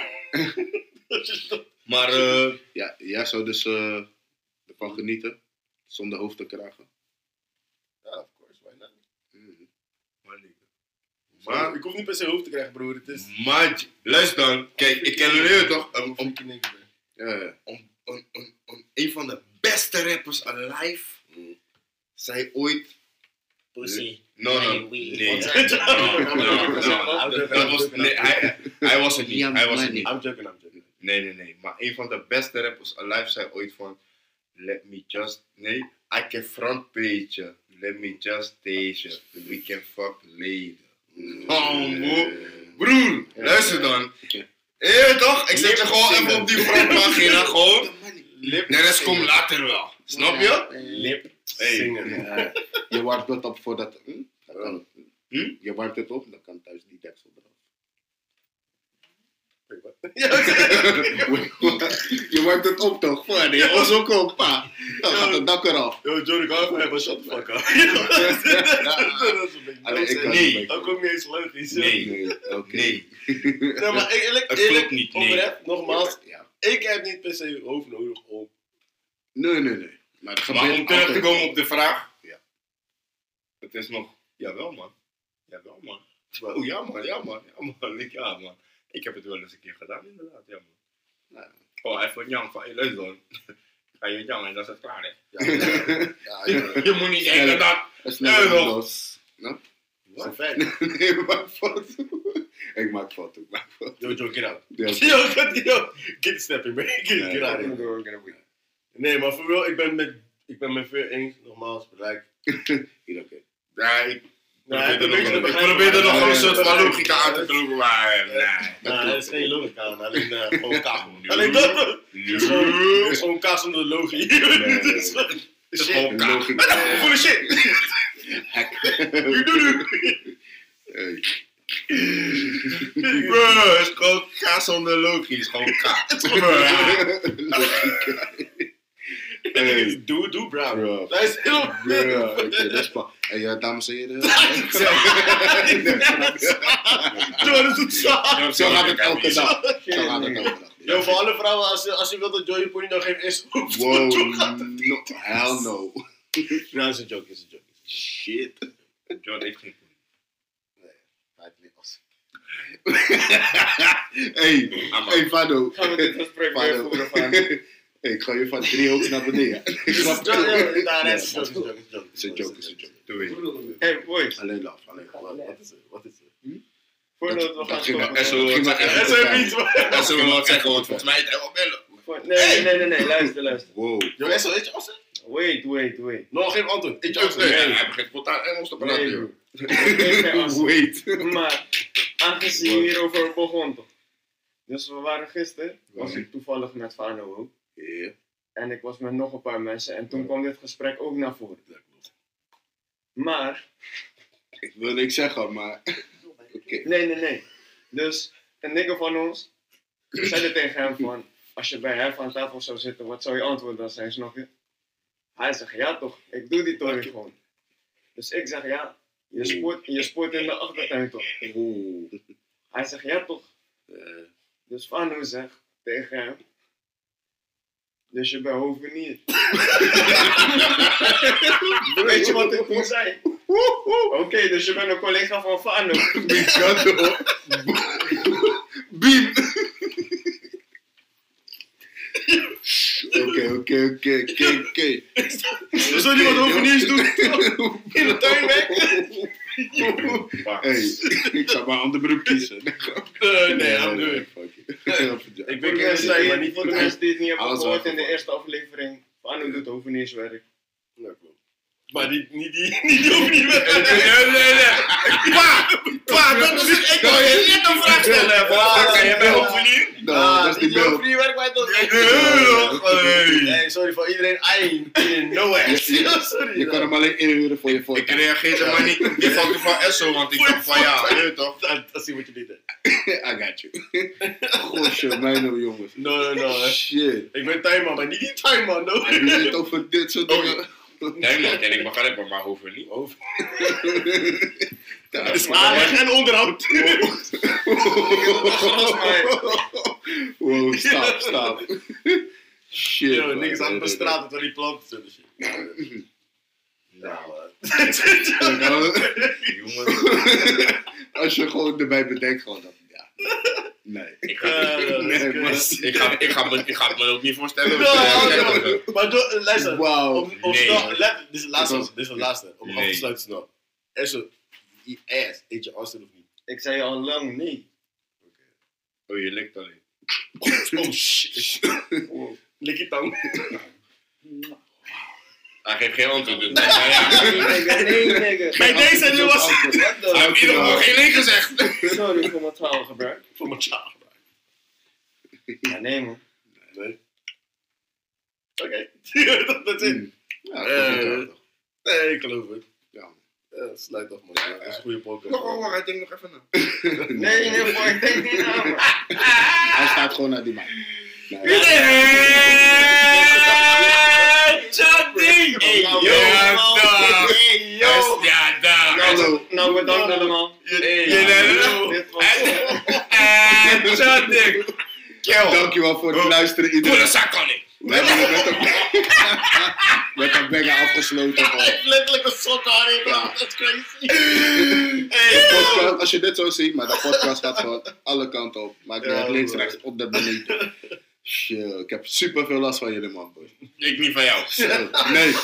Maar, eh, Ja, jij zou dus eh, ervan genieten. Zonder hoofd te krijgen. Ja, of course, why not? Mm. maar nigga. Maar Maar, ik hoef niet per se hoofd te krijgen, broer. Het is... maar, luister dan. Kijk, ik ken jullie toch? Om, om, Om, om, Ja, ja. om, om, om, om een van de beste rappers alive zei ooit... Pussy. No, no, Nee, nee. we- No, no, no. Dat was, nee, hij, hij was het niet. Ja, Hij was maar het niet. I'm joking, I'm joking. Nee, nee, nee. Maar een van de beste rappers alive zei ooit van... Let me just... Nee, I can front page you. Let me just stage you. We can fuck later. Oh, broer. Broer, luister dan. Eh, toch? Ik zet je gewoon even op die frontpagina, gewoon. Lip De rest komt later wel. Snap je? Lip Hey. zingen. Ja, je warmt het op voordat... Hm? Dat kan. Hm? Je warmt het op, dan kan thuis die deksel eraf. Je warmt het op toch? Voor nee, ons ook op, pa. Dan gaat het dak eraf. Yo, Johnny, ik hou van hem, shut the fuck up. Alleen ik kan Nee. niet Ook ook niet eens logisch. Nee. Nee, oké. Nee. Nee, maar eerlijk, Het eerlijk klopt niet, nee. oprecht, nogmaals, Ja. ik heb niet per se hoofd nodig om... Nee, nee, nee. Maar het Maar gebeurt om terug te altijd. komen op de vraag. Ja. Het is nog, jawel man. Jawel man. Oh ja man, ja man, ja man. Ik, ja man. Ik heb het wel eens een keer gedaan inderdaad, ja man. Nou, Oh, even jang van, je luister dan. Ga je jangen en dan is het klaar hè. ja, ja, ja. Je moet niet denken dat... Het is Ja, net nog. los. Nou? Dat is een feit. Nee, ik maak foto. Ik maak foto, ik maak foto. Yo, Joe, get out. Ja. Yo, get, yo, get stepping, man. Get, Ja, get out of here. Nee, maar voor wel, ik ben met, ik ben met veel eens, nogmaals, bereikt. Hier, oké. Ja, ik Nou, probeer er ik nog- probeer ik te probeer er nog begrijpen. een soort van Ja, ja, logica aan te proeven, maar nee. Nou, er is geen logica aan, alleen uh, gewoon kaas. Nee. Alleen dat, het Nee. is gewoon, het is gewoon kaas zonder logie. Het is gewoon- Het is gewoon kaas. Logica. Voor de shit. Hek. Hey. Bro, het is gewoon kaas zonder logie. Het is gewoon kaas. Logica. Hey. Doe, doe, bro. Bro. Dat is heel... Bro, oké, dat is pa. Hey, ja, dames en heren. Joe, dat doet zo. Zo gaat het elke dag. Zo gaat het elke dag. Yo, voor alle vrouwen, als je, als je wilt dat Joey Pony nog even is, Wow, no, hell no. Nou, is een joke, is een joke. Shit. John heeft geen poen. Hij heeft niet als. Hey, hey Fado. Gaan we dit gesprek weer Fado. voeren van... Hey, ik ga je van drie hoog naar beneden. Is het joke? Ja, nee, is een joke, is een joke. Het is een joke, het is een joke. Doei. Hey boys, Alleen love, alleen love. Wat wat is het? Wat is het? voordat we gaan Dat ging stoppen... maar- En zo ging maar zeggen. echt Dat is fijn. niet waar. En zo wil ik zeggen, want volgens mij is het helemaal bellen. voor- Nee, nee, nee, nee, luister, luister. Wow. Yo, Esso, weet je Assen? Wait, wait, wait. Nog geen antwoord. Eet je Nee, Assen? hij begint spontaan Engels te praten. Nee, joh. bro. Ik weet geen antwoord. Wait. Maar, aangezien je hierover begon toch. Dus we waren gisteren, was ik toevallig met Fano ook. Ja. En ik was met nog een paar mensen en toen kwam dit gesprek ook naar voren. Maar, Ik wil niks zeggen, maar... Oké. nee, nee, nee. Dus een nigger van ons zei tegen hem van, als je bij hem aan tafel zou zitten, wat zou je antwoord dan zijn, snap je? Hij zegt, ja toch, ik doe die tory gewoon. Dus ik zeg, ja, je spoort, je spoort in de achtertuin toch? Oeh. Hij zegt, ja toch. Eh, Dus Fano zegt tegen hem, dus je bent hovenier. Weet je wat ik toen zei? Oké, dus je bent een collega van Fano. Mikado. Beam. Oké, oké, oké, oké, oké. Zou die wat hoveniers doen? In de tuin weg? Hey, ik zou maar een andere broek kiezen. Nee, nee, I'm good. Fuck it. Ik Voor ben de geen mensen zij, maar die- niet voor de mensen die het niet hebben Alles gehoord wel in de gehoord. eerste aflevering, Fano doet hovenierswerk. Ja, klopt. Maar niet, niet die, niet die hovenier. Nee, nee, nee. Pa! Pa, dat is het. Ik wil je net een vraag stellen. Ja, Je bent hovenier? Nou, dat is die die beeld. hovenier werkt bij dat. Hey. Hey, sorry voor iedereen. I ain't no ass. Sorry. Je kan hem alleen inhuren voor je foto. Ik reageerde maar niet op die foto van Esso, want ik dacht van ja, je weet toch. Dat dat zie wat je niet hebt. I got you. Gosje, mijn nou, jongens. No, no, no. Shit. Ik ben Tuinman, maar niet die Tuinman, no. Heb je het over dit soort Oh, dingen? Nee man, ken ik begrijp, maar hoeven niet. Ja, Het is aanleg en onderhoud. Wow, stop, stop. Shit. Yo, man. niks aan Nee, de nee, straat met al die planten zullen shit. Nou, nee. Jongen, Als je gewoon erbij bedenkt, gewoon dat. Ja. Nee. ik ga, Nee, maar- ik ga, ik ga, me, ik ga het me ook niet voorstellen. maar do- luister, Wauw. om, om Nee. snel, let, dit is het laatste, Dat was- dit is het laatste, om af Nee. te sluiten snel. Er zo, die ass, eet je Austin of niet? Ik zei al lang nee. Oh, je likt alleen. Oh shit. Lik je tang. Hij geeft geen antwoord. Dus. Maar ja, Nee, nigger, nee, nigger. Bij deze nu was What hij the- heeft in ieder geval geen nee gezegd. Sorry voor mijn taalgebruik. voor mijn child. Ja, nee man. Nee. Oké. dat dat is het. Ja, Eh, dat is het wel, toch? Nee, ik geloof het. Ja. Ja, sluit af man. Dat is een goede podcast. Wacht, wacht, wacht, hij denkt nog even na. Nee, nee, voor ik denk niet aan me. gaat gewoon naar die man. Nee. Chatting! Hey, yo! Ja, man. dag. Hey, yo! Ja, daar. Hallo. Nou, bedankt allemaal. Hey, Ja, nee, nee, yo. nee. Dit was- En chatting. Kill. Dankjewel voor het luisteren Doe de iedereen. zak al niet. We hebben het met een, met een banger afgesloten. gewoon. Letterlijk een sok aan in, Ja. dat is crazy. De podcast, als je dit zo ziet, maar de podcast gaat gewoon alle kanten op. Maakt niet Ja, uit, links, bro. rechts, op de beneden. Shit, ik heb super veel last van jullie, man. Boy. Ik niet van jou. Zo, nee.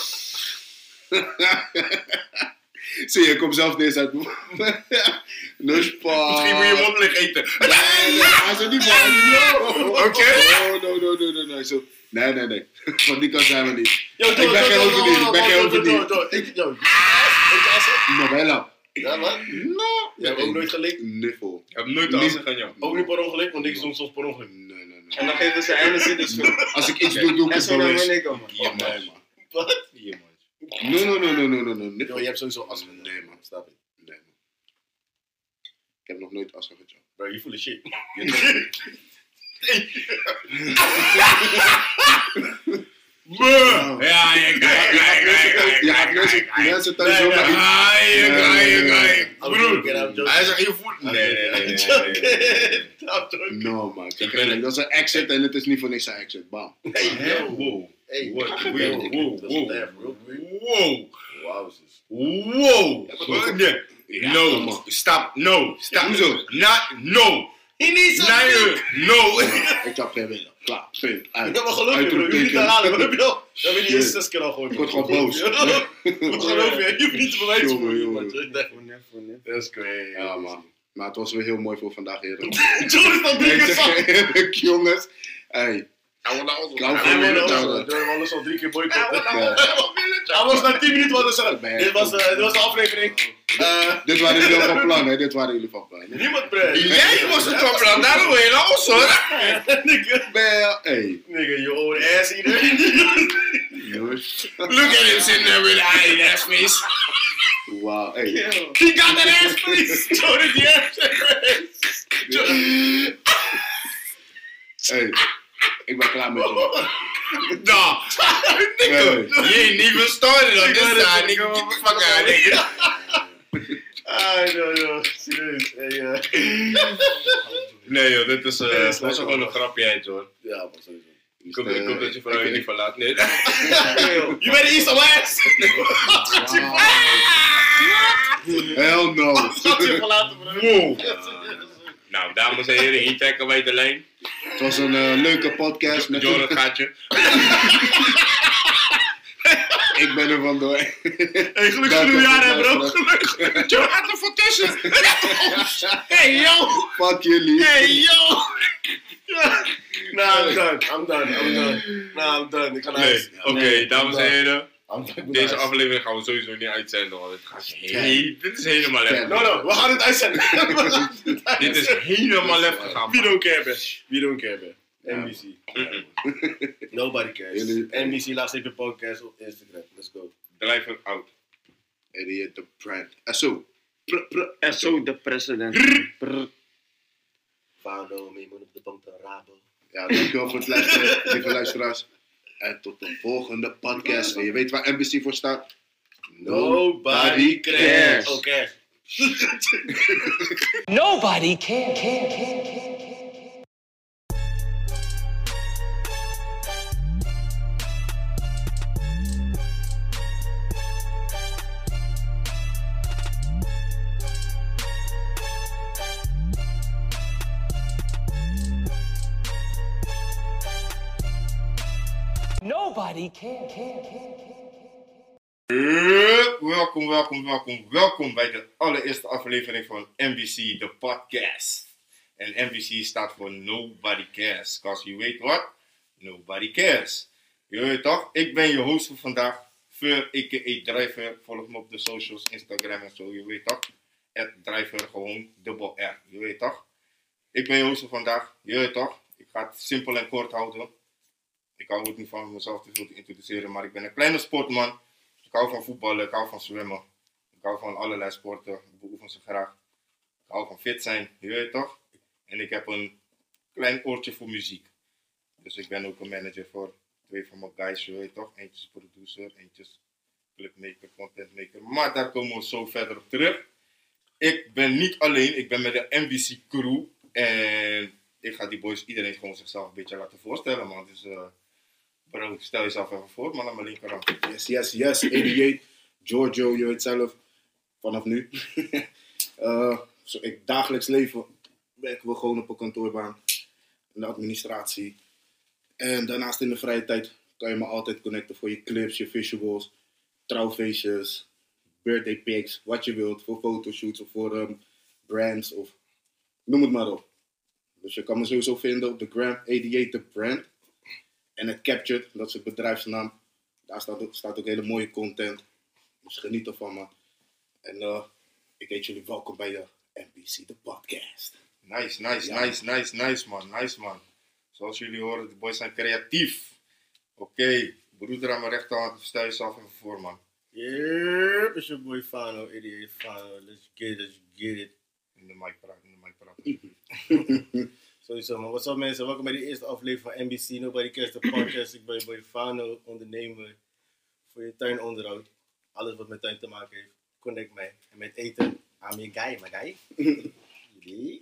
Zie je, ik kom zelf niet eens uit. Nuspa. Misschien moet je hem op liggen eten. Nee, nee, hij is er niet van. Oké. Oh, no, no, no, no, no. Zo. Nee, nee, nee. Van die kant zijn we niet. Yo, Ik ben geen overdier, ik ben geen overdier. Yo, weet je Assen? Novella. Ja, man. No. Je hebt ook nooit gelikt? Niffel. Ik heb nooit de assen van jou. Ook niet per ongeluk, want ik soms soms per ongeluk. Nee, nee, nee. En dan geven ze einde zin dus goed. Als ik iets doe, doe ik En het zo naar bewust. beneden, man. Ja, Nee, man. man. Wat? Hier, man. No, no, no, no, no, no, no. Yo, je hebt sowieso assen. Nee, man. Snap je? Nee, man. Ik heb nog nooit assen gechakt. Bro, je voelt shit. Ja, ja, kijk, kijk, kijk, kijk. Ja, mensen, mensen thuis Nee, ook nee, naar iets. Kijk, kijk, kijk. I'm Broer, joking, I'm joking. hij zegt je voelt... Nee, nee, nee, nee, I'm nee, nee. joking. No, man. Zeg Ik ben eerlijk, het. dat is een exit en het is niet voor niks een exit. Bam. Hey, Hè? yo. Wow. Hey, What? wow, Wow, wow, wow, dat is wow. echt real quick. Wow. Wauw, zus. Wow. Nee. Ja, No. kom op. Stop. No. Stop. Hoezo? Not, no. He needs Nee, no. Ik heb geen willen. Klaar. Punt. Ik Uit. heb wel geloof je, bro. Je hoeft niet te herhalen. Wat heb je al? Dat heb je niet eens zes keer al gehoord. Ik word gewoon boos. Wat geloof je? Je hoeft niet te bewijzen. Jongen, jongen. Voor net, voor net. Dat is crazy. Ja, man. Maar het was weer heel mooi voor vandaag, heren. John is dan drie Ik keer zeg zat. eerlijk, jongens. Hey. nou Ik hou Hij van wilde jullie. alles. John was al drie keer boycott. Ja. Hij was na tien minuten wat er zat. Ben je Dit was, eh, dit was de aflevering. Eh, Dit waren jullie van plan, hè? Dit waren jullie van plan. hè? Niemand pre. Jij was het van plan. Daarom wil je nou hoor. Nigga. Ben je... Hey. Nigga, you old ass eater. Jongens. Look at him sitting there with an ass face. Wauw. Hey. Yo. He got that ass face. John is die ass face. Hey. Ik ben klaar met je. Nah. Hey. You ain't even started on this side, nigga. Get the fuck out, nigga. Ah, no, no. Serieus. Hey, eh. Nee joh, dit is, Nee, uh, dat is was leuk, gewoon man. een grapje hoor. Ja, man, sowieso. Ik hoop, ik hoop dat je vrouw je niet verlaat. Nee. You better eat some ass. Hell no. Gaat je verlaten, bro. Wow. Nou, dames en heren, hier trekken wij de lijn. Het was een eh, leuke podcast. Met Jordan gaat je. Ik ben er vandoor. Hey, gelukkig nieuwjaar, hè, bro. Gelukkig. Jordan gaat er voor tussen. Hey, yo. Fuck jullie. Hey, yo. Ja. Nah, I'm done. I'm done. I'm done. Nah, I'm done. Ik ga naar Nee, huis. oké, Nee, dames I'm en done. heren. I'm done. Ik moet Deze naar huis. aflevering gaan we sowieso niet uitzenden, want het gaat he- dit is helemaal lef. No, no. We gaan het uitzenden. We gaan het Dit is uitzenden. helemaal lef gegaan. We don't care, man. We don't care, man. Ja. N B C. Nobody cares. Jullie- N B C, laat even podcast op Instagram. Let's go. Driver out. Idiot the brand. En zo. Pr, pr. En zo de president. Brr. Fano, me moet op de bank te raben. Ja, dankjewel voor het luisteren, lieve luisteraars. En tot de volgende podcast. En je weet waar N B C voor staat? Nobody cares. Oh, cares. Nobody care, care, care, care. Nobody care, care, care, care. Welkom, welkom, welkom, welkom bij de allereerste aflevering van N B C, de podcast. En N B C staat voor Nobody Cares. Cause you weet what? Nobody cares. Je weet toch? Ik ben je host voor vandaag. Fur, a k a. Driver. Volg me op de socials, Instagram en zo. Je weet toch? At Driver, gewoon dubbel R. Je weet toch? Ik ben je host voor vandaag. Je weet toch? Ik ga het simpel en kort houden. Ik hou het niet van mezelf te veel te introduceren, maar ik ben een kleine sportman. Ik hou van voetballen, ik hou van zwemmen. Ik hou van allerlei sporten, ik beoefen ze graag. Ik hou van fit zijn, je weet toch? En ik heb een klein oortje voor muziek. Dus ik ben ook een manager voor twee van mijn guys, je weet toch? Eentje is producer, eentje is clipmaker, contentmaker. Maar daar komen we zo verder op terug. Ik ben niet alleen, ik ben met de M B C crew. En ik ga die boys, iedereen gewoon zichzelf een beetje laten voorstellen, man. Dus uh, bro, stel jezelf even voor, man, aan mijn linkerhand. Yes, yes, yes. achtentachtig, Giorgio, je weet zelf. Vanaf nu. uh, zo, ik, dagelijks leven werken we gewoon op een kantoorbaan. In de administratie. En daarnaast in de vrije tijd kan je me altijd connecten voor je clips, je visuals, trouwfeestjes, birthday pics, wat je wilt. Voor fotoshoots of voor um, brands of noem het maar op. Dus je kan me sowieso vinden op de gram, achtentachtig The Brand. En het Captured, dat is het bedrijfsnaam. Daar staat ook, staat ook hele mooie content. Dus geniet ervan, man. En uh, ik heet jullie welkom bij de M B C, de podcast. Nice, nice, Ja. nice, nice, nice, man. Nice, man. Zoals jullie horen, de boys zijn creatief. Oké, okay. Broeder aan mijn rechterhand, stel jezelf even voor, man. Yeah, it's your boy Fano, achtentachtig Fano. Let's get it, let's get it. In de mic praten, in de mic praten. Sowieso, man. What's up, mensen? Welkom bij de eerste aflevering van M B C. Nobody Cares, de podcast. Ik ben je boy Fano, ondernemer voor je tuinonderhoud. Alles wat met tuin te maken heeft, connect mij. En met eten, I'm your guy, my guy. Jullie?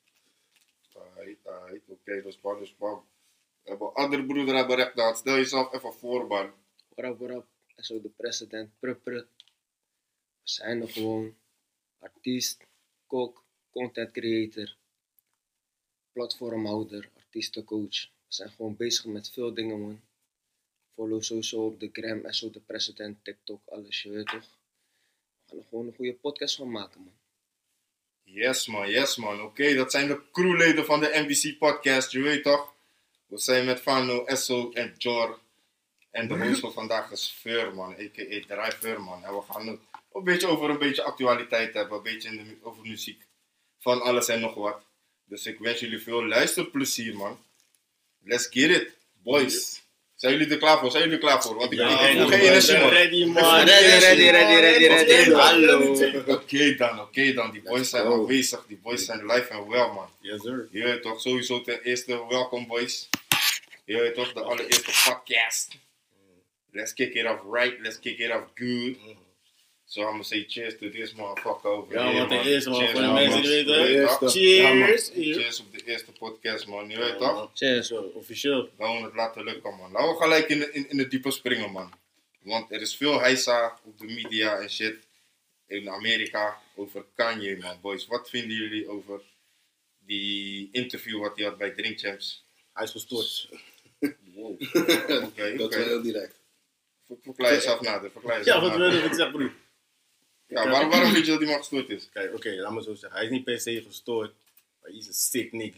Aight, aight. Oké, dus man, dus man. We hebben een andere broeder aan mijn rechterhand. Stel jezelf even voor, man. What up, what up? En zo de president, prupper. We zijn er gewoon. Artiest, kok, content creator, platformhouder, artiestencoach. We zijn gewoon bezig met veel dingen, man. Follow sowieso op de gram, en zo de president, TikTok, alles, je weet toch. We gaan er gewoon een goede podcast van maken, man. Yes, man, yes, man. Oké, okay, dat zijn de crewleden van de M B C podcast, je weet toch? We zijn met Fano, Esso en Jor. En de host van vandaag is Feur, man. A K A Driver, man. En we gaan het een beetje over een beetje actualiteit hebben. Een beetje in de, over muziek. Van alles en nog wat. Dus ik wens jullie veel luisterplezier, man. Let's get it, boys. Zijn jullie er klaar voor? Zijn jullie er klaar voor? Want ik Ja, ik voel man. geen energie, man. Ready, man. Ik voel Ready, geen ready, energie. ready, ready, ready. Hallo. Oké okay dan, oké okay dan. Die boys zijn go. aanwezig. Die boys zijn live en wel, man. Yes, sir. Je weet toch, sowieso ten eerste, welkom boys. Je weet toch, de allereerste podcast. Let's kick it off right, let's kick it off good. So I'm gonna say cheers to this motherfucker over Ja, here, man, ten man. eerste, man, Cheers, voor de man. mensen die weten, Je weet toch? Cheers. Ja, man. Cheers op de eerste podcast, man. Je weet toch? Cheers. Zo, officieel. Laten we het laten lukken, man. Laten we gelijk in de, in, in de diepe springen, man. Want er is veel heisa op de media en shit in Amerika over Kanye, man. Boys, wat vinden jullie over die interview wat hij had bij Drink Champs? Hij is gestoord. Wow. Oké, Dat is wel oké. heel direct. Ver- Verklaar jezelf nader, verklaar Ja, jezelf wat wil nader. je wat ik zeg, broer? Ja, waarom, waarom vind je dat die man gestoord is? Kijk, oké, laat me zo zeggen. Hij is niet per se gestoord, maar hij is een sick nigga.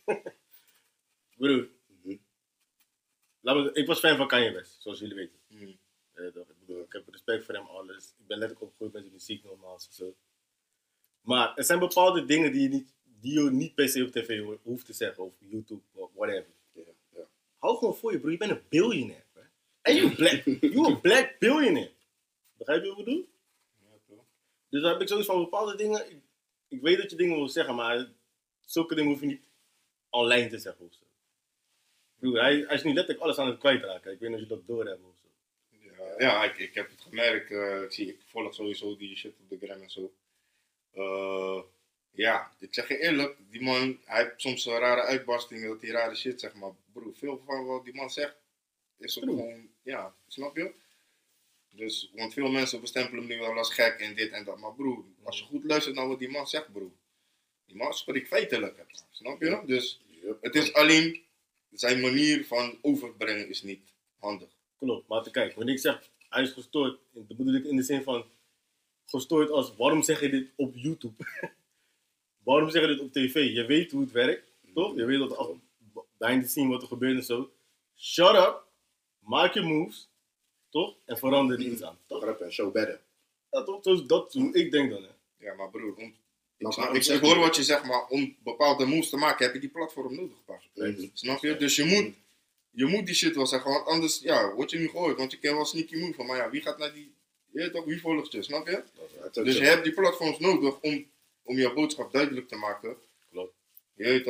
Broer, Mhm. laat me, ik was fan van Kanye West, zoals jullie weten. Hmm. Ja, toch, ik bedoel, ik heb respect voor hem, alles. Ik ben letterlijk opgegroeid met zijn muziek, nogmaals. Zo. Maar er zijn bepaalde dingen die je niet, die je niet per se op tv ho- hoeft te zeggen, of YouTube, of whatever. Ja, ja. Hou gewoon voor je, broer. Je bent een biljonair, bro. En you black, you a black billionaire. Begrijp je wat ik bedoel? Ja, toch? Dus dan heb ik zoiets van bepaalde dingen. Ik, ik weet dat je dingen wil zeggen, maar zulke dingen hoef je niet online te zeggen of zo. Broer, hij, hij is nu letterlijk alles aan het kwijtraken. Ik weet niet of je dat doorhebt of zo. Ja, ja ik, ik heb het gemerkt. eh, ik, zie, ik volg sowieso die shit op de gram en zo. Eh, ja, ik zeg je eerlijk, die man, hij heeft soms een rare uitbarstingen, dat hij rare shit zegt, maar broer, veel van wat die man zegt, is ook True. gewoon, ja, snap je? Dus, want veel mensen bestempelen hem nu wel als gek en dit en dat, maar broer, als je goed luistert naar wat die man zegt, broer, die man spreekt feitelijk, snap je? Dus, het is alleen, zijn manier van overbrengen is niet handig. Klopt, maar te kijken, wanneer ik zeg hij is gestoord, dat bedoel ik in de zin van gestoord als waarom zeg je dit op YouTube? Waarom zeg je dit op tv? Je weet hoe het werkt, toch? Je weet dat af, behind the scene wat er gebeurt en zo. Shut up, maak je moves, toch? En verander er iets aan, toch? Begrijp je? Show better. Ja, toch? Dus dat is hoe ik denk dan, hè. Ja, maar broer, om, Maar ik, snap- waarom ik, zeg ik je hoor dat? wat je zegt, maar om bepaalde moves te maken heb je die platform nodig, pas. Mhm. Snap je? Dus je moet, je moet die shit wel zeggen, want anders ja, word je nu gehoord. Want je kent wel sneaky move van, maar ja, wie gaat naar die, je weet toch, wie volgt je, snap je? Het is ook Dus zo. je hebt die platforms nodig om, om je boodschap duidelijk te maken. Klopt. Je weet toch?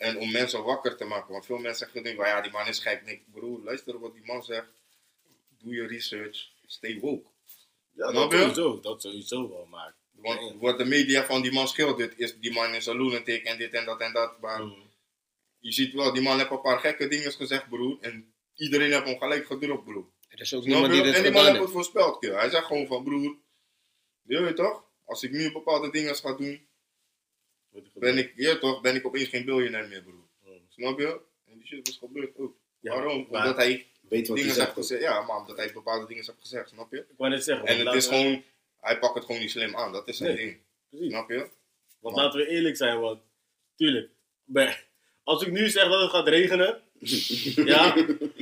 En om mensen wakker te maken. Want veel mensen zeggen van ja, die man is gek. Nee, broer, luister wat die man zegt. Doe je research. Stay woke. Ja, Snap dat je? sowieso, dat sowieso wel, maar... Want wat de media van die man schildert is die man is een lunatic en dit en dat en dat. Maar Mm. je ziet wel, die man heeft een paar gekke dingen gezegd, broer. En iedereen heeft hem gelijk gedropt, broer. Er is ook Snap niemand die je? dit En die man gedaan heeft het heeft. voorspeld, kill. Hij zegt gewoon van, broer, je weet toch? Als ik nu bepaalde dingen ga doen, ben ik, je weet toch, ben ik opeens geen biljonair meer, broer. Mm. Snap je? En die shit is gebeurd ook. Ja, Waarom? maar- Omdat hij Weet wat hij dingen heeft zegt. gezegd. Ja, maar omdat hij bepaalde dingen heeft gezegd, snap je? Ik wou net zeggen, En want het is laten we- gewoon, hij pakt het gewoon niet slim aan. Dat is zijn Nee. ding. Precies. Snap je? Want Maar- laten we eerlijk zijn, want tuurlijk, bij- als ik nu zeg dat het gaat regenen, ja,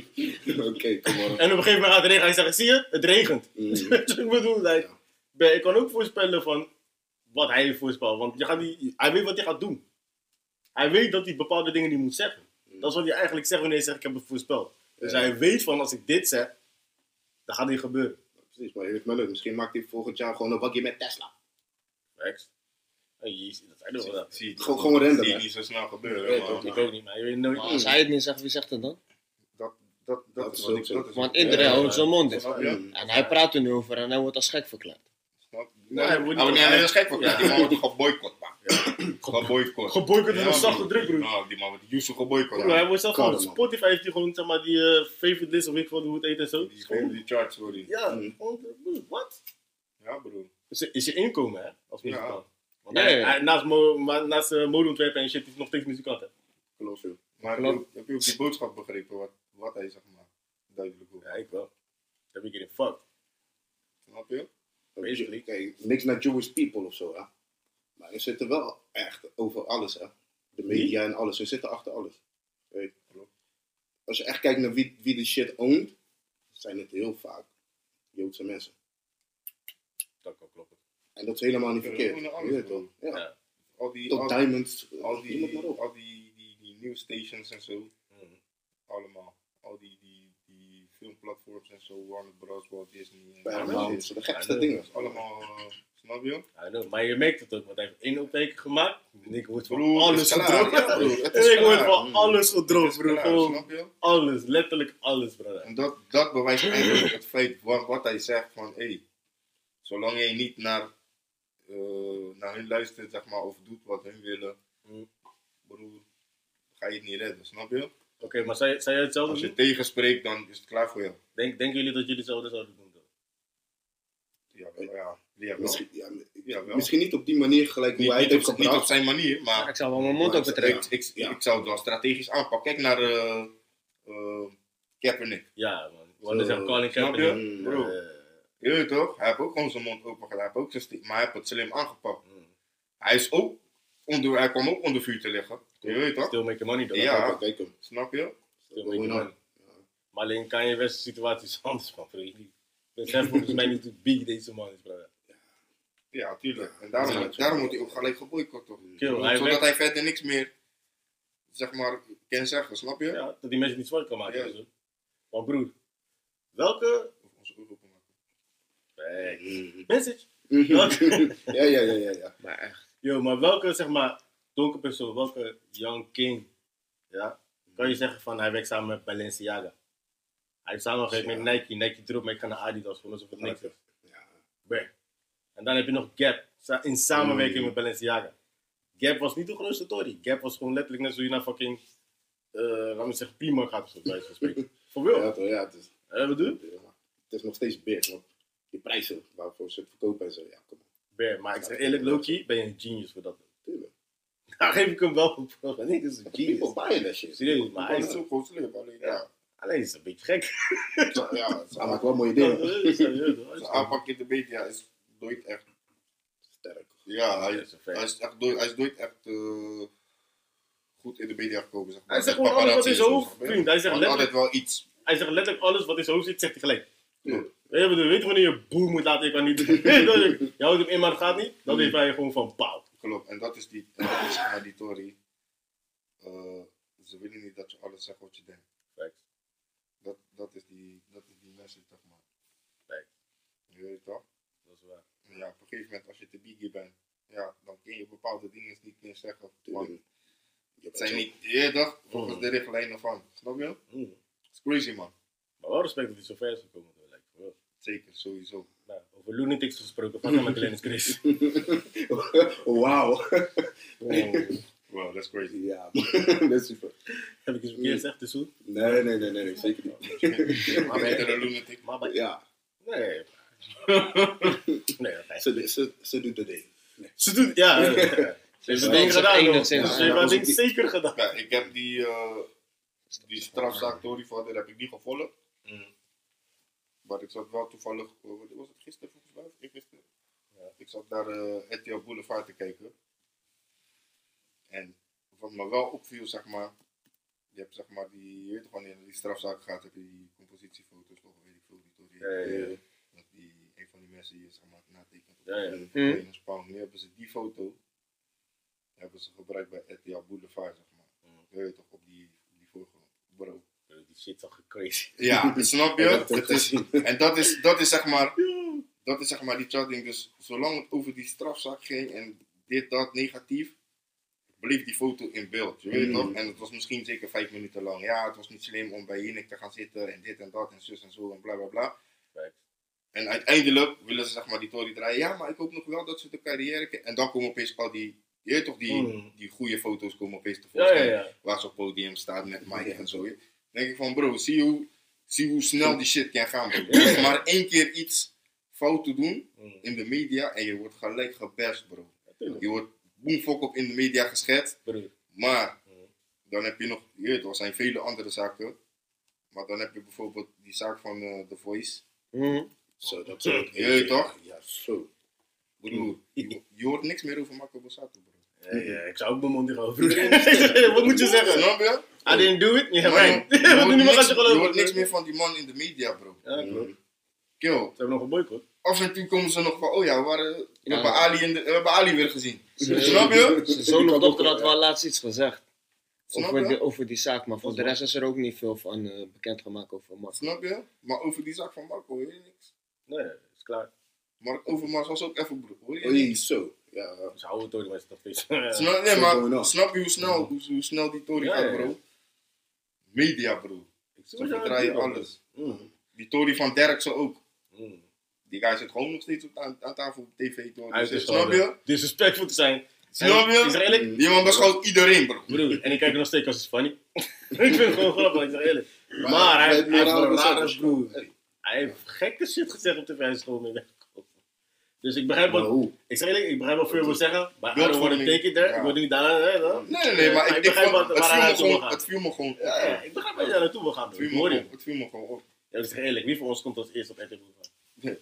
Oké, kom maar. en op een gegeven moment gaat het regenen, hij zegt, zie je, het regent. Mm. Weet je wat ik bedoel? Like, bij- ik kan ook voorspellen van wat hij voorspelt, want je gaat die, hij weet wat hij gaat doen. Hij weet dat hij bepaalde dingen niet moet zeggen. Dat is wat hij eigenlijk zegt wanneer hij zegt, ik heb het voorspeld. Dus Ja. hij weet van, als ik dit zeg, dan gaat dit gebeuren. Precies, maar je weet maar leuk. Misschien maakt hij volgend jaar gewoon een bakje met Tesla. Facts. Hey, jeez, dat zijn er wel. Zie je- Gewoon- gewoon random, zie je hè? niet zo snel Ja, gebeuren. toch, maar Ik ook niet, maar je weet nooit. Maar als hij het niet zegt, wie zegt het dan? dat, dat, dat, Dat is is wat ook ik zo. dat is Want wat- iedereen Ja, houdt ja. zijn mond dicht. Snap je? Mm. En hij praat er nu over en hij wordt als gek verklaard. Snap je? Nee, hij wordt Hij wordt niet- niet alleen gek voor Ja. die man wordt geboycott, man. Geboycott. Geboycott is Ja, een zachte broer. druk, broer. Nou, die man wordt Yusuf geboycott. Bro, hij wordt zelf Kan, gewoon, man. Spotify heeft hij gewoon, zeg maar, die uh, favorite list of weet ik wat hoe het heet en zo. Die geven die charts voor die. Ja, Mm. gewoon, broer, wat? Ja, broer. Is, je- is je inkomen, hè, als Ja. muzikant. Want Ja, hij, ja. hij- naast, mo, maar naast uh, modeontwerpen en shit is hij nog steeds muzikant, hè. Geloof je. Maar heb je, ook, heb je ook die boodschap begrepen wat, wat hij zeg maar duidelijk wil? Ja, ik wel. Dan ben ik in fuck. Snap je? Basically. Kijk, niks naar Jewish people of zo, hè. Maar ze zitten wel echt over alles, hè. De media en alles. Ze zitten achter alles. Weet je. Als je echt kijkt naar wie, wie die shit oont, zijn het heel vaak Joodse mensen. Dat kan kloppen. En dat is helemaal niet Ja, verkeerd. gewoon een Je weet alles, toch? Ja. Ja. Al die, Tot al, Diamonds, al noem het maar die, op. al die, die, die nieuwsstations en zo, Mm. allemaal. Al die, die, die filmplatforms en zo, Warner Bros, Walt Disney. en Paramount, shit. zo de gekste Ja, dingen. Dat is allemaal, uh, snap je? I know, maar je merkt het ook, want hij heeft één opteken gemaakt. En ik word van Broer, alles het is klaar. gedroogd. Ja, broer, het En is ik word klaar. van alles gedroogd, Het is broer. klaar, Gewoon snap je? alles, letterlijk alles, brother. En dat, dat bewijst eigenlijk het feit wat, wat hij zegt van, hé, hey, zolang jij niet naar, uh, naar hun luistert, zeg maar, of doet wat hun willen, Mm. broer, ga je het niet redden, snap je? Oké, maar zou, zou jij hetzelfde Als je doen? tegenspreekt, dan is het klaar voor jou. Denk, denken jullie dat jullie hetzelfde zouden doen? Dan? Ja, wel, ja. Ja, wel. Misschien, ja, Ja, wel. misschien niet op die manier gelijk hoe Niet, hij het niet, heeft op, niet op gebracht. zijn manier, Ik maar zou wel mijn mond Maar open ze- trekken. ik, ik, Ja. ik zou het wel strategisch aanpakken. Kijk naar uh, uh, Kaepernick. Ja, man. We hadden Zo, zeggen Colin snap je? Kaepernick. Mm, bro. Eh, Je weet toch? Hij heeft ook gewoon zijn mond open gedaan. Hij heeft ook zijn sti- maar hij heeft het slim aangepakt. mm. Hij, is ook onder, hij kwam ook onder vuur te liggen. Je weet toch? Still making money, though. Ja. Kijk, kijk hem. Snap je? Still Going making on. money. Maar alleen kan je West situatie is anders, man. Bro. Ik besef volgens mij niet hoe big deze man is, brother. Ja, tuurlijk. En daarom, Ja, daarom wordt hij ook gelijk geboycott, toch? Kill, hij Zodat werkt- hij verder niks meer, zeg maar, kan zeggen, snap je? Ja, dat die mensen niet zwart kan maken. Ja. en zo. Maar broer, welke... Of onze ogen openmaken. Facts. Mm. Message. Ja, ja, ja, ja, ja. Maar echt. Yo, maar welke, zeg maar, donker persoon, welke young king, ja, kan je zeggen van hij werkt samen met Balenciaga? Hij heeft samengewerkt met Nike, Nike erop, maar ik ga naar Adidas, gewoon alsof het niks is. Ja. Bruh. En dan heb je nog Gap, sa- in samenwerking Mm. met Balenciaga. Gap was niet de grootste tory. Gap was gewoon letterlijk net zo je naar fucking, uh, laten we zeggen, Primark gaat of zo, bij wijze van spreken. Voor wil. Ja, toch, ja, het is, Eh, wat doe je? ja. Het is nog steeds big, want die prijzen waarvoor ze het verkopen en zo, ja, kom op. Bear, maar ik zeg eerlijk, Loki, ben je een genius voor dat. Tuurlijk. Daar geef ik hem wel op. bro. Nee, dat is een People genius. buying that shit. Serieus, maar hij Hij is, is ook gewoon slim, alleen ja. ja, alleen is het een beetje gek. Ja, hij maakt wel mooie Ja, dingen. serieus, hoor. Zijn aanpak in de media is nooit echt, Sterk. ja, hij, Dat is een feit. hij, is echt nooit, hij is nooit echt uh, goed in de media gekomen, zeg maar. Hij zegt Met gewoon alles wat in zijn paparazzi en hoofd, zo, snap je? vriend. Hij zegt Want letterlijk- altijd wel iets. Hij zegt letterlijk alles wat in zijn hoofd zit, zegt hij gelijk. Ja. Weet je, wat ik bedoel? Weet je wanneer je boer moet laten, je kan niet doen. Je houdt hem in, maar het gaat niet. Dan weet hij gewoon van pauw. Klopt, en dat is die, en dat is zeg maar die Tory. Uh, ze willen niet dat je alles zegt wat je denkt. Facts. Dat, dat, is, die, dat is die message, zeg maar. Facts. Je weet toch? Dat is waar. Ja, op een gegeven moment als je te biggie bent, ja, dan kun je bepaalde dingen niet meer zeggen. Want Tuurlijk. Je Het bent zijn zo- niet, je weet toch, volgens de richtlijnen van. Snap je? Mm. Het is crazy, man. Maar wel respect dat hij zo ver is gekomen. Hoor. Like, wow. Zeker, sowieso. Nou, over lunatics gesproken, van hem met Lennis Chris. Wauw. Wow, that's crazy. Ja, man. Dat is super. Heb ik eens verkeerd gezegd, dus hoe? Nee, nee, nee, nee, nee, zeker niet. Maar beter een lunatic. Maar bij... Ja, Nee. Nee, dat is ze, ze, ze doet het ding. Ze doet, ja. ja, ja. Ze heeft het ding Ze gedaan, joh. enigszins, Ze heeft ja. haar ding zeker gedaan. Ja, ik heb die, eh die strafzaak Tory Vader heb ik niet gevolgd. Mm. Maar ik zat wel toevallig, eh, wat was het gisteren volgens mij? Ik wist het. Ja, ik zat naar uh, R T L Boulevard te kijken. En wat me wel opviel, zeg maar, je hebt zeg maar die, je weet toch, wanneer je naar die strafzaak gaat, heb je die compositiefoto's toch, weet ik veel, die Tory. Ja, ja, ja. Dat die, een van die mensen hier, zeg maar, natekent op Ja, ja. een Hmm. een span. Nu hebben ze die foto, hebben ze gebruikt bij R T L Boulevard, zeg maar. Hmm. Je weet toch, op die, op die voorgrond. Bro. Die shit zag crazy. Ja, snap je? Ik heb het ook Het is, gezien. en dat is, dat is zeg maar, dat is zeg maar die chatting. Dus zolang het over die strafzaak ging en dit, dat, negatief, bleef die foto in beeld. Je weet Mm. toch? En het was misschien zeker vijf minuten lang. Ja, het was niet slim om bij Jinek te gaan zitten en dit en dat en zus en zo en bla bla bla. Right. En uiteindelijk willen ze zeg maar die Tory draaien. Ja, maar ik hoop nog wel dat ze de carrière... ke- En dan komen opeens al die, je weet toch, die, Mm. die goede foto's komen opeens Ja, tevoorschijn. ja, ja. Waar ze op het podium staat met Mike en zo. Dan denk ik van bro, zie hoe, zie hoe snel die shit kan gaan bro. Je hoeft maar één keer iets fout te doen Mm. in de media en je wordt gelijk gebashed bro. Natuurlijk. Je wordt boomfok op in de media geschetst. Broer. Maar Mm. dan heb je nog, je weet, er zijn vele andere zaken. Maar dan heb je bijvoorbeeld die zaak van eh, The Voice. Mhm. Zo, dat zo. Je weet toch? Ja, zo. Broer, je, je hoort niks meer over Marco Borsato bro. Ja, ja, ik zou ook mijn mond niet over. Wat moet je zeggen? Snap je? I didn't do it? Ja, Maar right. je, je, Wat hoort nu maar niks, gaat je je geloven? hoort niks meer van die man in de media bro. Ja, klopt. Kill. Ze hebben nog een boycott. Af en toe komen ze nog van, oh ja, we, waren, we, Ja. hebben, Ali in de, we hebben Ali weer gezien. Ze- Snap je? Zijn zoon of dochter had wel laatst iets gezegd. Snap Over je? die, over die zaak, maar voor Dat de is rest is er ook niet veel van uh, bekendgemaakt over Mark. Snap je? Maar over die zaak van Marco hoor je niks. Nee, is klaar. Mark Overmars was ook even broer. Hoor je Oei, niks? zo. Ja, Ze houden het door die mensen dat feest. Snap, nee, Zo maar going on. snap je hoe snel, hoe, hoe snel die Tory Ja, gaat ja, ja. bro? Media bro. Ze verdraaien alles. Mm. Die Tory van Derksen ook. Mm. Die guy zit gewoon nog steeds op, aan, aan tafel op tv. Door. Uit Dus, is snap je? disrespectful te zijn. Snap En- Ik je? zeg eerlijk, Die man beschouwt iedereen bro. broer, en ik kijk er nog steeds als het funny. ik vind het gewoon grappig, ik zeg eerlijk. Maar, hij, bij heeft- het hij heeft morale wel rare besef, broer. hey. Hij heeft gekke shit gezegd op tv, hij is gewoon mee weggekomen. Dus ik begrijp Maar wat, hoe? ik zeg eerlijk, ik begrijp wat veel wil zeggen, maar I don't want to Beeldvorming. take it there. Ja. Ik wil niet daar, hè, dan. Nee, nee, nee, maar ik, ik, begrijp vond- wat- het, waar viel hij me naartoe wil gewoon, gaan. het viel me gewoon op. Ja, ja, ik begrijp waar je daar naartoe wil gaan. Het broer. viel me Hoor je? gewoon- het viel me gewoon op. Ja, ik zeg eerlijk, wie van ons komt als eerste op R T L? Nee,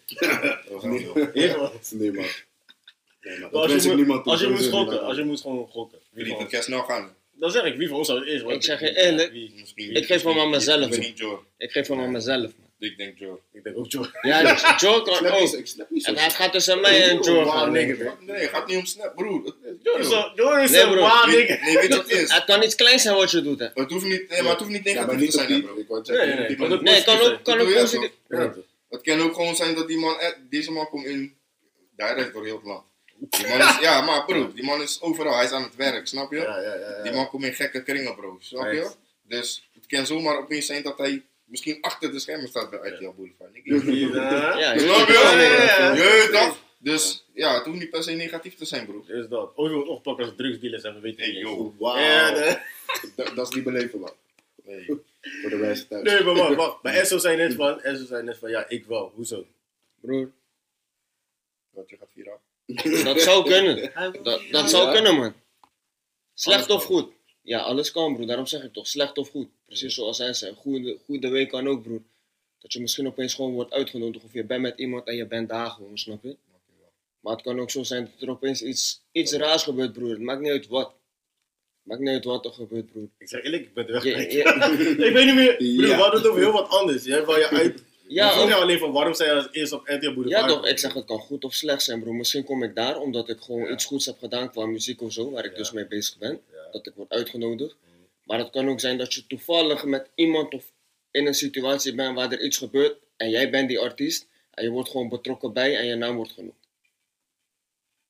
Wie van ons? nee, man. Nee, man. Dat Als wens je, ik moet, niemand toe. als je moet Sowieso gokken, niet. als je moet gewoon gokken. Wie Jullie van het ons? kan snel gaan. Dan zeg ik, wie van ons zou het eerst worden? Ik zeg je eerlijk, Wie? Misschien, Ik geef hem aan mezelf, Misschien Joe. ik geef hem aan mezelf, man. Ik denk Joe. Ik denk ook Joe. Ja, dus Joe kan Snap niet, ook. ik snap niet zo. En het gaat tussen mij en Joe Wow, gaan. nigga, denk ik. bro. Nee, het gaat niet om snap, broer. Joe is een- Joe is Nee, een bro. waar Nee, nigga. nee, weet je wat het is? Het kan iets kleins zijn wat je doet, hè. Het hoeft niet, nee, maar het hoeft niet Ja, maar negatief niet te op zijn, hè, die... bro. Ik wou het Nee, zeggen, nee, nee. die maar man- dat Nee, het kan positief ook, kan Dat ook doe je positief. Ja. Het kan ook gewoon zijn dat die man, eh, deze man komt in, hij reist door heel het land. Die man is, ja, maar bro, die man is overal, hij is aan het werk, snap je? Ja, ja, ja, ja. Die man komt in gekke kringen, bro, snap je? Right. Dus het kan zomaar opeens zijn dat hij misschien achter de schermen staat bij R T L Boulevard. Ik Ja, Ja, je Snap weet het wel, je? man. ja, ja. Je weet toch? Dus ja, het hoeft niet per se negatief te zijn, bro. is dat. Of je wordt opgepakt als drugsdealers en we weten Hey, niet yo. eens. Wauw. Ja, nee. Dat, dat is niet beleven, man. Nee. Voor de wijze thuis. Nee, maar wacht, wacht. Bij Esso zijn net van, Esso zijn net van, ja, ik wel. Hoezo? Broer, Wat je gaat viraal. dat zou kunnen. Dat, dat zou Ja. kunnen, man. Slecht Alles of goed? Ja, alles kan, broer. Daarom zeg ik toch, slecht of goed. Precies zoals hij zei. Goede, goede week kan ook, broer. Dat je misschien opeens gewoon wordt uitgenodigd of je bent met iemand en je bent daar gewoon, snap je? Maar het kan ook zo zijn dat er opeens iets, iets raars gebeurt, broer. Het maakt niet uit wat. Het maakt niet uit wat er gebeurt, broer. Ik zeg eerlijk, ik ben de weg Je- kwijt. je- Ik weet niet meer. Broer, Ja. we hadden het over heel wat anders. Jij wou je uit. Ja, ik vroeg ook- jou alleen van waarom zij als eerst op R T L Boulevard Ja, toch, komen. ik zeg het kan goed of slecht zijn, bro. Misschien kom ik daar omdat ik gewoon Ja. iets goeds heb gedaan qua muziek of zo, waar ik Ja. dus mee bezig ben. Ja. Dat ik word uitgenodigd. Maar het kan ook zijn dat je toevallig met iemand of in een situatie bent waar er iets gebeurt en jij bent die artiest en je wordt gewoon betrokken bij en je naam wordt genoemd.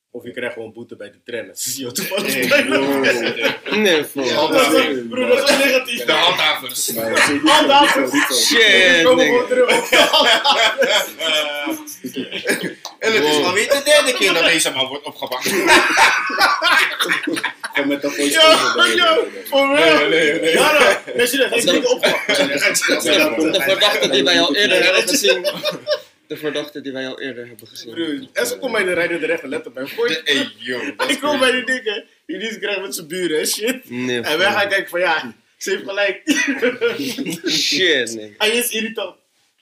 Of je krijgt gewoon boete bij de tram. Dat zie je toevallig. Nee, voor. Ja, Dat is- Broer, dat is negatief. De handhavers. Maar dat is niet zo, Handhavers. niet zo. Shit, Kom gewoon nigga. terug op de handhavers. En het is alweer de derde keer dat deze man wordt opgepakt. Gewoon met dat voice Yo, over. yo, voor real. Nee, nee, nee. Ja, no. Nee, serieus, hij is niet opgepakt. De verdachte die wij al eerder hebben gezien. De verdachte die wij al eerder hebben gezien. Broer, en ze komt bij de rijder de rechter, let op mijn voort. Hey, yo. dat is Ik kom bij crazy. die dingen, die dienst krijgt met zijn buren en shit. Nee, En wij gaan kijken van ja, ze heeft gelijk. shit, nigga. Hij is irritant.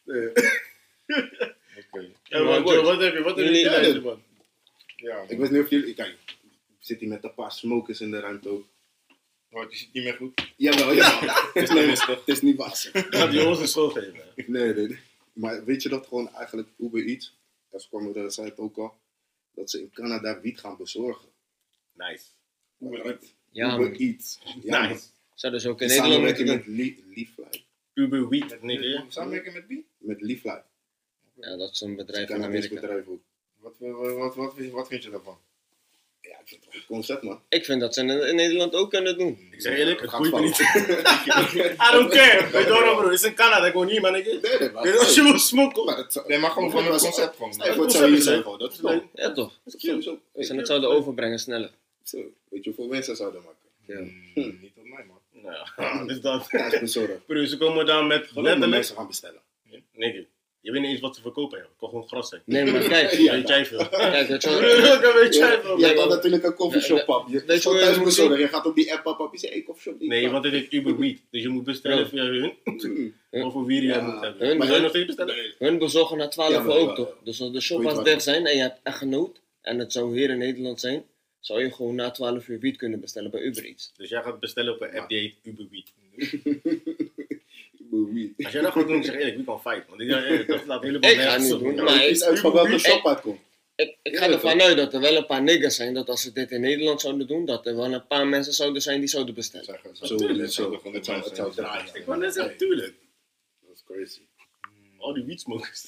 Oké. Ja, maar Joe, wat heb je? Wat heb je Jullie- gedaan, man? Ja, Ik weet niet of jullie... Kijk, zit hier met een paar smokers in de ruimte ook. maar die zit niet meer goed. Jawel, jawel. Het is, nee, het is niet waar. Ik ga die jongens een school geven. Nee, nee, nee. Maar weet je dat gewoon eigenlijk Uber Eats, dat kwam er zei het ook al, dat ze in Canada wiet gaan bezorgen. Nice. Uber Eats. Ja, Uber man. Eats. Ja, Nice. Zou dus ook in In Nederland moeten samenwerking doen. met Li- Leaflife. Uber Wheat, nigga. Samenwerken met wie? Met Leaflife. Ja, dat is een bedrijf in Cannabis Amerika. bedrijf ook. Wat, wat, wat, wat, wat vind je daarvan? Ja, ik vind het een goed concept, man. Ik vind dat ze in, in Nederland ook kunnen doen. Ik zeg eerlijk, het Gaat boeit me niet. fout. I don't care. Weet je waarom, bro? Het is in Canada, ik woon hier, man. nigga. Nee, nee, maar... Weet je, als je wil smoken. Maar het zou- Nee, maar gewoon van het was- concept gewoon. Ja, wat zou je zeggen? gewoon, Dat is leuk. Ja, toch? Dat is sowieso. Als ze Hey, het zouden overbrengen sneller. Zo, weet je hoeveel mensen zouden maken? Ja. Mm, niet op mij, man. Nou, dus dat. Ja, is bezorgd. Bro, ze komen daar met Gewoon letterlijk. mensen gaan bestellen. Nigga, je weet niet eens wat ze verkopen, joh. Het kan gewoon gras zijn. Nee, maar kijk. Ja. Weet jij veel? Kijk, weet je wel. Broer, weet jij veel? Je hebt maar- dan natuurlijk een coffeeshop, pap. Je Weet je staat hoe je thuis moet bezorgen. Je gaat op die app, pap, pap. Je zegt, hey, coffeeshop. die- Nee, want het is Uber Wheat. Dus je moet bestellen Ja. via hun. Ja. Of voor wie je Ja. moet hebben. Hun- Maar wil je nog steeds bestellen? Hun bezorgen na twaalf Ja, uur maar- ook ja, toch? ja. Dus als de shop Weet aan wat. dicht zijn en je hebt echt genood, en het zou hier in Nederland zijn, zou je gewoon na twaalf uur wiet kunnen bestellen bij Uber Eats. Dus jij gaat bestellen op een app die heet Uber Wheat. Uber Wheat. Als jij dat gaat doen, ik zeg eerlijk, we kan fight. Want ik zeg eerlijk, dat slaat helemaal Ik ga nergens niet op. doen, Ja, maar Het is uit van welke Ik- shop het komt. Ik, ik Ja, ga ervan toch? uit dat er wel een paar niggas zijn, dat als ze dit in Nederland zouden doen, dat er wel een paar mensen zouden zijn die zouden bestellen. Zeggen, Zo, zeggen, het zou- zeggen, het zou- het zou draaien. Ik wou net zeggen, tuurlijk. Dat is crazy. Al die weedsmokers.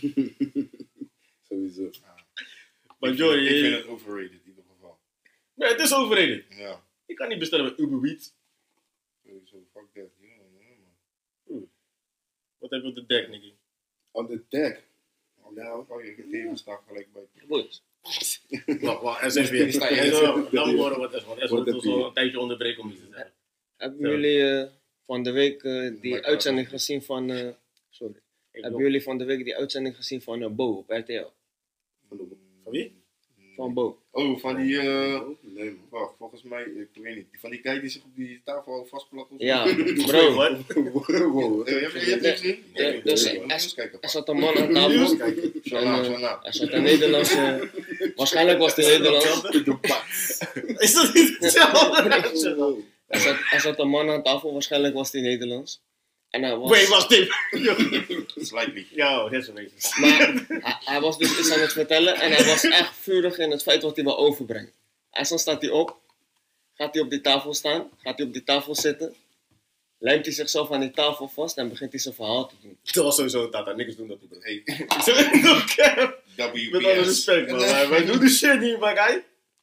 Sowieso. Maar Ik Joey, vind- ik vind je- het overrated in ieder geval. nee, het is overreden. Ja. Ik kan niet bestellen bij Uber Wheat. Sowieso, fuck that. Ja, ja, man. Wat heb je op de deck, nigga? On the deck. Nou, oh, je gegevens staan gelijk bij. Goed. Wacht, wacht, er zijn weer. Sta je- En zo, dan horen wat er is. Want er Wat wordt heb ons al je? een tijdje onderbreken om iets te zeggen. Hebben Zo. jullie eh, van de week eh, die Maar- uitzending gezien van... eh, sorry. Ik Hebben bedoel, jullie van de week die uitzending gezien van uh, Bo op R T L? Van wie? Van Bo. Oh, van die. eh Nee, man. wacht, volgens mij, ik weet niet. Van die guy die zich op die tafel vastplakt. of zo? Ja, Bro, bro. wat? Wow. Eh, je hebt je hebt het gezien? Ja, Nee, dus nee, er- nee, eens kijken. Er pa. zat een man aan tafel. Zo en, na, eh, zo na. Er zat een Nederlandse... Waarschijnlijk was het Nederlands. Is dat niet hetzelfde? Er zat, er zat een man aan tafel, waarschijnlijk was hij Nederlands. En hij was... Wait, wacht even. Slightly. Ja, dat is een beetje. Maar hij, hij was dus iets aan het vertellen en hij was echt vurig in het feit wat hij wil overbrengen. En zo staat hij op, gaat hij op die tafel staan, gaat hij op die tafel zitten, lijmt hij zichzelf aan die tafel vast en begint hij zijn verhaal te doen. Dat was sowieso Tata, niks doen dat niet, bro. Hey, Ik zeg niet op cap. Met alle W P S. respect, man. Wij- Wij doen de shit niet, maar guy.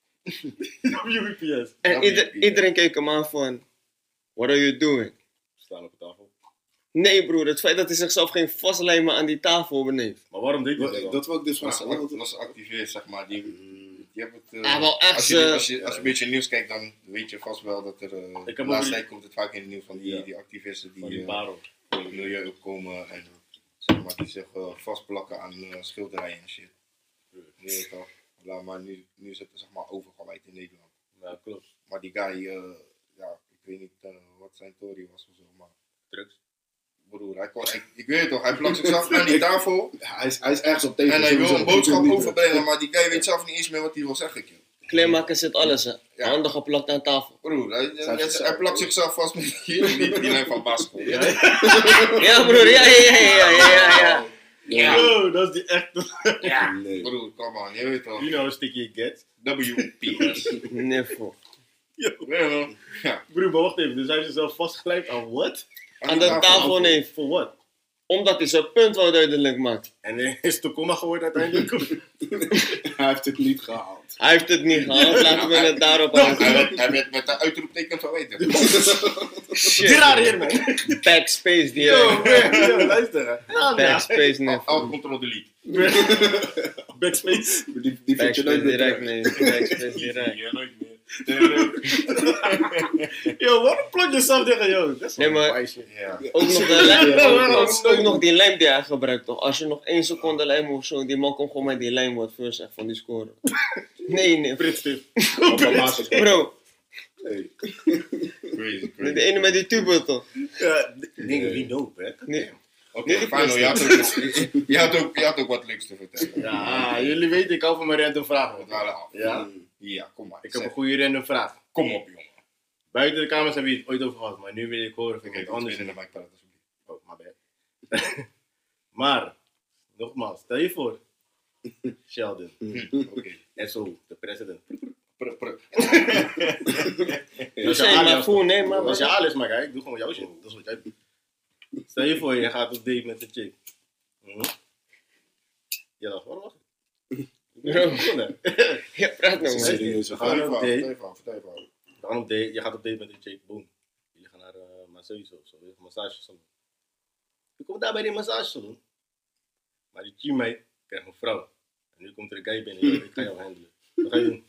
W P S. En ieder- iedereen keek hem aan van, what are you doing? Staan op de tafel. Nee broer, het feit dat hij zichzelf ging vastlijmen aan die tafel beneden. Maar waarom deed hij dat dan? Dat wil ik dus Maar van dat zeggen. was activist, zeg maar. Die, die hebben het, eh, Hij wil echt als, je, zijn- als, je, als je een beetje nieuws kijkt, dan weet je vast wel dat er. eh Ik de heb ook laatste die- tijd komt het vaak in het nieuws van die, Ja. die activisten die, Van die eh, parel. voor het milieu opkomen en zeg maar, die zich eh, vastplakken aan eh, schilderijen en shit. Je weet toch? Laat maar, nu, nu is het zeg maar overgeleid in Nederland. Ja, klopt. Maar die guy, eh, ja, ik weet niet eh, wat zijn story was of zo, maar Drugs. broer, hij kon, ik, ik weet het toch, hij plakt zichzelf aan die tafel Hij is, hij is ergens op tegen. en hij wil sowieso. een boodschap Niet, hè. overbrengen, maar die guy weet zelf niet eens meer wat hij wil zeggen, kill. Kleermaker zit alles hè, Ja. handen geplakt aan tafel. Broer, hij, hij, Zou hij, zichzelf- plakt zichzelf vast met die, die, die lijn van basisschool. Ja? Ja broer, ja ja ja ja ja ja ja. Ja. Yo, dat is die echte. Nee. Broer, come on, je weet toch. You know how sticky it gets. W P S. Nee voor. Yo. Ja, man. Ja. Broer, maar wacht even. Dus hij heeft zichzelf vastgelijmd aan wat? Aan de tafel nee. Voor wat? Omdat hij zijn punt wel duidelijk maakt. En is het komma geworden uiteindelijk? Hij heeft het niet gehaald. Hij heeft het niet gehaald, laten we het daarop Hij houden. werd, hij werd met een uitroepteken verwijderd. Shit. Raar hier, man. Backspace die Yo, hij. man, yo, luister. hè. Ja, Backspace Al net. control delete. Backspace. Die, die vind je Backspace nooit meer direct, terug. nee. Backspace direct. Ja, nooit meer. Yo, waarom plak je zelf tegen jou? Dat is Nee, maar- wijs shit. Ja. Ook nog, de lijm, Ja, ook, waarom? ook, ook nog die lijm die hij gebruikt, toch? Als je nog één seconde lijm of zo, die man komt gewoon met die lijm wat first echt van die score. Nee, nee. Britstift. Op een basis. Bro, Hey. Crazy, crazy. de ene met die tube toch? Ja, dingen wie dope, hè? Nee. Oké, Nee, die Fano, je had, ook, je, had ook, je had ook wat leuks te vertellen. Ja, jullie weten, ik hou van mijn random vragen. We dwalen af. Ja? Ja, kom maar. Ik heb een Zeg, goede random vraag. kom op, jongen. Buiten de kamers hebben we het ooit over gehad, maar nu wil ik horen van Oké, iemand ik anders. anders in de mic praten, alsjeblieft. Oh, my bad. Maar, nogmaals, stel je voor. Sheldon, Oké. S O, de president. Pr- pr- Dat is je Nee, maar alias, voel, nee, toch? maar Dat is je wat- alias, maar kijk, ik doe gewoon jouw shit. Dat is wat jij doet. Stel je voor, je gaat op date met een chick. Mhm. Ja, dat is waarom was het? Bro. begonnen. Ja, praat nou man. Serieus. We Vertel gaan je op verhaal, date. vertel je verhaal, vertel je verhaal. We gaan op date. Je gaat op date met een chick, boom. Je gaat naar uh, masseuse of zo, een massagesalon. Je komt daar bij die massagesalon. Maar die teammate krijgt een vrouw. En nu komt er een guy binnen, yo, ik ga jou handelen. Wat ga je doen?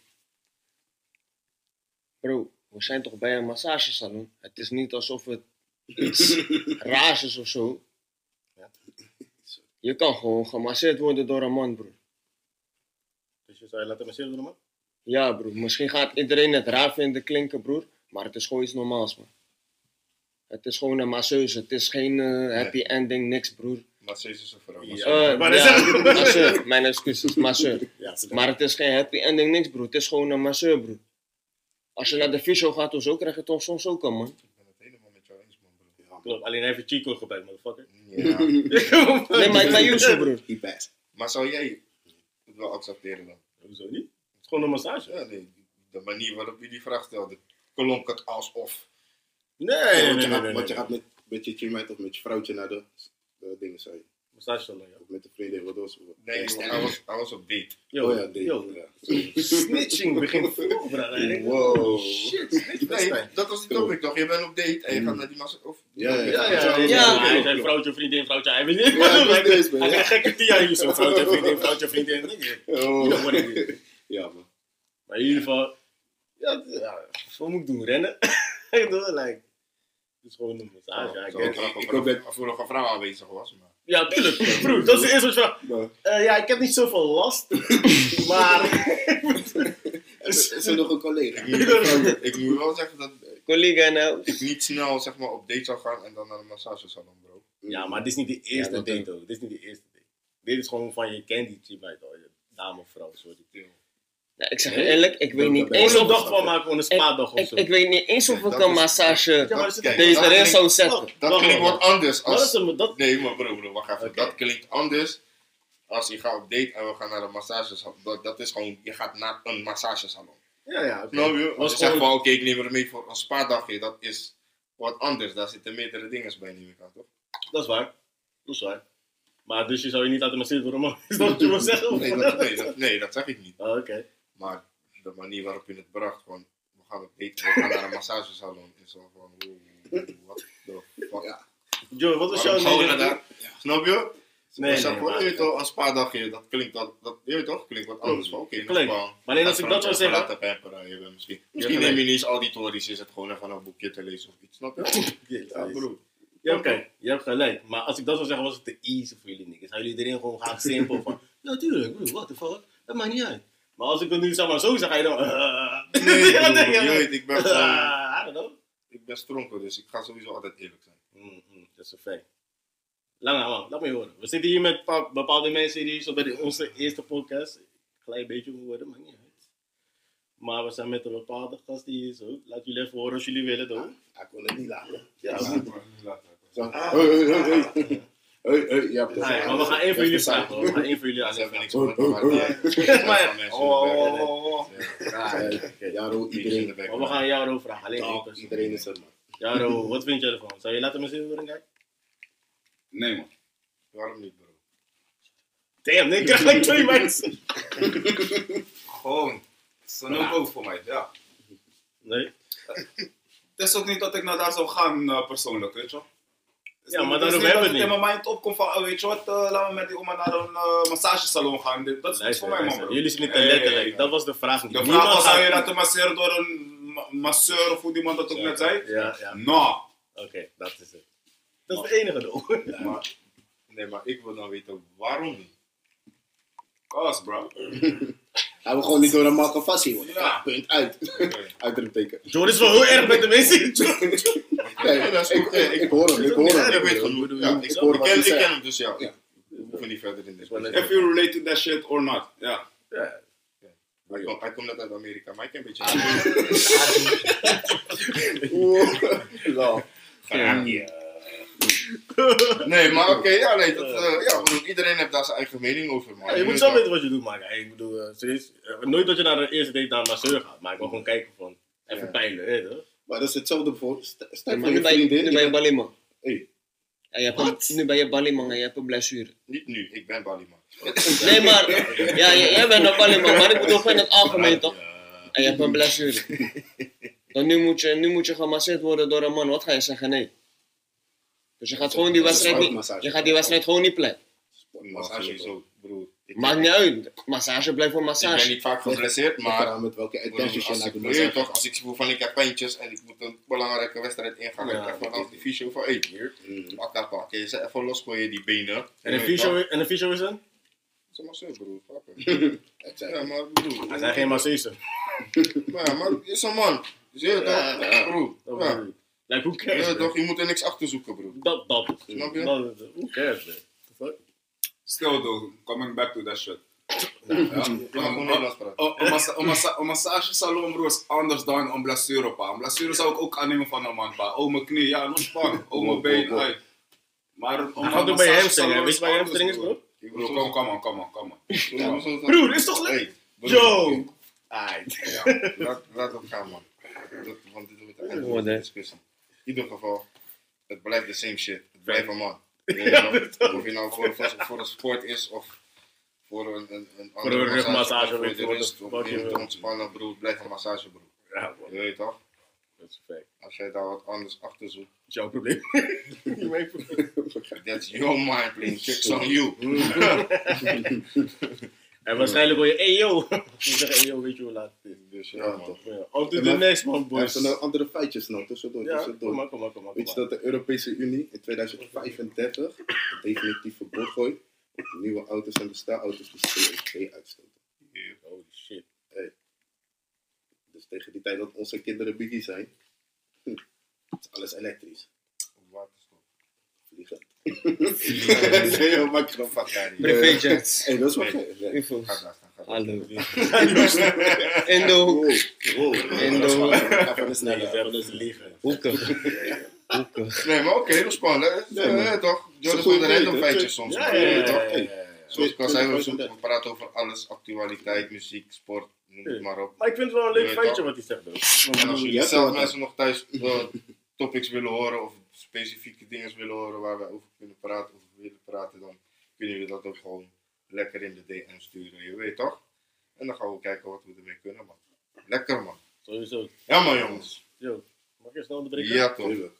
Bro, we zijn toch bij een massagesalon? Het is niet alsof het iets raars is of zo. Ja. Je kan gewoon gemasseerd worden door een man, bro. Dus je zou je laten masseren door de man? Ja, bro. Misschien gaat iedereen het raar vinden klinken, broer. Maar het is gewoon iets normaals, man. Het is gewoon een masseuse. Het is geen eh, happy ending, niks, broer. Maar ze is een vrouw. Ja. Eh, maar ja, dat is echt- masseur. Mijn excuses, masseur. Ja, Maar het is geen happy ending, niks, broer. Het is gewoon een masseur, broer. Als je naar de fysio gaat of zo, krijg je toch soms ook een man. Ik ben het helemaal met jou eens, man, bro. klopt. Alleen hij heeft Chico gebruikt, motherfucker. Ja. Nee, maar ik ben Yusuf, broer. Die pass. Maar zou jij het wel accepteren dan? Hoezo niet? Het is gewoon een massage. Ja, nee. De manier waarop je die vraag stelde, klonk het alsof. Nee, Ja, nee, want nee, je nee. gaat, nee, want je nee. gaat met, met je teammate of met je vrouwtje naar de, de dingen, zei je. Massagesalon, ja. Of met de vriendin, wat was Nee, Ja, joh, hij was, hij was op date. Yo, Oh ja, die. yo. Ja. Snitching begint vroeg, brother. Wow. Shit, snitch Nee, nee. dat was die topic toch? Je bent op date en je gaat naar die massa. Of, Ja, ja, Ja, ja, ja. Ja, Ja. Hij zei vrouwtje, vriendin, vrouwtje. Hij weet niet. Ja, ik weet deze, man. Hij krijgt gekke tia hier zo. Vrouwtje, vriendin, vrouwtje, vriendin. You know Oh. what it is. Ja, man. Maar in ieder geval, ja, ja, wat moet ik doen? Rennen? Ik doe het, like, het is gewoon een massage. ja, ik Zo, weet ik het. vraag ik of ook er dat- of er nog een vrouw aanwezig was. Maar. Ja, tuurlijk. Broer, dat is de eerste wat je vraagt. Maar, Eh, ja, ik heb niet zoveel last, maar... is, is er nog een collega? Ik moet, ik moet wel zeggen dat Collega nou. ik niet snel zeg maar, op date zou gaan en dan naar een massagesalon, bro. Ja, maar dit is niet de eerste Ja, dat date, hoor. Dit is niet de eerste date. Dit is gewoon van je kent die teammate, hoor. Je dame of vrouw, sorry. Ja, ik zeg je eerlijk, ik weet Dat- niet dat ben eens Eens of een dag van maken, gewoon een spa-dag of ik, zo. ik weet niet eens of ik Dat een is- massage Ja, maar dat is Kijk, deze dat erin klinkt- zou zetten. Oh, Dat wacht, klinkt wacht, wat wacht. anders Dat is als... een... Dat... Nee, maar bro, bro, wacht even. Oké. Dat klinkt anders als je gaat op date en we gaan naar een massagesalon. Dat, dat is gewoon, je gaat naar een massagesalon. Ja, ja, oké. Snap je? Als Was je zegt gewoon- van oké, ik neem er mee voor een spa-dagje, dat is wat anders. Daar zitten meerdere dingen bij, neem ik aan, toch? Dat is waar. Dat is waar. Maar dus je zou je niet laten masseren door een man? Is dat wat je wil zeggen? of- Nee, dat, nee, dat, nee, dat zeg ik niet. Oh, oké. Maar de manier waarop je het bracht, gewoon, we gaan op date, we gaan naar een massagesalon, is zo van, wow, wat de fuck. Ja. Joe, wat was jouw Waarom gaan we naar mening? daar? Snap je? Nee, Nee, nee, voor, maar- je weet toch, een spa-dagje, dat klinkt dat, dat, je weet toch, klinkt wat anders van, oké, Klinkt. okay, Maar nee, als ik dat zou zeggen- Laten pamperen, je bent misschien, misschien gelijk. neem je niet eens auditorisch, is het gewoon even een boekje te lezen of iets, snap je? Ja, broer. Ja, oké. Je hebt gelijk. Maar als ik dat zou zeggen, was het te easy voor jullie niggas. Zouden jullie erin gewoon gaan simpel van... Ja, tuurlijk, broer, what the fuck? Dat maakt niet uit. Maar als ik het nu zeg maar zo zeg, ga je dan... Uh, Nee, Ja, broer, ja, je ja. weet, ik ben gewoon, Uh, I don't know. ik ben stronken, dus ik ga sowieso altijd eerlijk zijn. Mm, mm, dat is een fact. Lange man, laat me horen. We zitten hier met pa- bepaalde mensen die zo bij de- onze eerste podcast. Klein een beetje worden, maakt niet uit. Maar we zijn met een bepaalde gast die hier zo. Laat jullie even horen als jullie willen, toch? Hij kon het niet laten. Ja, Ja, goed. Zo. Hoi, hoi, hoi, hoi. Hoi, hoi, ja, Ah, ja, maar we gaan één van jullie vragen, hoor. We gaan één van jullie Ja, aan ze hebben niks Oh, gehoord, oh, maar oh. ja. Maar- oh, oh, oh. Ja. Ja, Jaro, iedereen, Maar we gaan Jaro vragen. Alleen één ja, persoon. iedereen is er, man. Jaro, wat vind jij ervan? Zou je laten me zien door een guy? Nee man. Waarom niet, bro? Damn, nee, ik krijg gelijk twee mensen. Gewoon. Het is een ook voor mij, ja. Nee. Het is ook niet dat ik naar daar zou gaan uh, persoonlijk, weet je wel. Het is Ja, niet- maar het is daarom niet hebben dat we het het in mijn mind opkomt van, oh, weet je wat, uh, laten we met die oma naar een uh, massagesalon gaan. Dit- Dat is niks voor mij, man, bro. Jullie zijn niet te Nee, letterlijk. Dat was de vraag niet. De vraag Niemand was, zou je gaat- laten masseren door een ma- masseur of hoe die man dat ook net zei? Ja, ja. No. Oké, dat is het. Dat is het enige doel. Ja, maar, nee, maar ik wil dan weten waarom niet. Kast, bro. Hij wil gewoon niet door een man gevassie worden. Ja. Ja. Punt uit. Uitroepteken. Jordan is wel heel erg met de mensen. Nee, dat is ik, oké. ik, ik hoor hem, ik hoor Ja, hem. ik weet genoeg. Ja, Ik ik, hoor ik, wat ken, hij ik ken zegt. hem dus, ja. Ja. We hoeven niet verder in dit. If you relate to that shit or not. Ja. Ja. Hij komt, hij komt net uit Amerika, maar ik ken een beetje. Oeh, lol. Nee, maar oké, ja, nee, dat, eh, ja, bedoel, iedereen heeft daar zijn eigen mening over. Maar Ja, je moet zelf weten wat je doet, maar ja, ik bedoel, uh, serieus, uh, nooit dat je naar de eerste date naar een masseur gaat, maar ik wil gewoon kijken van, even Ja. peilen, weet je. Maar dat is hetzelfde voor. Stel Ja, voor maar je nu ben je, vriendin. nu die ben je zegt, Baliman. hey, En je hebt een, nu ben je Baliman en je hebt een blessure. Niet nu, ik ben Baliman. Nee, maar ja, jij, jij bent een Baliman, maar ik bedoel gewoon in het algemeen toch? En je hebt een blessure. Dan nu moet je, nu moet je gemasseerd worden door een man. Wat ga je zeggen? Nee. Dus je gaat gewoon die wedstrijd niet, je gaat die wedstrijd gewoon niet plannen. Massage zo, broer. Ik, Maakt niet uit. Massage blijft voor ik ben massage. niet vaak geblesseerd, ligt eraan maar met welke broer, intenties je als naar ik, de weet je massage toch, als ik voel van ik heb pijntjes en ik moet een belangrijke wedstrijd ingaan, Ja, ik even langs die fysio van hey, hier, Mhm. pak dat pak, je ze even losgooien die benen. En een Je weet toch? fysio, en een fysio is een? Zeg maar zo, broer. Fuck. Exact. Ja, maar broer. Hij zijn geen masseuse. Maar ja, maar het is een man. Dus je weet Ja, toch, ja. broer. Dat Ja. bedoel ik. Like, who Je cares, weet bro? toch, je moet er niks achter zoeken, broer. Dat, dat. Snap je? Dat, who cares, bro? The fuck? Still though, coming back to that shit. Je mag gewoon Nederlands praten. Oh, Een massa- een massa- een massagesalon, bro, is anders dan een blessure, pa. Een blessure zou ik ook aannemen van een man, pa. Oh, mijn knie, ja, no span. Oh, mijn been, uit. Maar een Hij gaat ook bij je hamstring, hè? massagesalon Weet je waar je anders, hamstring is, bro? Ik Bro, kom, come on, come on, come on. Broer, is toch leuk? Hey, broer. Yo! Aight. Ja, laat, laat het gaan, man. Dat, want dit wordt een Wat, hè? discussie. In ieder geval, het blijft de same shit. Het blijft een man. Je weet Ja, toch? dat is toch- Of je nou voor, voor, voor een sport is of voor een, een, een Voor een rugmassage, voor weet je de wat rust, de of fuck om je je te wil. ontspannen, broer. Het blijft een massage, broer. Ja, man. Je weet toch? Dat is fact. Als jij daar wat anders achter zoekt, Dat is jouw probleem. Niet mijn probleem. that's your mind playing tricks on you. En waarschijnlijk hoor je, hey yo. Je zegt, hey yo, weet je hoe laat het is. Dus Ja, ja, man. toch. Ja, on to the next man, boys. Even een andere feitjes nog, tussendoor. Ja, tussendoor. kom maar, kom maar, kom maar. Weet je kom maar. dat de Europese Unie in tweeduizend vijfendertig een definitief verbod gooit op nieuwe auto's en bestelauto's die C O twee uitstoten? Holy shit. Dus tegen die tijd dat onze kinderen biggie zijn, hm, is alles elektrisch. Waterstof. Vliegen. Nee, joh, maak je dan Fuck jij niet. Privéjets. Hey, dat is wat Nee. gek. Nee. U Ga voelt. daar staan. Ga daar Hallo. Hallo. In de hoek. Wow. Wow. In Dat is de wel hoek. even- even een Nee, snelle, je even hebt een dus liegen. Hoeken. Hoeken. Nee, maar oké, dat is spannend. Nee, man. Ja, toch? is een Jordan goede doet een random tweet, hè? feitjes soms. Ja, man. ja, Je ja, weet toch? ja, ja, ja. Zoals ik al zei, we, tweeduizend zoeken- vijfendertig. we praten over alles. Actualiteit, muziek, sport, noem het maar op. Maar ik vind het wel een leuk Je weet feitje toch? wat hij zegt, bro. En als je jullie hebt zelf wel mensen nog thuis eh, topics willen horen of specifieke dingen willen horen waar wij over kunnen praten of willen praten, dan kunnen jullie dat ook gewoon lekker in de D M sturen. Je weet toch? En dan gaan we kijken wat we ermee kunnen, man. Lekker, man. Sowieso. Ja, man, jongens. Yo, mag ik snel onderbreken? Ja, toch. Tuurlijk.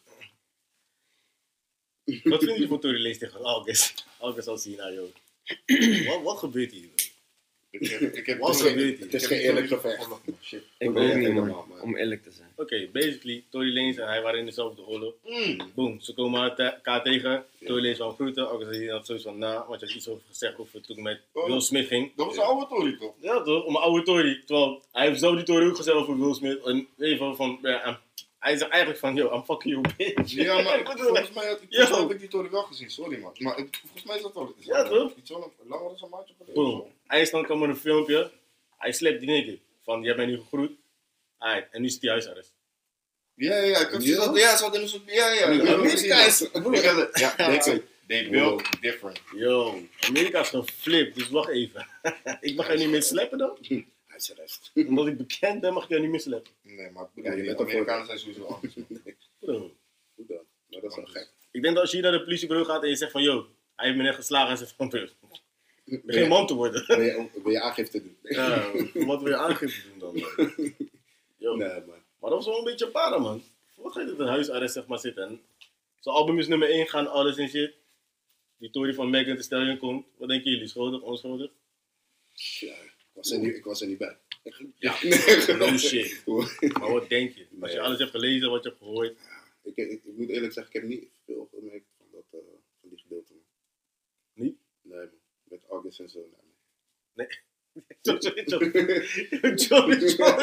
Wat vinden jullie van Tory Lanez tegen August? August Alsina, joh. Wat, wat gebeurt hier, bro? Ik heb, ik heb Wat gebeurt hier? Het is geen eerlijk gevecht. Shit. Ik Nee, ook niet, helemaal, man. man. Om eerlijk te zijn. Oké, basically, Tory Lanez en hij waren in dezelfde oorlog. Mm. Boom, ze komen elkaar tegen. Tory Lanez wou groeten. August Alsina had zoiets van, nou, want je had iets over gezegd over toen ik met Will Smith ging. Dat was een oude Tory, toch? Ja, toch? Om een oude Tory. Terwijl hij heeft zelf die Tory ook gezegd over Will Smith. En weet je wel, van, ja, I'm- hij zegt eigenlijk van, yo, I'm fucking you, bitch. Ja, maar Ik bedoel, volgens mij had ik, Yo. volgens mij heb ik die Tory wel gezien, sorry man. Maar ik, volgens mij is dat al is Ja, dat toch? iets wel langer dan een maandje geleden. of Boom. zo. Eindstand kwam er een filmpje. Hij slept die nigger. Van, jij bent nu gegroet. Aight, en nu is hij huisarrest. Ja, ja, ja. Ik had Ja? gezien dat, ja, ze hadden een soort, ja, ja. Ik heb het gezien, Amerika is... man. Ik had het- Ja, they, they built different. Yo, Amerika is geflipt, dus wacht even. Ik mag jou niet meer slappen dan? Huisarrest. Omdat ik bekend ben, mag ik jou niet meer slappen. Nee, maar ik Ja, bedoel, je die bent er Amerikanen zijn sowieso anders. man. Bro. Hoe dan? Maar dat is wel gek. Ik denk dat als je hier naar de politiebureau gaat en je zegt van, yo, Hij heeft me net geslagen en zegt van, begin man te worden. Wil je, wil je aangifte doen? Ja, wat wil je aangifte doen dan? Yo. Nee, man. Maar dat was wel een beetje para, man. Wat ga je in een huisarrest zeg maar zitten? En zijn album is nummer één, gaan alles en shit. Die Tory van Megan Thee Stallion komt. Wat denken jullie? Schuldig, onschuldig? Ja, ik was er niet, ik was er niet bij. Ja, Nee, no shit. Maar wat denk je? Als je Nee. alles hebt gelezen, wat je hebt gehoord. Ik, ik, ik moet eerlijk zeggen, ik heb niet veel gemerkt van, dat, uh, van die gedeelte. Man. Niet? Nee, man. Met August en zo. Nee, Nee. Zo, zo, zo. Zo, zo.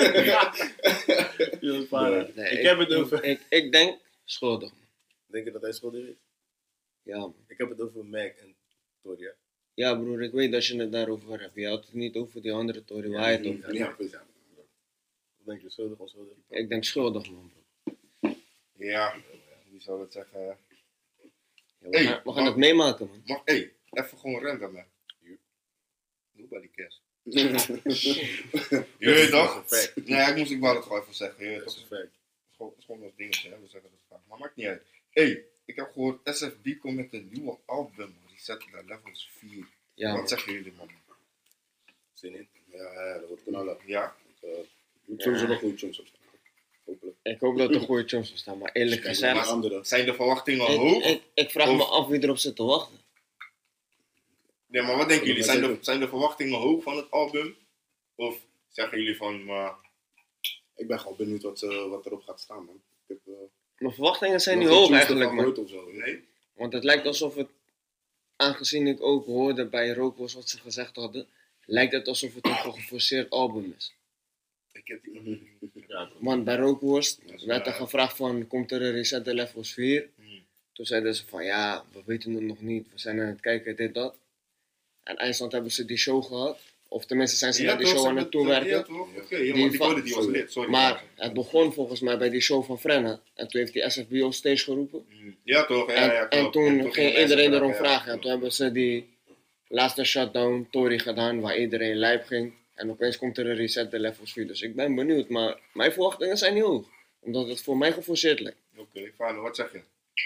Yo, para. Nee, Ik heb het over... Ik, ik denk schuldig. man. Denk je dat hij schuldig is? Ja, man. Ik heb het over Mac en Tory, hè? Ja, broer, ik weet dat je het daarover hebt. Je had het niet over die andere Tory, waar je het over hebt. Ja, precies. Wat denk je? Schuldig, onschuldig? Ik denk schuldig, man, bro. Ja, wie zou dat zeggen? Ja, we Hey, gaan, we gaan maar- het meemaken, man. Maar hé, hey, even gewoon random, hè. Nobody cares. Je weet toch? Dat is een fact. Nee, ik moest ik wou het gewoon even zeggen. Je weet Dat toch? is een fact. Het is gewoon- het is gewoon ons dingetje, hè. We zeggen dat vaak. Maar maakt niet uit. Hé, hey, ik heb gehoord, S F B komt met een nieuwe album. Reset naar Levels vier. Ja, man. Wat zeggen jullie, man? Zin in. Ja, ja, dat wordt knallen. Ja? Uh, moet sowieso nog goede tunes op staan. Hopelijk. Ik hoop dat er goede chums op staan, maar eerlijk Kijk naar gezegd... anderen. Zijn de verwachtingen Ik, hoog? ik, ik vraag me Of- af wie erop zit te wachten. Nee, maar wat denken jullie? Zijn de, zeggen? zijn de verwachtingen hoog van het album? Of zeggen jullie van, maar... Ik ben gewoon benieuwd wat, uh, wat erop gaat staan, man. Ik heb, uh, Mijn verwachtingen zijn nog niet geen hoog tunes eigenlijk, ervan man. gehoord of zo. Nee? Want het lijkt alsof het, aangezien ik ook hoorde bij Rookworst wat ze gezegd hadden, lijkt het alsof het een geforceerd album is. Ik heb die... Ja, Want bij Rookworst Dat is werd er waar. gevraagd van, komt er een reset de levels vier? Hmm. Toen zeiden ze van, ja, we weten het nog niet, we zijn aan het kijken, dit, dat. En eindstand hebben ze die show gehad, of tenminste zijn ze naar die toch, show ze aan het hebben- toewerken. Ja, toch? Oké, ja, Die want ik va- hoorde die was lid. Sorry. Maar het begon volgens mij bij die show van Frenna. En toen heeft die S F B on stage geroepen. Hmm. Ja, toch? Ja, en, ja, en klopt. toen En ging gingen iedereen mensen erom vragen, ja. vragen. En toen hebben ze die laatste shutdown Tory gedaan, waar iedereen lijp ging. En opeens komt er een reset de levels vier. Dus ik ben benieuwd, maar mijn verwachtingen zijn niet hoog. Omdat het voor mij geforceerd lijkt. Oké, Fano, wat zeg je?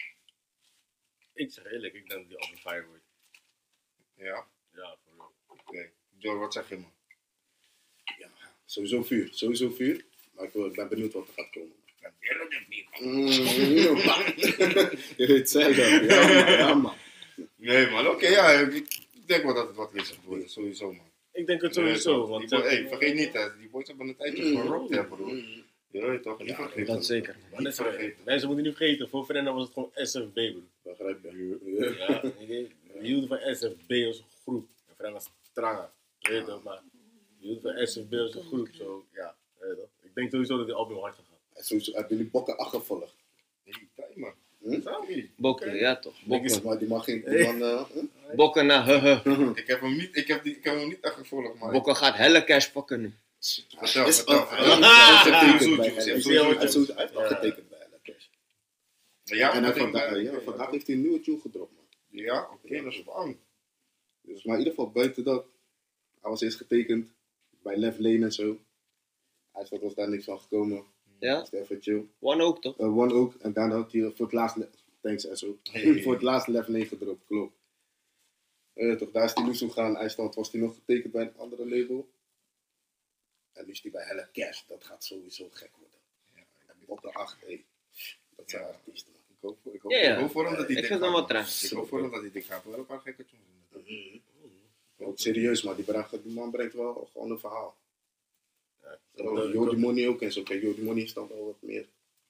ik zeg eerlijk, ik denk dat die album fire wordt. Ja? Ja, voor real. Oké. Joe, wat zeg je, man? Ja, sowieso vuur. Sowieso vuur. Maar ik, wil- ik ben benieuwd wat er gaat komen. Mm, je weet zelf. Ja, man. Ja, man. Nee, man. Oké, ja. Ik ik denk wel dat het wat is gaat worden. Sowieso, man. Ik denk het Je weet sowieso, toch? want... Die boy- eh, hey, vergeet niet, hè. Die boys hebben een tijdje voor rock te hebben, broer. Je weet toch? Niet vergeten. Dat zeker. maar net zo- Mensen moeten niet vergeten, voor Frenna was het gewoon S F B, broer. Begrijp je? Ja, ik- we hielden van S F B als een groep. En Frenna is tranger, weet je toch, maar we hielden van S F B als een groep, zo, ja, weet je toch. Ik denk sowieso dat die album hard gaat gaan. En sowieso hebben jullie bokken achtervolgd. Nee, tijd, man. Hm? Sorry. Bokken, ja toch. Bokken. Maar die mag geen... Die man, uh, huh? Bokken na huh Ik heb hem niet, ik heb die, ik heb hem niet echt gevolgd, maar... Bokken gaat helle cash pakken nu. Vertel, Is vertel. al- vertel. hij heeft Sowieso, getekend bij Juice, L A ja, Cash. sowieso, Hij heeft sowieso- hij heeft al Ja. getekend bij L A Cash. Ja, En maar hij ik denk- vandaag, ja, vandaag heeft hij een nieuwe tune gedropt, man. Ja, oké, dat is bang. Dus, maar in ieder geval buiten dat, hij was eerst getekend bij Lef Lane en zo. Hij was daar niks van gekomen. Ja? Dat is even chill. One ook toch? Uh, One ook. En daarna had hij voor het laatst, le- thanks en zo, Hey. voor het laatst Lef Lane gedropt, klopt. Uh, toch, daar is hij nu zo gaan. IJsland was hij nog getekend bij een andere label. En nu is hij bij Hella Cash. Dat gaat sowieso gek worden. Ja, en Bokken acht, hey. Dat zijn Ja. artiesten, man. Ik hoop, ik hoop, Ja, ja. ik hoop voor hem dat hij Ik dik vind gaat. hem wel traag. Ik hoop voor hem dat hij dik gaat. Wel een paar gekke tunes inderdaad. Ook serieus, maar die, brengt, die man brengt wel gewoon een verhaal. Ja, Oh, Jody Money ook en zo. Kijk, Jody Money is dan wel wat meer.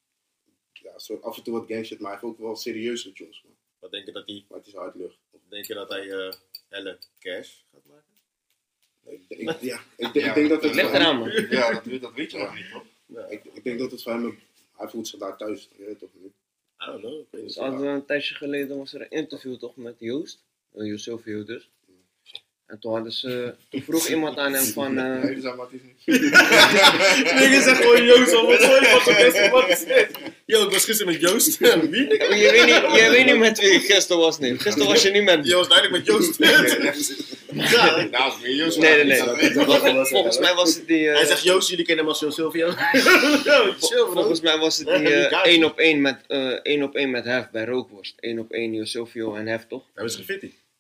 Ja, soort, af en toe wat gangshit, maar hij heeft ook wel serieuze tunes, man. Wat denk je dat hij, Maar het is hard lucht. of denk je dat hij eh helle cash gaat maken? Ik, ik, ja, ik, denk- Ja, ik denk dat het Het ligt voor hem- eraan, man. Ja, dat, weet- dat weet je nog niet, toch? Ja, Ik, ik denk dat het voor hem, hij voelt zich daar thuis, je weet toch niet. I don't know, ik weet niet. Dus hadden we een tijdje geleden was er een interview toch met Joost. Uh, Joost Silvio dus. En toen hadden ze, toen vroeg iemand aan hem van, eh, Nee, zijn Matties niet. Nigga zegt gewoon Joost, man. Wat gooi je wat de beste wat is dit? Yo, ik was gisteren met Joost. Wie? nigga? je weet niet, je weet niet met wie ik gisteren was, nee. Gisteren was je niet met me. Je was duidelijk met Joost. Ja. Nou, is meer Joost. Nee, nee, nee. dat- dat- Vol- Volgens mij was het die, eh, Hij zegt Joost, jullie kennen hem als Joe Silvio. Yo, chill bro. volgens mij was het die eh, één op één met, eh, één op één met Hef bij Rookworst. één op één Joost Silvio en Hef toch? Hij was gefitty.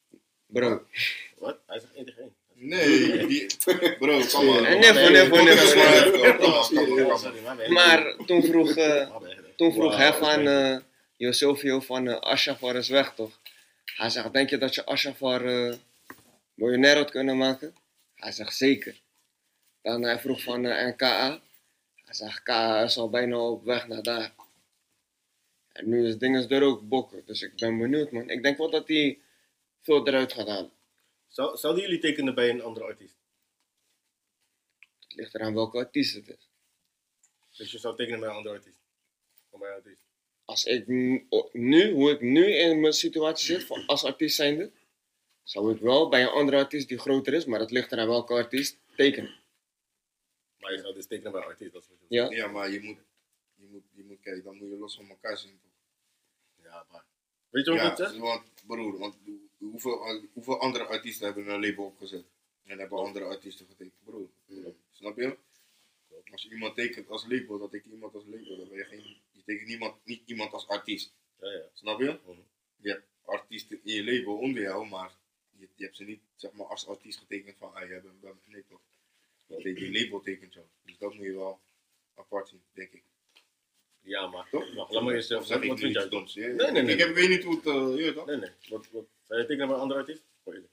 Bro. Wat? Hij zegt één tegen één. Nee, die, bro, kom maar. Nee, nee, nee, nee, nee. Sorry, maar ben- Maar toen vroeg, eh, Maar ben- toen vroeg Wauw, Hef dat is aan mijn- eh Josilvio van uh, Ashafar is weg, toch? Hij zegt, denk je dat je Ashafar eh miljonair had kunnen maken? Hij zegt, zeker. Dan hij vroeg van eh, en K A. Hij zegt, K A is al bijna op weg naar daar. En nu is dingen er ook bokken, dus ik ben benieuwd, man. Ik denk wel dat hij veel eruit gaat halen. Zou- Zouden jullie tekenen bij een andere artiest? Het ligt eraan welke artiest het is. Dus je zou tekenen bij een andere artiest? Of bij een artiest? Als ik n- o- nu, hoe ik nu in mijn situatie zit, van als artiest zijnde, zou ik wel bij een andere artiest die groter is, maar dat ligt eraan welke artiest, tekenen. Maar je zou dus tekenen bij een artiest, dat is wat je Ja? Ja, maar je moet, je moet, je moet kijken, dan moet je los van elkaar zien, toch? Ja, maar... Weet je wat ik Ja, het zeg? want broer, want hoeveel, hoeveel andere artiesten hebben een label opgezet? En hebben andere artiesten getekend, broer. Snap je? Als je iemand tekent als label, dan tekent iemand als label. Dan ben je geen, je tekent niemand, niet iemand als artiest. Ja, ja. Snap je? Mhm. Je hebt artiesten in je label onder jou, maar je, je hebt ze niet zeg maar, als artiest getekend van, ah, jij bent bij mij. Nee toch? Je, je label tekent jou. Dus dat moet je wel apart zien, denk ik. Ja, maar... Toch? Wacht, laat maar eerst Of even zeg zeggen, ik wat nu vind iets jij? doms? Nee, nee, nee. Ik, heb, ik weet niet hoe het, uh, je weet toch? Nee, nee. Wat, wat, zou je tekenen bij een andere artiest? Voor jullie?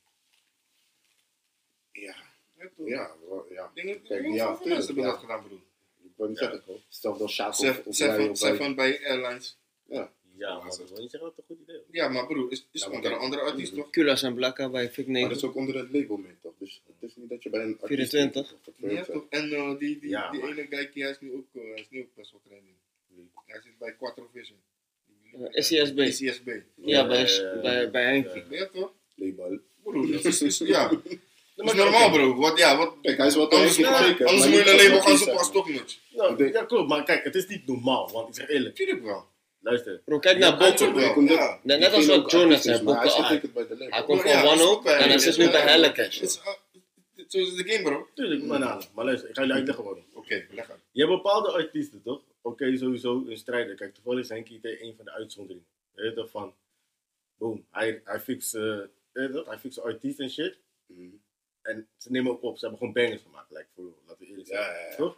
Ja, Ja, toch? ja, wel, ja. Dingen, Kijk, dingen ja, ja, veel mensen hebben ja. dat gedaan, broer. Ik wil niet Ja, zeggen, klopt. stel dat Sjaak Sef- of, of Seven, wij of wij- Seven bij Airlines. Ja, maar dat wil niet zeggen dat het een goed idee is. Ja, maar broer, is, is Ja, maar onder een kijk, andere artiest toch? Kulas en Blakka bij Fik Maar dat is negen. ook onder het label mee, toch? Dus het is niet dat je bij een artiest... vierentwintig. Of Ja, tweeëntwintig. toch? En uh, die, die, Ja, die maar- ene guy, hij is nu ook, uh, hij is nu ook best wel trending. Hij zit bij Quattro Vision. Uh, S C S B. S C S B. Ja, bij, Ja, bij, bij Henkie. Ja, toch? Label. Broer, dat is, is, ja. Dat is normaal, bro. Wat, ja, wat, Kijk, hij is wel anders tegen anders zeker, maar moet je niet een als label gaan artiest, zoeken als zeg maar. topnotch. Nou, ja, klopt, maar kijk, het is niet normaal, want ik zeg eerlijk, Tuurlijk wel. luister. Bro, kijk naar Bokke. Tuurlijk bro. wel. Ja. Net net als Diegene wat ook Jonas artiest is, zei, maar hij Bokke zit uit. ook bij de label. Hij komt van Ja, One is Up ook bij- en hij zit nu bij Helle Cash. Het is, uh, Zo is het de game, bro. Oké, Tuurlijk, maar, nou, maar luister, ik ga jullie uitleggen waarom. leg uit. Je hebt bepaalde artiesten, toch? Oké, sowieso een strijder. Kijk, toevallig is Henkie T een van de uitzonderingen. Je weet toch van, boom, hij, hij fixt, uh, je weet toch? Hij fixt artiest en shit. Mhm. En ze nemen ook op, ze hebben gewoon bangers gemaakt, like, voor, laten we eerlijk zijn. Ja, ja, ja. Toch?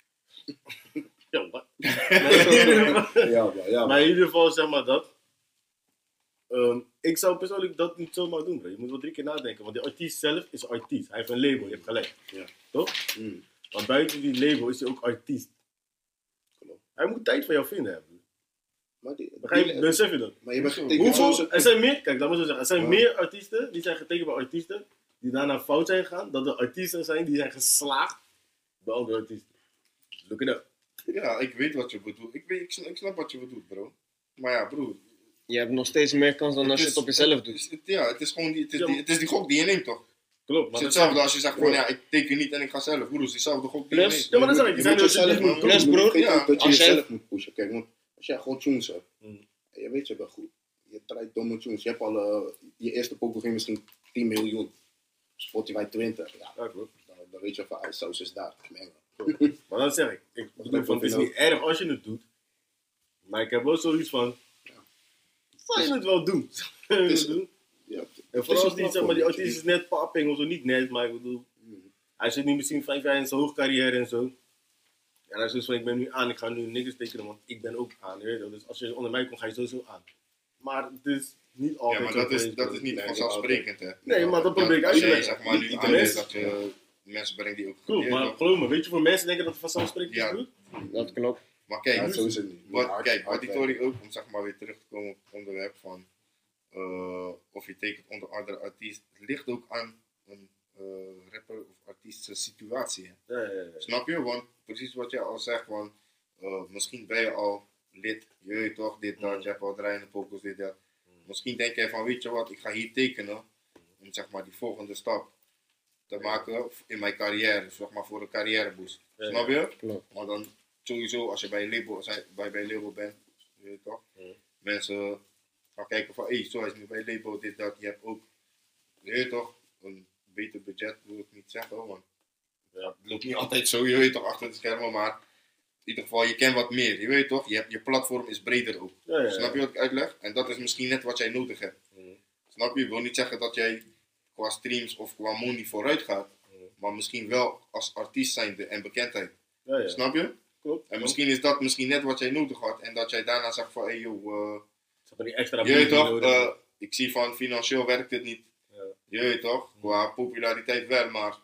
Ja, wat? Ja, maar ja. Maar in ieder geval, zeg maar dat. Ehm, ik zou persoonlijk dat niet zomaar doen, bro. Je moet wel drie keer nadenken, want de artiest zelf is artiest. Hij heeft een label, je hebt gelijk. Ja. Toch? Mm. Maar buiten die label is hij ook artiest. Klopt. Hij moet tijd van jou vinden hebben. Maar, die, Begrijp die- je? Besef je dat? maar je bent getekend Hoeveel? zoals- Er zijn meer, kijk, laat me zo zeggen. Er zijn Ja. meer artiesten die zijn getekend bij artiesten die daarna fout zijn gegaan, dan de artiesten zijn die zijn geslaagd bij andere artiesten. Look it up. Ja, ik weet wat je bedoelt. Ik, weet, ik, snap, ik snap wat je bedoelt, bro. Maar ja, broer. Je hebt nog steeds meer kans dan als je is- het op jezelf het doet. is- het- Ja, het is gewoon die, het is Ja, die, het is die gok die je neemt, toch? Klopt, Het maar is dat hetzelfde als je zegt van ja, ik teken niet en ik ga zelf. Broer, het is diezelfde gok die je Plus- neemt. Ja, maar dat zeg ik. Je Er zijn moet dus jezelf die moet doen. Plus, broer, vergeten ja, dat je als jij- jezelf moet pushen. Kijk, want als jij gewoon tunes hebt, Mm. en je weet je wel goed, je draait domme tunes. Je hebt al, uh, je eerste pokoe ging misschien tien miljoen, Spotify twintig, ja. Ja, klopt. Dan, dan weet je van, ah, saus is daar. Mengen. Maar dat zeg ik. Ik bedoel, van, het is niet erg als je het doet. Maar ik heb wel zoiets van. Zou je het wel doen? Zou je Het is- het doen? Ja, En het vooral is als die, een zeg maar, die platform, artiest is net popping of zo, niet net, maar ik bedoel. Mm. Hij zit nu misschien vijf jaar in zijn hoogcarrière en zo. En hij zegt van, ik ben nu aan, ik ga nu niks tekenen, want ik ben ook aan. Je weet wel. Dus als je onder mij komt, ga je sowieso aan. Maar het is niet Ja, altijd maar zo dat is, geweest, dat bro. is niet Nee, vanzelfsprekend, hè. Nee, maar dat probeer ik uit Als te jij leggen. zeg maar nu Niet aan iedereen. is dat je mensen brengt die ook Klopt, ja, maar toch? geloof me, weet je voor mensen denken dat het vanzelfsprekend is, Ja. broer? Dat klopt. Maar kijk, Ja, zo is het niet. wat, Hard- kijk, wat hard die werken. Tory ook, om zeg maar weer terug te komen op het onderwerp van eh, of je tekent onder andere artiest, het ligt ook aan een eh, rapper of artiest situatie. Hè. Ja, ja, ja. Snap je? Want precies wat je al zegt, van, eh, misschien ben je al lid, je weet toch, dit, dat, je hebt al draaiende pokers, dit, dat. Misschien denk jij van, weet je wat, ik ga hier tekenen om zeg maar die volgende stap te maken in mijn carrière, zeg maar voor een carrièreboost. Ja, Snap je? Klopt. Maar dan sowieso, als je bij een label, als je bij, bij een label bent, je weet toch, Ja. mensen gaan kijken van, hé, hey, zo hij is nu bij een label, dit, dat, je hebt ook, je weet toch, een beter budget, wil ik niet zeggen, hoor, want Ja. het loopt niet altijd zo, je weet toch, achter de schermen, maar in ieder geval, je kent wat meer, je weet toch, je, hebt, je platform is breder ook. Ja, ja, ja. Snap je wat ik uitleg? En dat is misschien net wat jij nodig hebt. Mhm. Snap je? Ik wil niet zeggen dat jij qua streams of qua money vooruit gaat. Maar misschien wel als artiest zijnde en bekendheid. Ja, ja. Snap je? Klopt. En misschien is dat misschien net wat jij nodig had. En dat jij daarna zegt van, hé hey, joh, uh, Ze hebben die extra je weet boost toch, nodig. uh, ik zie van financieel werkt het niet. Ja. Je weet toch, qua populariteit wel, maar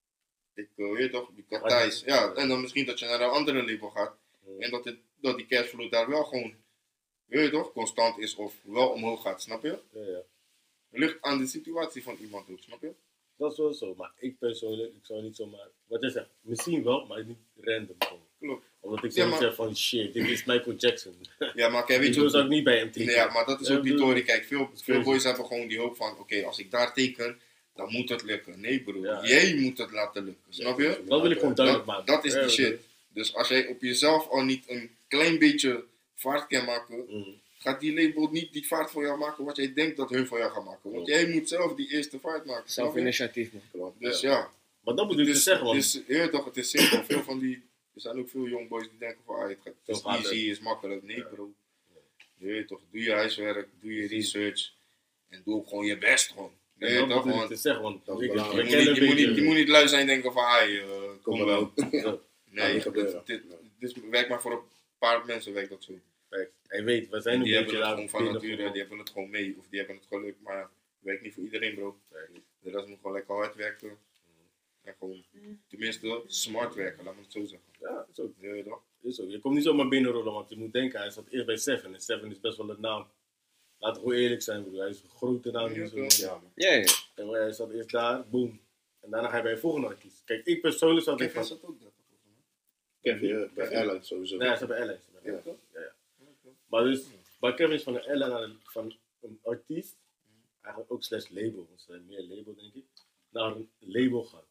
ik uh, je weet toch, die Ja, partijs. ja. Ja, en dan misschien dat je naar een andere label gaat. Ja. En dat, het, dat die cashflow daar wel gewoon, je weet toch, constant is of wel omhoog gaat, snap je? Ja, ja. Het ligt aan de situatie van iemand ook, snap je? Dat is wel zo, maar ik persoonlijk, ik zou niet zomaar, wat jij zegt, misschien wel, maar niet random gewoon. Klopt. Omdat ik Ja, zo maar- zeg van shit, dit is Michael Jackson. Ja, maar kijk, weet Ik je wil ook- ook niet bij hem Nee, tekenen. ja, maar dat is Ja, ook die bedoel- tory. Kijk, veel, is veel crazy. boys hebben gewoon die hoop van, oké, als ik daar teken, dan moet het lukken. Nee bro, Ja. jij moet het laten lukken, snap je? Dat wil ik gewoon duidelijk Dat, maken. dat is Ja, die shit. Dus als jij op jezelf al niet een klein beetje vaart kan maken, Mm. gaat die label niet die vaart voor jou maken wat jij denkt dat hun voor jou gaan maken. Want jij moet zelf die eerste vaart maken, snap Zelf je? initiatief, man. Dus ja, Maar dat moet het ik dus is, zeggen, het want is, je weet toch, het is simpel. Veel van die, er zijn ook veel young boys die denken van, ah, het, gaat, het is Zo gaat easy, het. is makkelijk. Nee bro. Je weet toch, doe je huiswerk, doe je research en doe ook gewoon je best gewoon. Je en weet dat toch, bedoel ik want te zeggen, want Dat is ik- ik belangrijk. je ken moet, een niet, je, moet niet, beetje- je moet niet lui zijn en denken van, ah, uh, kom Kom wel. wel. Ja, Nee, niet dit, gebeuren. dit, dit werkt maar voor een paar mensen, werkt dat zo. kijk, hij weet, we zijn En een die hebben beetje het daar gewoon van binnen nature, gewoon. die hebben het gewoon mee, of die hebben het geluk, maar het werkt niet voor iedereen bro. De rest moet gewoon lekker hard werken. En gewoon, tenminste, smart werken, laat me het zo zeggen. Ja, is ook. Je weet toch? Is ook. Je komt niet zomaar binnenrollen, want je moet denken, hij zat eerst bij Seven. En Seven is best wel een naam. Laten we gewoon eerlijk zijn, broer. Hij is een grote naam. Ja, Zo. toch? Ja, man. Ja, ja. En hij zat eerst daar, boom. En daarna ga je bij een volgende artiest. Kijk, ik persoonlijk zat ik Kevin van... zat ook dat. Kevin, ja, bij Airline sowieso. Nee, hij zat bij Ellen. Ja. Ja. Ja, ja. Maar dus, bij Kevin is van een Ellen naar een, van een artiest, eigenlijk ook slash label, want ze zijn meer label denk ik, naar een label gaan.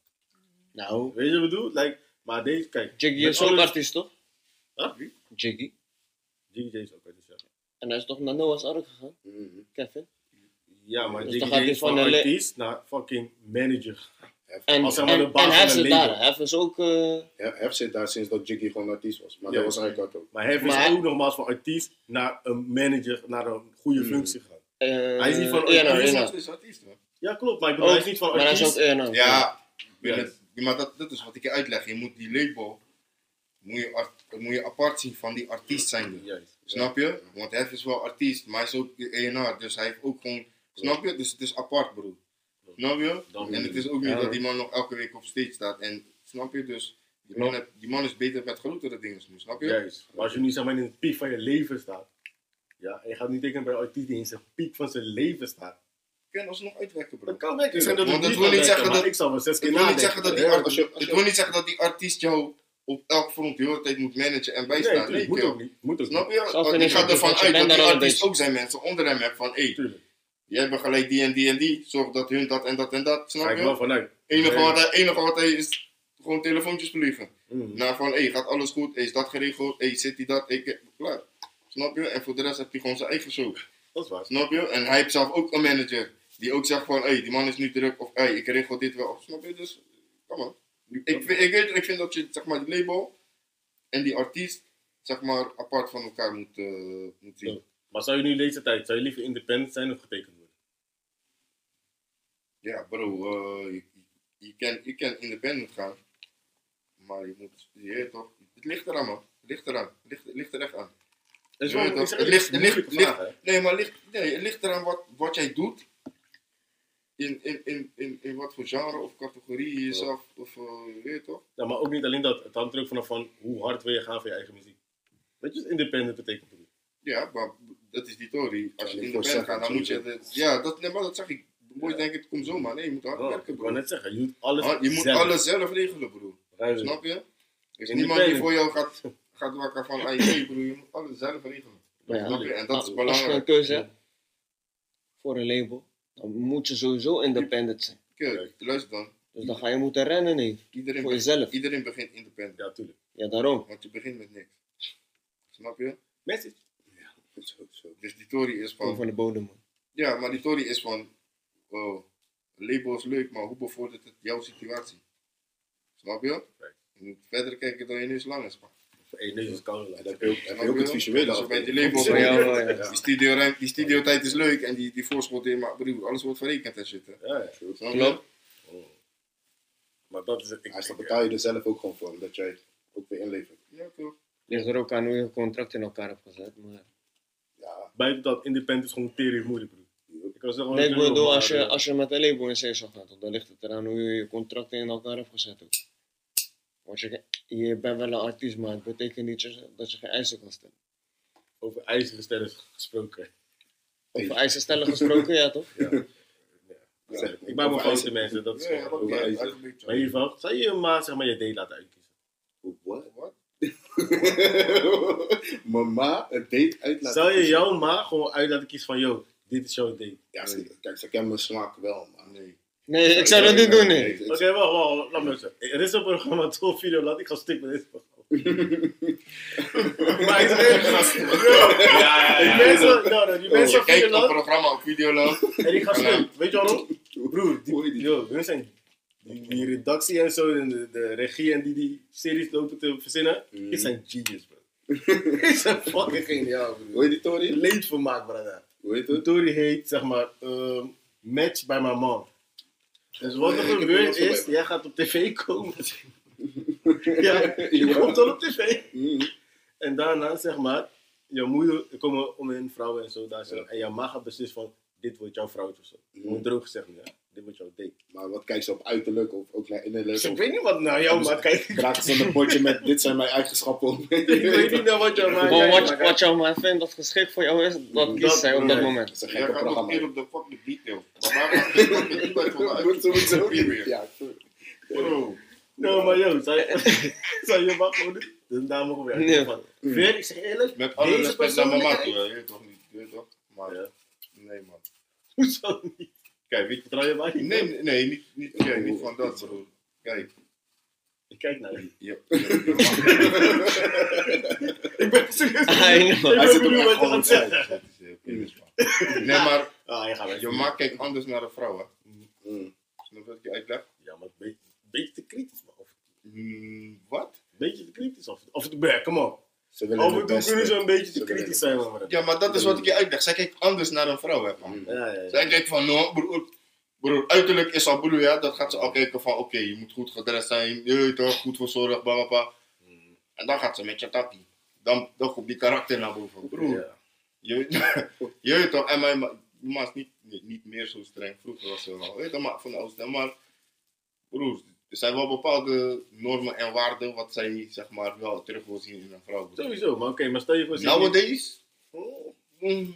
Nou, Weet je wat ik bedoel? Like, maar deze, kijk. Jiggy met is ook alles- artiest, toch? Huh? Jiggy. Jiggy J is ook artiest, ja. En hij is toch naar Noah's Ark gegaan, Mhm. Kevin? Ja, maar Dus Jiggy dan gaat J hij is van van een le- artiest naar fucking manager. En, Als zeg maar en, de baas en van Hef een zit label. daar. Hef is ook... eh, Hef Hef zit daar sinds dat Jiggy gewoon artiest was. Maar Ja. dat was eigenlijk ook. Maar hij is Maar- ook nogmaals van artiest naar een manager, naar een goede Hmm. functie gegaan. eh, Hij is niet van E en R, artiest, E en R. Dat is artiest, hoor. Ja, klopt, maar ik bedoel, Ook, hij is niet van maar hij is ook artiest. E en R. Ja, Ja. binnen- maar dat, dat is wat ik je uitleg. Je moet die label, moet je, art- moet je apart zien van die artiest zijnde. Juist. Snap je? Want Hef is wel artiest, maar hij is ook E en R, dus hij heeft ook gewoon, snap je? Dus het is apart bro. Snap je? Dan- En het is ook niet Ja. dat die man nog elke week op stage staat. En snap je? Dus die man, heeft- die man is beter met grotere dingen nu, snap je? Juist. Maar als je nu zeg maar in de piek van je leven staat, ja, en je gaat niet tekenen bij een artiest die in zijn piek van zijn leven staat. Je kan alsnog uitwerken bro. Dat kan werken. Ik zeg dat Want het dat niet wil kan niet werken, zeggen maar dat- ik zal wel zes keer Het wil, niet nadenken. zeggen dat die, Ja, art- als je- het wil niet zeggen dat die artiest jou op elk front de hele tijd moet managen en bijstaan. Nee, Nee, tuurlijk, moet kill. ook niet. Moet ook Snap niet. je? Zelf Want vind ik ik ga ook ervan niet, want je uit dat bent die daar al een artiest beetje. ook zijn mensen onder hem hebt van, hé, Tuurlijk. jij begeleidt die en die en die, zorg dat hun dat en dat en dat, Ga snap ik wel je? vanuit. Enige Nee. wat hij, enige wat hij is gewoon telefoontjes vliegen. Mm. Nou van, hé, gaat alles goed, hé, is dat geregeld, hé, zit hij dat, ik, klaar. Snap je? En voor de rest heb hij gewoon zijn eigen show. Dat is waar. Snap je? En hij heeft zelf ook een manager die ook zegt van, hé, die man is nu druk of hé, ik regel dit wel. Snap je? Dus, kom maar. Ik, vind- ik, weet, ik vind dat je, zeg maar, die label en die artiest, zeg maar, apart van elkaar moet, eh, moet zien. Ja. Maar zou je nu deze tijd, zou je liever independent zijn of getekend worden? Ja, bro, eh, je, je, kan, je kan independent gaan, maar je moet, je weet toch, het ligt eraan man, het ligt eraan, het ligt, het ligt er echt aan. Dat is Je wel weet ik toch, zeg het eerlijk, ligt, het een ligt, moeilijke ligt- vraag, hè? nee, maar ligt, nee, het ligt eraan wat, wat jij doet, in, in, in, in, in wat voor genre of categorie je jezelf, of eh, je weet toch? Ja, maar ook niet alleen dat. Het hangt er ook vanaf van hoe hard wil je gaan voor je eigen muziek. Weet je wat independent betekent? broer? Ja, maar dat is die theorie. Als Ja, je die independent voor gaat, dan moet je, sowieso. de- ja, dat, nee, maar dat zeg ik. De boys Ja. denken het komt zomaar, nee, je moet hard Oh, werken ik bro. wou net zeggen, je doet alles Ah, je moet zelf. alles zelf regelen bro. Ruilen. Snap je? Er is Independent. niemand die voor jou gaat, gaat wakker van, ah, nee bro, je moet alles zelf regelen. Maar ja, Snap je? En dat is als je een belangrijk. keuze hebt voor een label, dan moet je sowieso independent zijn. Kijk, luister dan. Dus dan ga je moeten rennen, nee. Iedereen, Voor be- jezelf. iedereen begint independent. Ja, tuurlijk. Ja, daarom. Want je begint met niks. Snap je? Message. Zo, zo. Dus die theorie is Gewoon van, van de bodem, man. ja, maar die theorie is van, oh, een label is leuk, maar hoe bevordert het jouw situatie? Snap je? Je moet verder kijken dan je neus lang is, man. Hey, nee, dat is koud. En dan heb je ook, heb je ook het visuele Dus af. bij die label Voor jou wel, ja. Die studio, ruim- die studiotijd is leuk en die, die voorschot in, maar broer, alles wordt verrekend en shit. Hè. Ja, ja. Snap je? Klopt. Maar dat is het. Ik, Dus dan ik, betaal je er zelf ook gewoon voor, omdat jij het ook weer inlevert. Ja, toch? Ligt er ook aan hoe je een contract in elkaar hebt gezet. Maar... Ja, buiten dat, independent is gewoon tering moeilijk, broer. Ik kan zeggen, Nee, ik wat je bedoel, wil, als je, maar, als je met een label in zee zou gaan, dan ligt het eraan hoe je je contracten in elkaar hebt gezet. Ook. Want je, je bent wel een artiest, maar het betekent niet je- dat je geen eisen kan stellen. over ijzeren stellen gesproken. Over eisen stellen gesproken, ja toch? Zeg, ik maak me fouten, mensen. Dat is Ja, ja, gewoon dat over is ijzer. een beetje. Maar in ieder geval, zou je je ma zeg maar je date laten uitkiezen? what? Wat? Mama, een date uit laten Zou je kiezen. jouw ma gewoon uit laten kiezen van, yo, dit is jouw date? Ja, ze, kijk, ze kennen mijn smaak wel, man. Nee. Nee, ik zou dat niet doen, nee. Ik- Oké, wacht, wacht, wacht, laat me zeggen. Er is een programma, twaalf video, laat ik ga stuk met dit programma. Maar ik zeg eerlijk, gast. Ja, ja, Die ja. mensen, no, no, die mensen Je op kijkt op Videoland, programma op Videoland. en ik ga stuk. Weet je waarom? Broer, Hoor je die, die? yo, hun zijn, die, die redactie en zo, en de, de regie en die die series lopen te verzinnen, Mm. die zijn genius, bro. Die zijn fucking geniaal, broer. Hoor je die, Tori? Leedvermaak, brother. Hoe heet De het? story heet, zeg maar, ehm, Match by my mom. Dus wat er Ik heb er gebeurt wel zo is, bij. jij gaat op tv komen. Ja, je komt al op tv. Mm. En daarna, zeg maar, jouw moeder, er komen om in vrouwen en zo, daar zo. Ja. En jouw ma gaat beslissen van, dit wordt jouw vrouwtje of zo. Mm. Gewoon droog gezegd nu, ja. Dit wordt jouw date. Maar wat kijkt ze op uiterlijk of ook naar innerlijk? Dus ik Of weet niet wat nou jouw ma kijkt. raakt ze een potje met dit zijn mijn eigenschappen? Ik weet niet nou wat jouw ma Gewoon kijkt. wat, wat jouw man vindt dat geschikt voor jou is, dat Dat- kiest zij op dat nee. moment. Dat is een Jij gekke gaat nog programma. meer op de fucking detail. Maar waarom gaat het niet uit van de Moet sowieso Hier niet. weer. Ja, Bro. Nou, maar joh, zou je, zou je ma gewoon doen? Dus daar mogen we Nee. uit. Van, Ver, ik zeg eerlijk, Met alle deze respect naar mama toe, persoonlijkheid... hè. Je weet toch niet, je weet toch? Maar, Ja. nee man. Hoezo niet? Kijk, weet je... Vertrouw je mij niet? Nee, nee, nee, niet, niet, kijk, niet van dat, bro. Kijk. Ik kijk naar je. Je, je, je Ik ben serieus. I Ik know. ben Hij zit benieuwd ook wat echt je gewoon gaat op zeggen. mag- Nee, maar Ah, je gaat weg. je ma kijkt anders naar een vrouw, hè. Mm. Snap je wat ik je uitleg? Ja, maar een beetje, beetje te kritisch, man. Of, Mm, wat? een beetje te kritisch. Of, of ja, kom op. Ze willen Af het en toe beste. kunnen ze een beetje Ze te willen kritisch het zijn, beste. man. Ja, maar dat is wat ik je uitleg. Zij kijkt anders naar een vrouw, hè, man. Mm. Ja, ja, ja. Zij kijkt van, no, broer, broer, uiterlijk is al broer, ja. Dat gaat ze al kijken van, oké, je moet goed gedrest zijn. Je weet toch, goed verzorgd, bla, bla, bla. En dan gaat ze met je takkie. Dan, dan komt die karakter naar boven. Broer, Ja. je, weet, je weet toch, en mijn ma mijn ma is niet, niet, niet meer zo streng. Vroeger was ze wel, weet je, maar van de oudste. Maar, broer, er zijn wel bepaalde normen en waarden wat zij, zeg maar, wel terug wil zien in een vrouw. broer. Sowieso, maar oké, maar stel je voor... ze- Nowadays? Oh, Mm.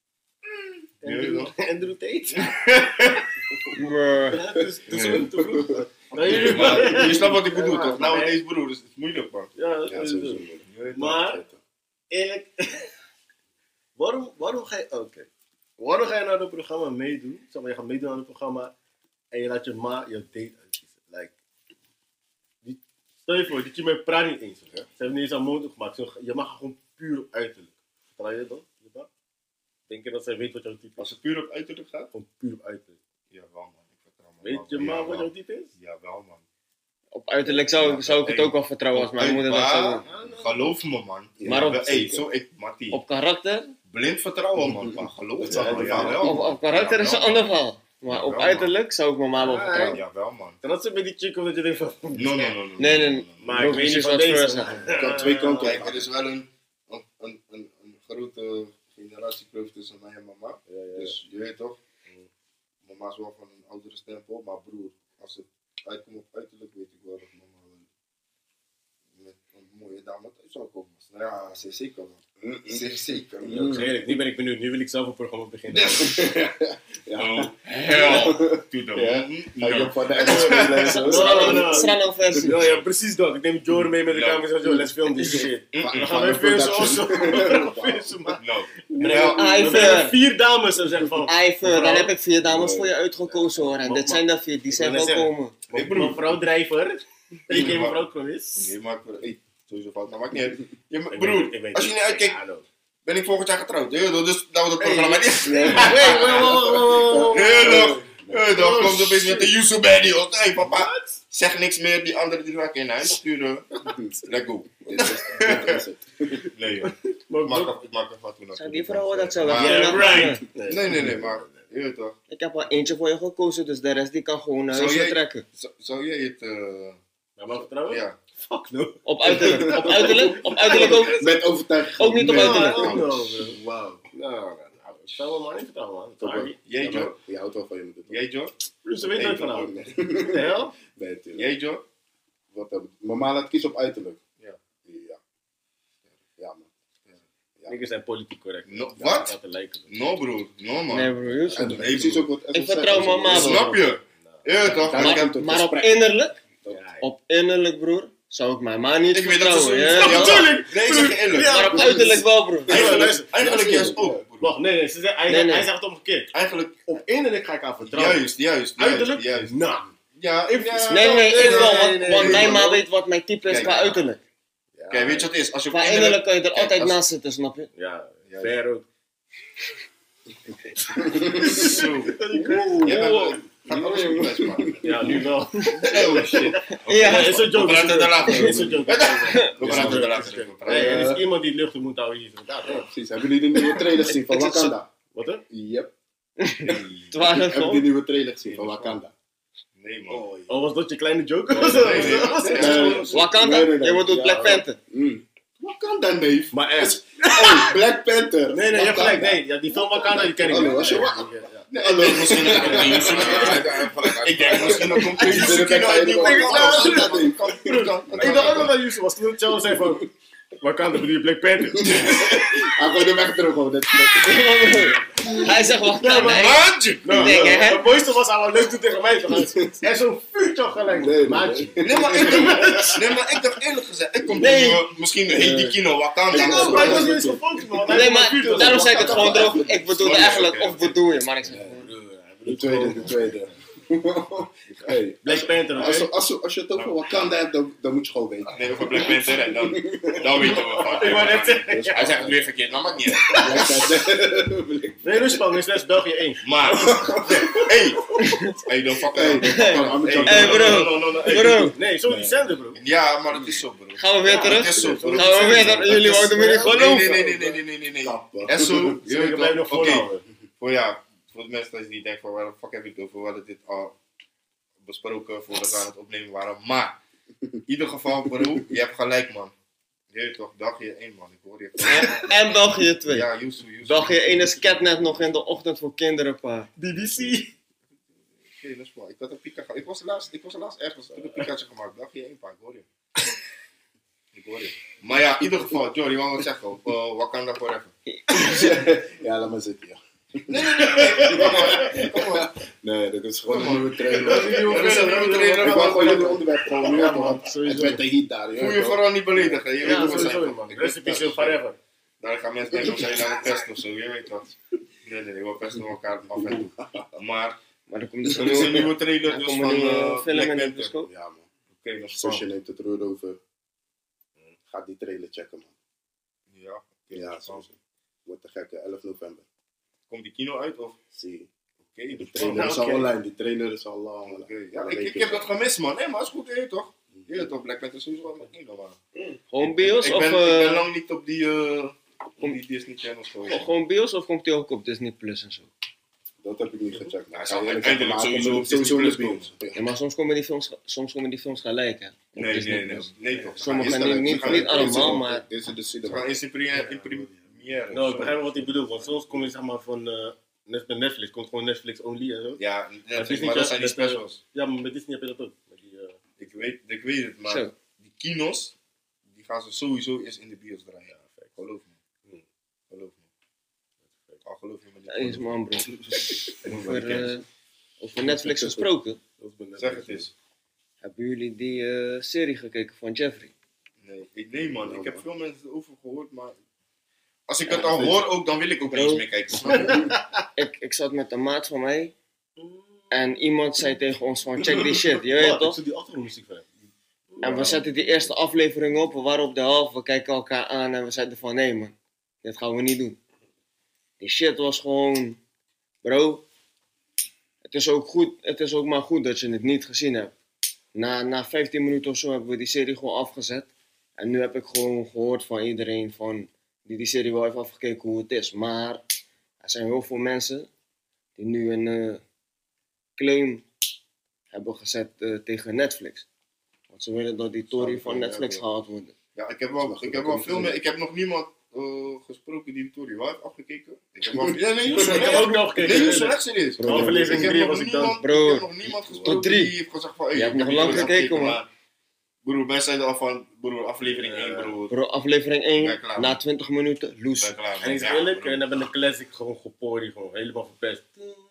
Andrew, Andrew Tate? Bruh. Ja, het is te vroeg, te vroeg. Nee, jullie- Maar je snapt wat ik bedoel, Ja, toch? maar- Nowadays, broer, is het is moeilijk, man. Ja, Ja, sowieso. sowieso. Je weet toch? Maar, eerlijk, waarom, waarom ga je, oké, waarom ga je naar het programma meedoen? Zeg maar, je gaat meedoen aan het programma en je laat je ma je date uitkiezen. Like, die, stel je voor, dat je met praat niet eens. Hè? Ze hebben niet eens aan mond gemaakt. Zo, je mag gewoon puur op uiterlijk. Vertrouw je dat? Je ma? Denk je dat zij weet wat jouw type Als is? het puur op uiterlijk gaat? Gewoon puur op uiterlijk. Jawel, man. Ik vertrouw me. Weet je ma Jawel. wat jouw type is? Jawel, man. Op uiterlijk zou, ik- zou ik het ook wel vertrouwen als mijn moeder dat zou doen. Maar, geloof me, man. Maar op- Hey, zo, ik, Mattie. Op karakter, Blind vertrouwen, man. Maar geloof me, Ja, man. ja, Jawel, op, man. op karakter is een Jawel, ander verhaal. Maar Jawel, op man. uiterlijk zou ik mijn ma wel vertrouwen. Jawel, man. En dat zit met die chick omdat je denkt van... No, no, no, no. Nee, nee, Maar ik weet niet precies van wat deze. versa. man. Je kan twee kanten Kijk, op. er is wel een, een, een, een, een grote generatiekloof tussen mij en mama. Ja, ja, ja. Dus je weet toch, mama is wel van een oudere stempel, maar broer, als het uitkomt op uiterlijk, weet ik wel dat mama wel met een mooie dame thuis zou komen. Ja, zeer zeker man. Zeer zeker man. Ja, ik zeg eerlijk, nu ben ik benieuwd. Nu wil ik zelf een programma beginnen. Oh, hell to the Ja. moon. Ga je No. op van de Engels spelen en zo? No, no. Strano versie. Ja, ja, precies dat. Ik neem Joe mee met de Ja. camera en zo. Let's film this shit. Mm-mm. Dan gaan we even zo. zo- filmen, man. No. Brengen- Ah, we brengen even. vier dames en zeggen van... Iver, dan heb ik vier dames voor je uitgekozen hoor. En dit zijn de vier, die zijn Ik wil wel net komen. Hey, broer. Mevrouw Drijver. Ik ken mevrouw Chloris. Nee, maar hey, sowieso fout, maar maakt niet uit. Je, Ik weet- broer, ik weet als je het. niet uitkijkt, Ja, no. ben ik volgend jaar getrouwd. Ja, dus dat we het programma niet. Nee. Hey, wow, wow, wow, wow, wow. Ja, toch. Ja, toch. Komt opeens met de Yusuf Badi. Hé, papa. Zeg niks meer, die andere die raken in huis sturen. Let go. Dit is, dit is het. Nee joh. Ik maak er- ik maak er wat toen. Zijn die vrouwen dat zo? Maar- Yeah, right. Nee, nee, nee, maar je weet toch. Ik heb al eentje voor je gekozen, dus de rest die kan gewoon naar Zou huis jij- vertrekken. Zou- Zou jij het... eh Maar wat vertrouwen? ja. Fuck no. Op uiterlijk. Op uiterlijk? Op uiterlijk ook? Met overtuiging. Ook niet op Nee. uiterlijk. Oh, no, bro. Wauw. Nou, nou, nou, ik zou hem maar niet vertrouwen, man. Toch wel. Sorry. Jij Ja, maar Joe? Je houdt wel van je moeder. toch? Jij Joe? Dus ze weet nooit van haar. Nee, What the hell? nee, natuurlijk. Jij Joe? Wat dan? Mama laat kiezen op uiterlijk. Ja. Ja. Ja, man. Ja. Niggas zijn politiek correct. No, Ja, wat? dat te lijken. No broer, no man. Nee bro, Yusuf. En precies ook wat Essel Ik zegt, vertrouw Essel. mama, bro. Snap je? Ja toch? Daar Maar ik komt heb... het Maar op gesprek. innerlijk, Ja, op innerlijk broer, zou ik mijn ma niet Ik weet dat ze vertrouwen. zo... Ja, Ja, ja. natuurlijk! Nee, ik zeg je eerlijk. Maar op uiterlijk wel broer. Eigenlijk, eigenlijk juist ook. broer. Wacht, nee, nee, ze zegt, hij, Nee, nee. hij zegt het omgekeerd. Eigenlijk, Op innerlijk ga ik haar vertrouwen. juist, juist, Uiterlijk? juist, juist. Nou. Ja, ik... ja, Nee, nee, ik wel, want, nee, want nee, mijn nee. ma weet wat mijn type is Kijk, qua ja. uiterlijk. Kijk, weet je wat het is? Als je op Qua innerlijk kan je er Kijk, altijd als- naast zitten, snap je? Ja, Ja. fair ook. Zo. Ja, maar- Gaat alles goed best, man. Ja, nu wel. Oh shit. Ja. Nee, is een joke. We praten er later Is een over. joke. We praten er later over. Nee, er is iemand die lucht moet houden hier. Ja, Ja, precies. Hebben jullie de nieuwe trailer gezien van Ik zit zo- Wakanda? Wat hè? Yep. Twaalf Hebben die gewoon. nieuwe trailer gezien van Wakanda? Nee, man. Oh, was dat je kleine joke? Nee, nee, nee. Nee. Wakanda, Nee, nee, nee. je bedoelt Ja. Black Panther. Mm. Wakanda, neef. Maar echt. Hey, Black Panther. Nee, nee, je hebt Wakanda. gelijk. Nee, ja, die film Wakanda, die ken ik Hallo, niet. als je Ja, wa- ja, ja. Nee, hallo. Misschien een conclusie. Ik denk misschien een conclusie. Ik Zoeken naar die Wakanda. Ik dacht ook dat Yusuf was toen Charles zei van Wakanda bedoel je Black Panther. Hij gooit hem weg terug gewoon. Dat- Hij zegt Wakanda. hè? Maatje! Nou, Nee, hè? het mooiste was hij wel leuk toen tegen mij. Er is zo'n vuurtje op gelijk. Nee, nee, Maatje. Nee, maar ik dacht, nee, maar ik dacht eerlijk gezegd, ik kom Nee. nee. misschien heet die kino Wakanda. Ik of was zo. maar ik was niet eens gefocust, man. want hij Nee, had een maar vuurtje. daarom zei ik het gewoon droog. Ik bedoelde Sorry, eigenlijk, oké, of bedoel je, maar ik zeg gewoon. De tweede, de tweede. Hey, Black Panther, als, oké? als, als je het over Wakanda hebt, dan, dan moet je gewoon weten. Nee, over Black Panther en dan, dan weten we van. Ik wou net zeggen. Hij zegt het weer verkeerd, nou maakt niet uit. Nee, Rusland is net België één. Maar, hey, hey, dan fuck Hey, hey, Hey, bro. no, no, no, hey. Bro, Nee, zo die zender, bro. Ja, maar het is zo, bro. gaan we weer Het terug? is zo, bro. Gaan we weer terug? Jullie wouden me niet geloven. Nee, nee, nee, nee, nee, nee, nee, nee. Kappen. En zo, je Ze weet blijven nog toch, oké. volhouden. Voor ja, voor de mensen die denken van waar de fuck heb je het over, we hadden dit al besproken voordat we aan het opnemen waren. Maar, in ieder geval bro, je hebt gelijk man. Je weet toch, België één man, ik hoor je. En, en België twee. Ja, Yusu, Yusu. België één is catnet nog in de ochtend voor kinderen, pa. B B C. Oké, dat is wel. Ik had een pika ge- Ik was laatst, ik was laatst ergens, ik heb een pikaatje gemaakt. België één pa, ik hoor je. Ik hoor je. Maar ja, in ieder geval, Joe, die wou wat zeggen. Uh, Wakanda forever. Ja, laat maar zitten, ja. Nee, nee, nee, kom maar. Kom maar. Nee, dat is gewoon Kom een maar. nieuwe trailer. Dat is een nieuwe trailer, nieuwe trailer. Ik wou gewoon jullie onderwerp gewoon Ja, ja, man, want sowieso. het werd de heat daar. Voel je vooral niet beledigen, je weet Ja, hoe we zijn. sowieso, man. Ik Rest in weet peace, dat. forever. Daar gaan mensen denken, we zijn naar de pest of zo, je weet wat. Nee, nee, we pesten elkaar af en toe. Maar, Maar er komt dus er een is een nieuwe, nieuwe trailer er dus komt van een nieuwe uh, film Black in de Panther. bioscoop. Ja, man. Oké, dat is Zusje spannend. neemt het roer over. Ga die trailer checken, man. Ja, oké, Ja, dat is zo. spannend. Wordt te gekke, elf november. Komt die kino uit of? Zie. Oké, De dat is trailer is al Oké. online. Die trailer is al lang. Oké, ja, ik, ik heb dat gemist man. Nee, maar is goed, je weet toch? Je weet toch, Black Panther is sowieso wel een kino man. Gewoon bios Ik of, ben, ik ben eh, lang niet op die, uh, op die Disney Channel geweest. gewoon bios of komt die ook op Disney Plus en zo? Dat heb ik niet gecheckt. hij Ik zal ga eerlijk uiteindelijk zeggen, maar sowieso hij op komt sowieso Disney in Plus de bios. Ja, maar soms komen die films, soms komen die films gelijk, hè? Op Nee, Disney nee, nee, Plus. nee toch. Sommige Ze niet, gaan- niet, ze gaan- niet allemaal, Deze- maar Deze de Ze gaan cinema. eerst in première. In première Nou, ik begrijp wel wat hij bedoelt, want soms kom je zeg maar van, uh, net met Netflix, komt gewoon Netflix only en zo. Ja, Maar net, Disney maar dat zijn die met, eh, specials. Ja, maar met Disney heb je dat ook. Met die, uh, Ik weet, ik weet het, maar Zo. die kinos, die gaan ze sowieso eerst in de bios draaien. Ja, geloof me. Geloof me. Al geloof je me niet. ja, is man, bro. Over, Over, eh, over Netflix gesproken, dat is met zeg Netflix. het eens. hebben jullie die eh, serie gekeken van Jeffrey? Nee, ik, nee man, ik heb veel mensen erover gehoord, maar als ik Ja, het al weet je. hoor ook, dan wil ik ook niet eens meer kijken. Snap je? Ik, ik zat met een maat van mij en iemand zei tegen ons van check die shit, je weet Wat? Ik toch? zit die achtergrondmuziek van. En we zetten die eerste aflevering op, we waren op de helft, we kijken elkaar aan en we zeiden van nee man, dit gaan we niet doen. Die shit was gewoon, bro, het is ook goed, het is ook maar goed dat je het niet gezien hebt. na, na vijftien minuten of zo hebben we die serie gewoon afgezet. En nu heb ik gewoon gehoord van iedereen van, die die serie wel heeft afgekeken hoe het is. Maar er zijn heel veel mensen die nu een uh, claim hebben gezet uh, tegen Netflix. Want ze willen dat die Tory van Netflix gehaald wordt. Ja, ik heb wel, ik heb wel veel meer. Ik heb nog niemand uh, gesproken die de Tory wel heeft afgekeken. Ik heb wel, ja, nee, Ik heb ook nog gekeken. nee, zo echt serieus. Bro, aflevering Ik heb drie nog was ik dan. niemand- Bro, Ik heb nog niemand gesproken drie. die heeft gezegd van... hey, Je hebt ik heb nog lang niet gekeken, afgekeken, man. maar- Broer, wij zeiden al van, broer, aflevering één, broer. Bro, aflevering Ben één, klaar, na man. twintig minuten, Ik loes. ben klaar, man. En is Ja, eerlijk, broer. en hebben een classic gewoon gepori, gewoon helemaal verpest.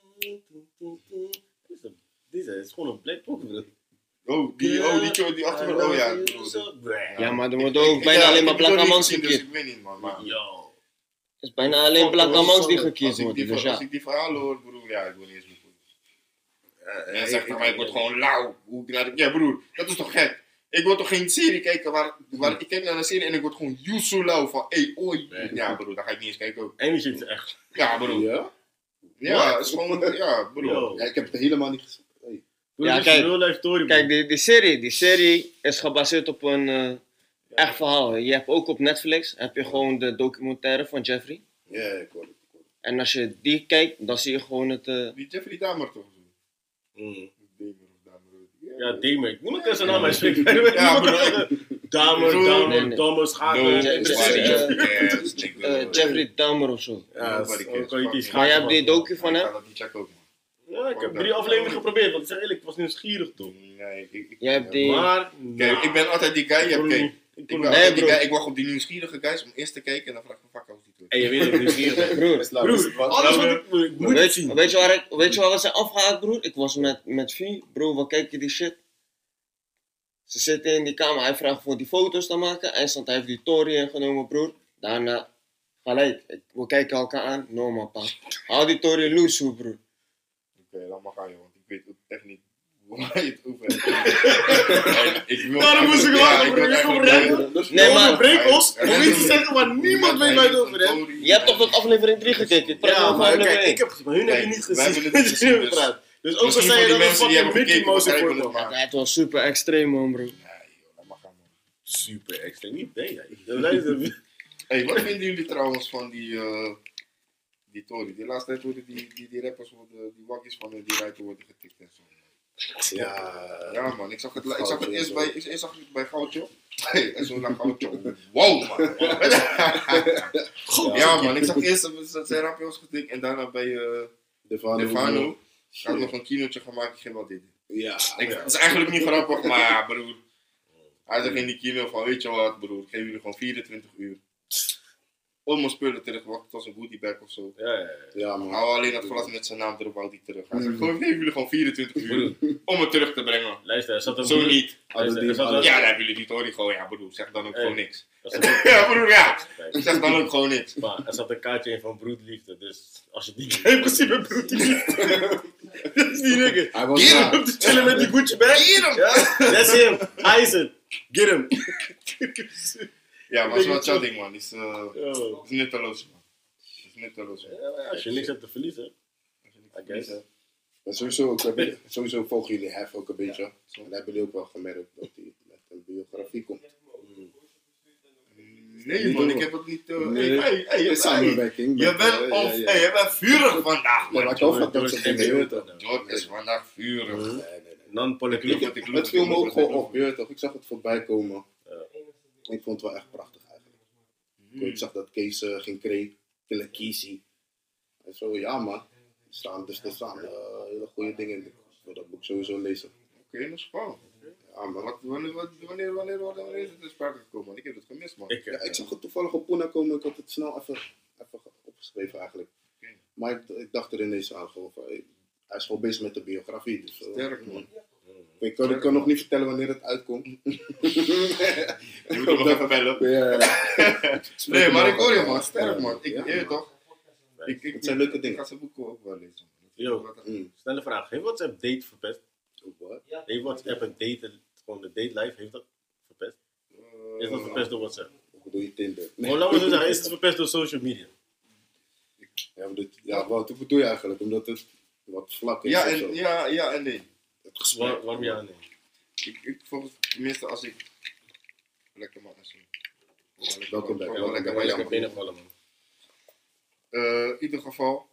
Deze is gewoon een black book, bro. Oh, die, oh, die, die, die achtergrond, oh ja. broer. Ja, maar er wordt Ik- ook ik- bijna ja, alleen ik maar heb die black niet amans gezien, dus gekiet. ik weet niet, man. Maar Yo. Het is bijna alleen black amans die als gekiet ik worden, die, dus Als ja. ik die verhalen hoor, broer, ja, ik word niet eens meer goed. En Ja, hij zegt van mij, ik word gewoon lauw. Hoe ik naar de... Ja, broer, dat is toch gek? Ik wil toch geen serie kijken waar, waar ik kijk naar een serie en ik word gewoon yuzu lauw van, hé, oei. Nee. Ja, broer, dan ga ik niet eens kijken ook. En die shit is echt. Ja, broer. Ja? Ja, het is gewoon, ja, broer. Yo. Ja, ik heb het helemaal niet gezien. Hey. Bro, Ja, dit is kijk. een real life story, Kijk, bro. die, die serie, die serie is gebaseerd op een uh, echt verhaal. Je hebt ook op Netflix, heb je gewoon de documentaire van Jeffrey. Ja, ik hoor het. ik hoor het. En als je die kijkt, dan zie je gewoon het... uh, Die Jeffrey Dahmer toch? Mm. Damer of Dahmer. Ja, Damer. Niemand kan zijn naam uitspreken. Ja, Niemand bro. kan zeggen, Damer, Bro. Nee, Damer, nee. Damer, No, schaken. Ja, nobody precies, cares, uh, nigga. uh, Jeffrey Dahmer of zo. Ja, Nobody zo cares. kan je die Fuck Maar je schaken hebt die van- docu van Ik hem. ga dat niet checken ook, man. Ja, ik heb drie afleveringen geprobeerd, want ik zeg eerlijk, ik was nieuwsgierig toen. Nee, ik... ik Jij hebt die... Maar, Kijk, ik ben altijd die guy, je ik hebt kon kijk. niet- ik Ik kon ben niet- Nee, altijd die bro. guy, ik wacht op die nieuwsgierige guys om eerst te kijken en dan vraag ik me, fuck, hoe is die En je weet dat ik nieuwsgierig ben. Broer, Is laat, Broer, is het wat? alles wat ik, ik moet het weet, zien. weet, je waar ik, weet je waar we zijn afgehaakt, broer? Ik was met, met Vie, bro, waar kijk je die shit? Ze zitten in die kamer, hij vraagt voor die foto's te maken. Eindstand, hij heeft die Tory ingenomen, broer. Daarna, gelijk, ik, we kijken elkaar aan, normaal pa. Haal die Tory loose, hoor, broer. Oké, dan mag gaan, joh, want ik weet ook echt niet waar je het over hebt. En ik wil Daarom moest ik eigenlijk- lachen, ja, broer. wil Je komt eigenlijk- rennen. Nee, Je maar- onderbreekt ons om iets te zeggen waar niemand weet waar je het over hebt. Je hebt toch tot aflevering drie gekeken? Ik praat Ja, over maar aflevering kijk, één. ik heb het, maar hun hebben Kijk, niet wij gezien. hebben het niet gezien, dus- praat. Dus ook al Misschien zei voor je die dat er mensen die fucking hebben Mickey gekeken, Mouse in begrijpen het voorkwam. maar. Het was super extreem, man, bro. Nee, joh, dat mag gaan, man. Super extreem, niet ben jij. Luister, Hey, wat vinden jullie trouwens van die, eh die Tory? Die laatste tijd worden die, die, die rappers, worden, die waggies van eh, die rijken worden getikt en zo. Ja, Ja man, ik zag het, ik zag het eerst bij, eerst zag ik het bij Goudje. Hey, en zo naar Goudje. Wow man. Ja man, ik zag eerst dat zijn rapje was getikt en daarna bij eh Defano. Defano. Ik had nog een kinootje gemaakt, ik ging wel dit. Ja. Ik, het is eigenlijk niet grappig, maar ja broer. Hij zegt in die kino van, weet je wat broer, ik geef jullie gewoon vierentwintig uur. Om mijn spullen terug, want het was een goodiebag of zo. Ja, ja, ja. Ja, man. Hou alleen dat glas met zijn naam erop, houdt hij terug. Hij zegt gewoon, ik geef jullie gewoon vierentwintig uur om het terug te brengen. Luister, er zat een Zo broer- niet. Luister, er zat een- Ja, dan hebben jullie die Tory gewoon, ja broer, zeg dan ook Hey. gewoon niks. er zat een- Ja broer, ja. Kijk, Zeg dan ook gewoon niks. maar er zat een kaartje in van Broedliefde, dus als je die hebt gezien met Broedliefde, dat is die nigger. Hij was Get daar. Om te chillen met die Gucci bag. Get hem! Ja, that's him. Hij is het. Get him. Ja, maar zo wat jouw ding man, is, uh, Yo. is nutteloos man. Is nutteloos man. Ja, maar ja, als je niks hebt te verliezen, I guess. Maar sowieso, ook, heb- sowieso volgen jullie Hef ook een beetje. En dat hebben jullie ook wel gemerkt dat hij met een biografie komt. Nee man, ik heb het niet... Uh, Nee, hey, hey, hey, in hey, samenwerking. Je met, bent, eh, of, ja, ja. hey, je bent vurig vandaag Nee, maar man. ik hoop dat dat soort dingen, je weet toch. George is vandaag vurig. Nee, nee, nee. Non-politiek. Ik loop Het viel me ook gewoon op, je weet toch. Ik zag het voorbij komen. Ik vond het wel echt prachtig eigenlijk. Ik zag dat Kees eh, ging kree, killen Kiesie. En zo, ja man. Er staan, dus er staan eh, hele goede dingen in. Ik wil dat boek sowieso lezen. Oké, dat is spannend. Ja man. Wat, wanneer, wat, wanneer, wanneer, wanneer, wanneer is het in sprake gekomen? Ik heb het gemist man. Ik, Ja, ik zag het toevallig op Puna komen. Ik had het snel even, even opgeschreven eigenlijk. Maar ik, ik dacht er ineens aan gewoon van, hey, hij is gewoon bezig met de biografie. Dus, eh, Sterk man. Ik kan, ik kan nog niet vertellen wanneer het uitkomt. Je moet hem nog even bellen. Ja, ja. Nee, maar ik hoor je man, sterk man. Ik, Ja, je weet man. toch? Ik, ik, Het zijn leuke Ik dingen. ga zijn boeken ook wel lezen. Yo. Mm. snelle vraag. Heeft WhatsApp date verpest? Oh, what? Heeft WhatsApp een date, gewoon de date life, heeft dat verpest? Is dat verpest door WhatsApp? Hoe bedoel je Tinder? Gewoon laten we zo zeggen, is het verpest door social media? Ja, maar dit, ja, wat hoe bedoel je eigenlijk? Omdat het wat vlak is. Ja of zo. en, ja, ja en nee. Het gesprek. Waar, waarom ja en nee? Ik, ik volgens, tenminste als ik... Lekker man, als je... Welkom bij. Wel lekker bij jou. binnenvallen, man. Eh, in ieder geval...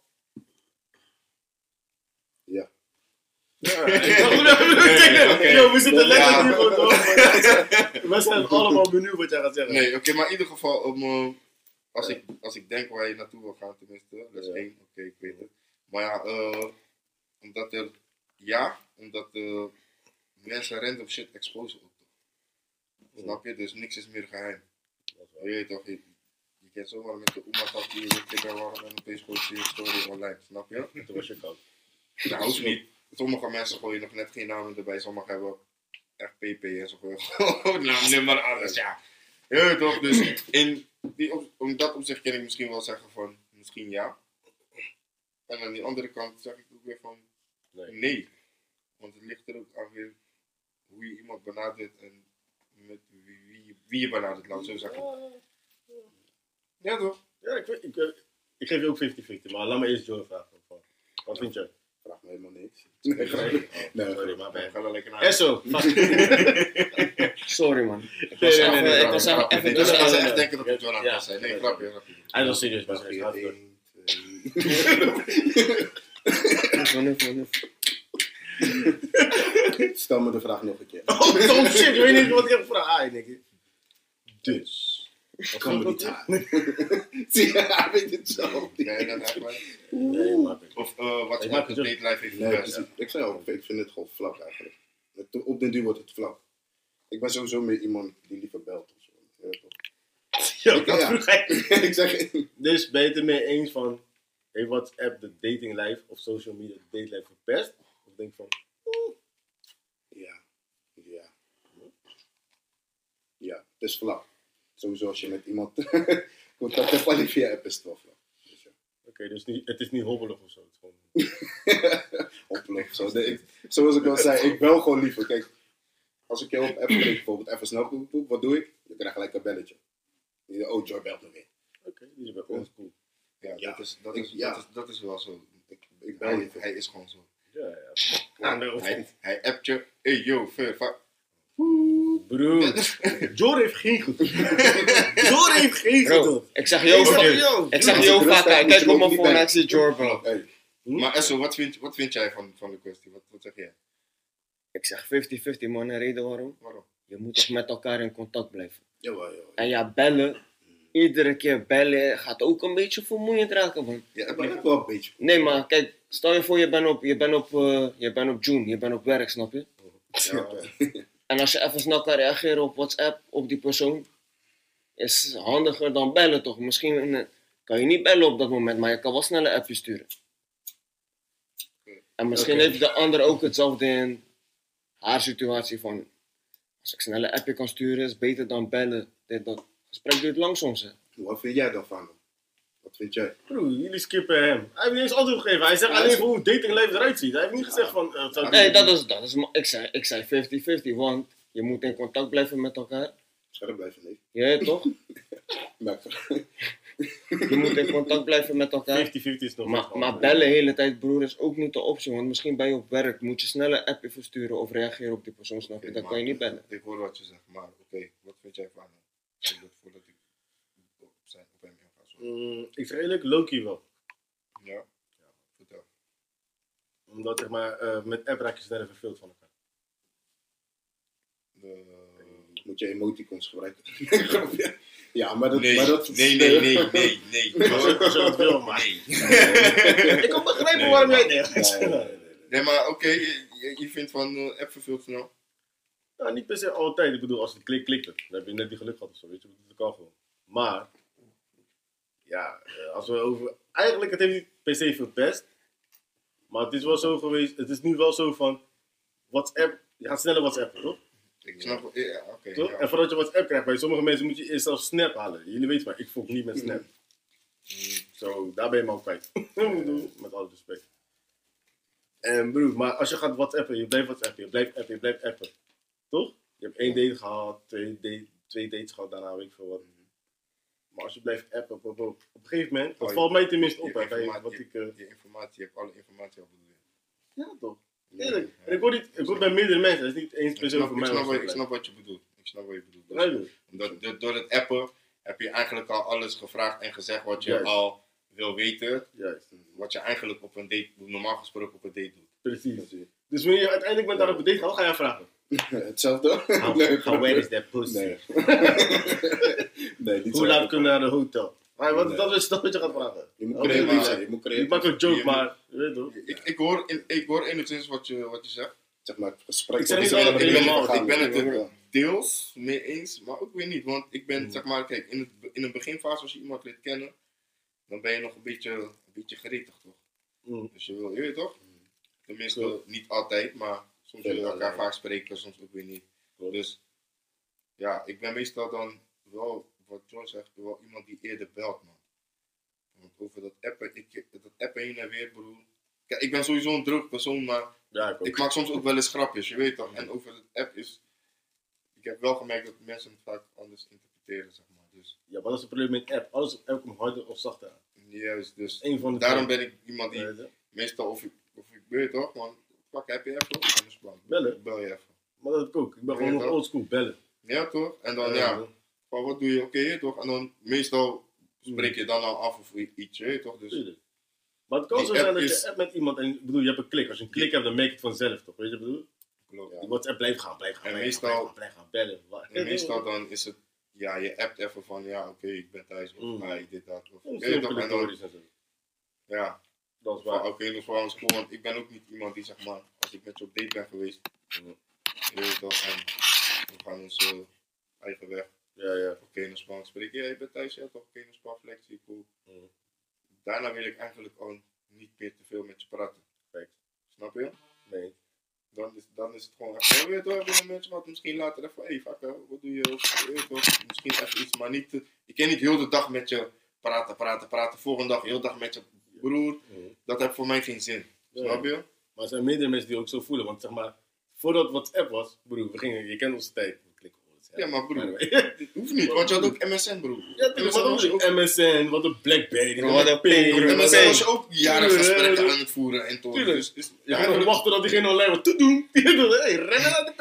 Ja. Ja, ik dacht, oké. Yo, we zitten lekker Ja. hier gewoon door. We zijn allemaal benieuwd wat jij gaat zeggen. Nee, oké, maar in ieder geval, om, eh, als, ik, als ik denk waar je naartoe wil gaan, tenminste, dat is Ja. één, oké, ik weet het. Maar ja, eh, omdat er, ja, omdat eh, mensen random shit exposen ook toch. Snap je? Dus niks is meer geheim. Je weet toch, je, je kent zomaar met de oma dat die je kikker waren en opeens gooit je je story online, snap je? Toen was je koud. Nou, hoeft niet. Sommige mensen gooien nog net geen namen erbij, sommigen hebben echt P P en zo gooien gewoon naamnummer, alles, ja. Je weet toch, dus in die op, om dat opzicht kan ik misschien wel zeggen van, misschien ja. En aan die andere kant zeg ik ook weer van, Nee. nee. Want het ligt er ook aan weer hoe je iemand benadert en met wie, wie, wie je benadert, laat het zo zeggen. Ja toch? Ja, ik, weet- ik, eh, ik geef je ook vijftig vijftig, maar laat me eerst Joe vragen. Wat vind jij? Vraag me helemaal niks. Nee, Nee, sorry, maar bij. Ga dan lekker naar Esso, Sorry man. Ik Nee, was nee, even, nee, nee, ik was nee, even, nee, even Nee, nee, dus nee, gaan ze nee, echt nee. denken dat het Jonathan Ja, was. Nee, nee, grapje, nee. grapje. Hij was serieus, maar Mag hij je gaat door. één, twee. Nuffel, nuffel, nuffel. Stel me de vraag nog een keer. Oh, Tom, shit, ik weet niet wat ik heb gevraagd. Ah, denk ik. Dus. Wat kan me niet aan? Zie je, hij weet het zo. Nee, dat echt wel. Nee, maar Of uh, wat je Ja, met de date life heeft Nee, verpest. precies. Ik zei al, ik vind het gewoon flauw eigenlijk. Het- Op den duur wordt het flauw. Ik ben sowieso meer iemand die liever belt of zo. Je weet toch? Yo, Ik- dat ja. vroeg hij. Ik zeg, Dus ben je het ermee eens van, heeft WhatsApp de dating life of social media de dating life verpest? Of denk je van, ja, ja. Ja, het is flauw. Sowieso als je met iemand contact hebt, alleen via app is het wel flauw. Dus ja. oké, dus niet, het is niet hobbelig of zo. Het is gewoon, Oplopen. Zo. Nee, ik- zoals ik al zei, ik bel gewoon liever. Kijk, als ik jou op app klik, bijvoorbeeld even snel doe, doe, wat doe ik? Je krijgt gelijk een belletje. Je- Oh, Joy belt me weer. oké, dus je bent gewoon cool. Ja, Ja. dat, is, dat, Ik- is, ja. dat, is, dat is wel zo. Ik, ik bel Hij, liever. hij is gewoon zo. Ja, ja. Ja, nee, of hij, niet. hij appt je, hey yo, ver, va- Broer, Jor heeft geen geduld. Jor heeft geen Bro, geduld. ik zeg yo, Ik zeg, va- yo, ik zeg als yo ik rust vaak, heb, ik moet je kijk hem op ook mijn niet phone en ik bellen. zie Jorbel. Hey, Maar Esso, wat vind, wat vind jij van, van de kwestie? Wat, wat zeg jij? Ik zeg vijftig vijftig man, en reden waarom? Waarom? Je moet toch met elkaar in contact blijven. jawel, jawel. En ja, bellen, iedere keer bellen gaat ook een beetje vermoeiend raken man. Ja, Maar ik heb wel een beetje. Nee maar kijk, stel je voor je bent op, je bent op, eh, je bent op June, je bent op werk, snap je? Ja. En als je even snel kan reageren op WhatsApp, op die persoon, is handiger dan bellen toch? Misschien eh, kan je niet bellen op dat moment, maar je kan wel snel een appje sturen. En misschien Oké. heeft de ander ook hetzelfde in haar situatie van, als ik snel een appje kan sturen is beter dan bellen. Dit, dat gesprek duurt lang soms hè. Wat vind jij dan van hem? Wat vind jij? Broer, jullie skippen hem. Hij heeft niet eens antwoord gegeven. Hij zegt Ja, alleen hij is- hoe dating life eruit ziet. Hij heeft niet gezegd van... eh, het zou- Nee, dat is, dat is, ma- ik zei ik zei vijftig vijftig, want je moet in contact blijven met elkaar. Scherp blijven, nee. Je weet toch? Maar, Je moet in contact blijven met elkaar. vijftig vijftig is nog Maar, steeds maar wel. bellen de hele tijd, broer, is ook niet de optie. Want misschien ben je op werk, moet je snel een appje versturen of reageren op die persoon, snap je? Oké, Dan maar kan je niet bellen. Ik hoor wat je zegt, maar oké, wat vind jij van hem? Voordat, voordat ik op, zijn, op hem in ga. Sorry. Mm, ik zeg eerlijk, Loki wel. Ja? Vertel. Omdat zeg maar, eh, met app raak je sneller verveeld van elkaar. De... moet je emoticons gebruiken? Grapje. Ja, maar dat... Nee, maar dat nee, nee, nee, nee, nee. Als je, als je dat wil, maar... Nee. Ik kan begrijpen Nee, waarom jij... maar- Nee, Nee, nee, nee, nee. Nee, maar oké, je, je- je vindt van uh, app verveelt snel. Nou, niet per se altijd. Ik bedoel, als het klik, klikt het. Dan heb je net die geluk gehad of zo, weet je. Dat kan gewoon. Maar, ja, eh, als we over... Eigenlijk, het heeft niet per se verpest. Maar het is wel zo geweest... Het is nu wel zo van... WhatsApp... Je gaat sneller WhatsAppen, toch? Ik snap wel, ja, oké. toch? ja. En voordat je WhatsApp krijgt, bij sommige mensen moet je eerst zelf Snap halen. Jullie weten maar, ik volg niet met Snap. Zo, daar ben je me al kwijt. Ik bedoel, met alle respect. En broer, maar als je gaat WhatsAppen, je blijft WhatsAppen, je blijft appen, je blijft appen. Toch? Je hebt één date gehad, twee, date, twee dates gehad, daarna weet ik veel wat. Maar als je blijft appen, op, op, op een gegeven moment, dat Oh, valt mij tenminste je op, hè, bij informatie- wat ik... eh, Je informatie, je hebt alle informatie al bedoeld. ja, toch? Eerlijk. En ik hoor, niet, ik hoor bij meerdere mensen, dat is niet eens Ik speciaal snap, voor ik, mij. snap of wat, zo, ik like. snap wat je bedoelt. Ik snap wat je bedoelt. Dus, Begrijp je? omdat, door, door het appen heb je eigenlijk al alles gevraagd en gezegd wat je Juist. al wil weten. Juist. Wat je eigenlijk op een date, normaal gesproken op een date doet. Precies. Dus wanneer je uiteindelijk met haar op een date gaat, ga je vragen. Hetzelfde? How, Nee, how wet is that pussy? Nee. nee, niet Hoe zo. laat kunnen we naar de hotel? Maar wat, Nee. dat, is, dat wat je gaat vragen. Je moet Oké, creatief maar- zijn. Je moet Ik creatief maak een joke, Je maar je weet toch? Ik, ik, hoor, in, ik hoor enigszins wat je, wat je zegt. zeg maar, het gesprek. Ik zeg op niet die dat manier het ik ben, helemaal gaan. ik ben het Ja. er deels mee eens, maar ook weer niet. Want ik ben, Mm. zeg maar, kijk, in, het, in een beginfase als je iemand leert kennen, dan ben je nog een beetje, een beetje gretig, toch? Mm. Dus je wil, je weet toch? Tenminste, Zo. niet altijd, maar soms Ja, willen we elkaar ja. vaak spreken, soms ook weer niet. Klopt. Dus ja, ik ben meestal dan wel, wat John zegt, wel iemand die eerder belt, man. Want over dat appen, ik, dat appen heen en weer, broer. Kijk, ik ben sowieso een druk persoon, maar Ja, ik ook. ik maak soms ook wel eens grapjes, je weet toch. En over het app is, ik heb wel gemerkt dat mensen het vaak anders interpreteren, zeg maar. Dus Ja, maar dat is het probleem met app. Alles op app komt harder of zachter aan. juist, dus Eén van de daarom twee. ben ik iemand die Weet je? meestal, of ik, of ik weet toch, man, pak heb je even, anders plan. Bellen. Bel je even. Maar dat heb ik ook. Ik ben gewoon Ja, nog toch? oldschool, bellen. Ja toch? En dan Eh, ja, van wat doe je, oké toch? En dan meestal spreek je dan al af of i- iets, je weet toch? Dus Tuurlijk. Maar het kan Die zo zijn app dat is- je app met iemand en ik bedoel, je hebt een klik. Als je een klik hebt, dan merk je het vanzelf, toch? Weet je wat ik bedoel? klopt. Die WhatsApp blijft gaan, blijft gaan, En blijft meestal- gaan, blijft gaan, blijft gaan, bellen. Wat- En meestal dan is het, ja, je appt even van, ja oké, ik ben thuis, of Mm. mij, dit, dat. Of, Oh, je weet veel toch? En dan, pelotorisch en zo. ja, Dat is van, waar. oké, dus voor ons cool, want ik ben ook niet iemand die zeg maar, als ik met je op date ben geweest, Mm. je weet toch, en we gaan onze eigen weg. Ja, ja. Oké, dan span spreek je, je bent thuis, ja toch, oké, dan span flexie, cool. Mm. Daarna wil ik eigenlijk al niet meer te veel met je praten. Perfect. Snap je? Nee. Dan is, dan is het gewoon echt, je weet toch, willen mensen wat misschien later even, hé, hey, vakken, wat doe je? Of, je weet toch, misschien even iets, maar niet, te, ik kan niet heel de dag met je praten, praten, praten, volgende dag heel de dag met je broer, Mm. dat heeft voor mij geen zin. Ja. Snap je? Maar er zijn meerdere mensen die ook zo voelen. Want zeg maar, voordat WhatsApp was, broer, we gingen, je kent onze tijd. We klikken op WhatsApp. Ja, maar broer, By the way. dit hoeft niet, want je had ook M S N, broer. Ja, tuurlijk, maar dat was ook M S N, wat een Blackberry, Bro, wat een ping, ping, M S N was je ook jaren Tuurlijk, gesprekken hè. aan het voeren en toch. Tuurlijk. Dus, is, Je ja, gaat nog eigenlijk- wachten dat diegene online wat te doen. Hey, rennen naar de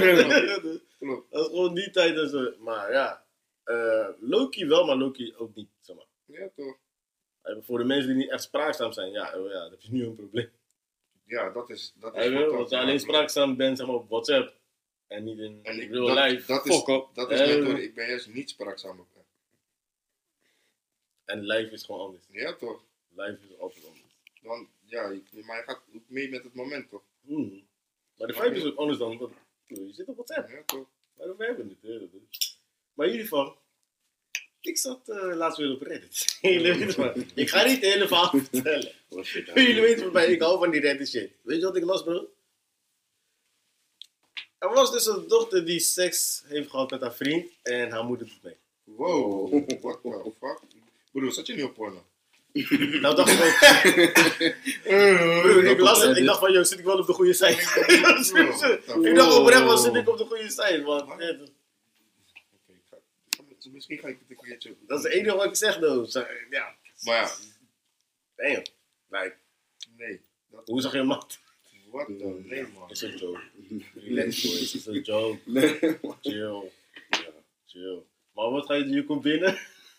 pc. Klopt. Dat is gewoon die tijd en zo. Maar ja, uh, Loki wel, maar Loki ook niet. Zeg maar. Ja, toch. Uh, Voor de mensen die niet echt spraakzaam zijn, ja, oh ja, dat is nu een probleem. Ja, dat is, dat is Hey, fucked up, als je ja, alleen klopt. spraakzaam bent zeg maar, op WhatsApp en niet in En ik, real dat, life, dat is, fuck up. dat is Eh, net door, ik ben juist niet spraakzaam op hem. En live is gewoon anders. Ja, toch. Live is altijd anders. Dan, ja, je- maar je gaat ook mee met het moment, toch? Hmm. Maar de vibe is ook anders dan, want je zit op WhatsApp. Ja, toch. Maar we hebben het, hè, dat is. Maar in ieder geval, ik zat uh, laatst weer op Reddit. Jullie weten maar, ik ga niet het hele verhaal vertellen. Wat shit, Jullie weten van mij, ik hou van die Reddit shit. Weet je wat ik las, bro? Er was dus een dochter die seks heeft gehad met haar vriend en haar moeder doet mee. Wow, what the fuck? Broer, zat je niet op porno? Nou dacht ik ook. Broer, ik las het, ik dacht van, joh, zit ik wel op de goede site? Ik dacht oprecht, wel zit ik op de goede site, man. Oké, ik ga- ik ga- misschien ga ik het een keertje... Dat is het enige wat ik zeg, though. Zo, ja, Maar ja, damn. Like, nee. Dat, hoe zag je een mat? what the... Nee, man. It's a joke. Relax, boys. It's a joke. Nee. Chill. Ja, chill. Maar wat ga je doen? Je komt binnen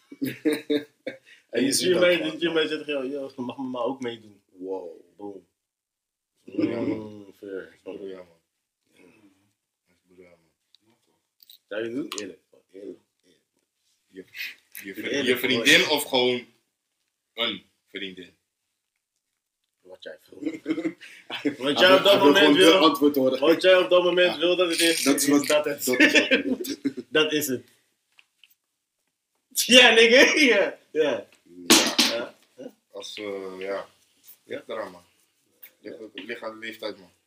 en je ziet mij, je ziet mij zegt, yo, yo, mag me maar ook meedoen. Wow. Boom. Ja, Mm, fair. Broer, ja, man. Broer, ja, man. Zou je het doen? Eerlijk. Eerlijk. Je, vri- Eerlijk, je vriendin of gewoon een vriendin? Wat jij wil. Wat Hij jij op dat wil gewoon moment de wil, antwoord horen. wat jij op dat moment wil dat het is, Dat is is wat- dat het. Dat is wat je moet. Dat is het. Ja, nigga. Ja. Ja. Ja. Als, uh, ja, ligt eraan, man. Ligt, ook- ligt aan de leeftijd, man.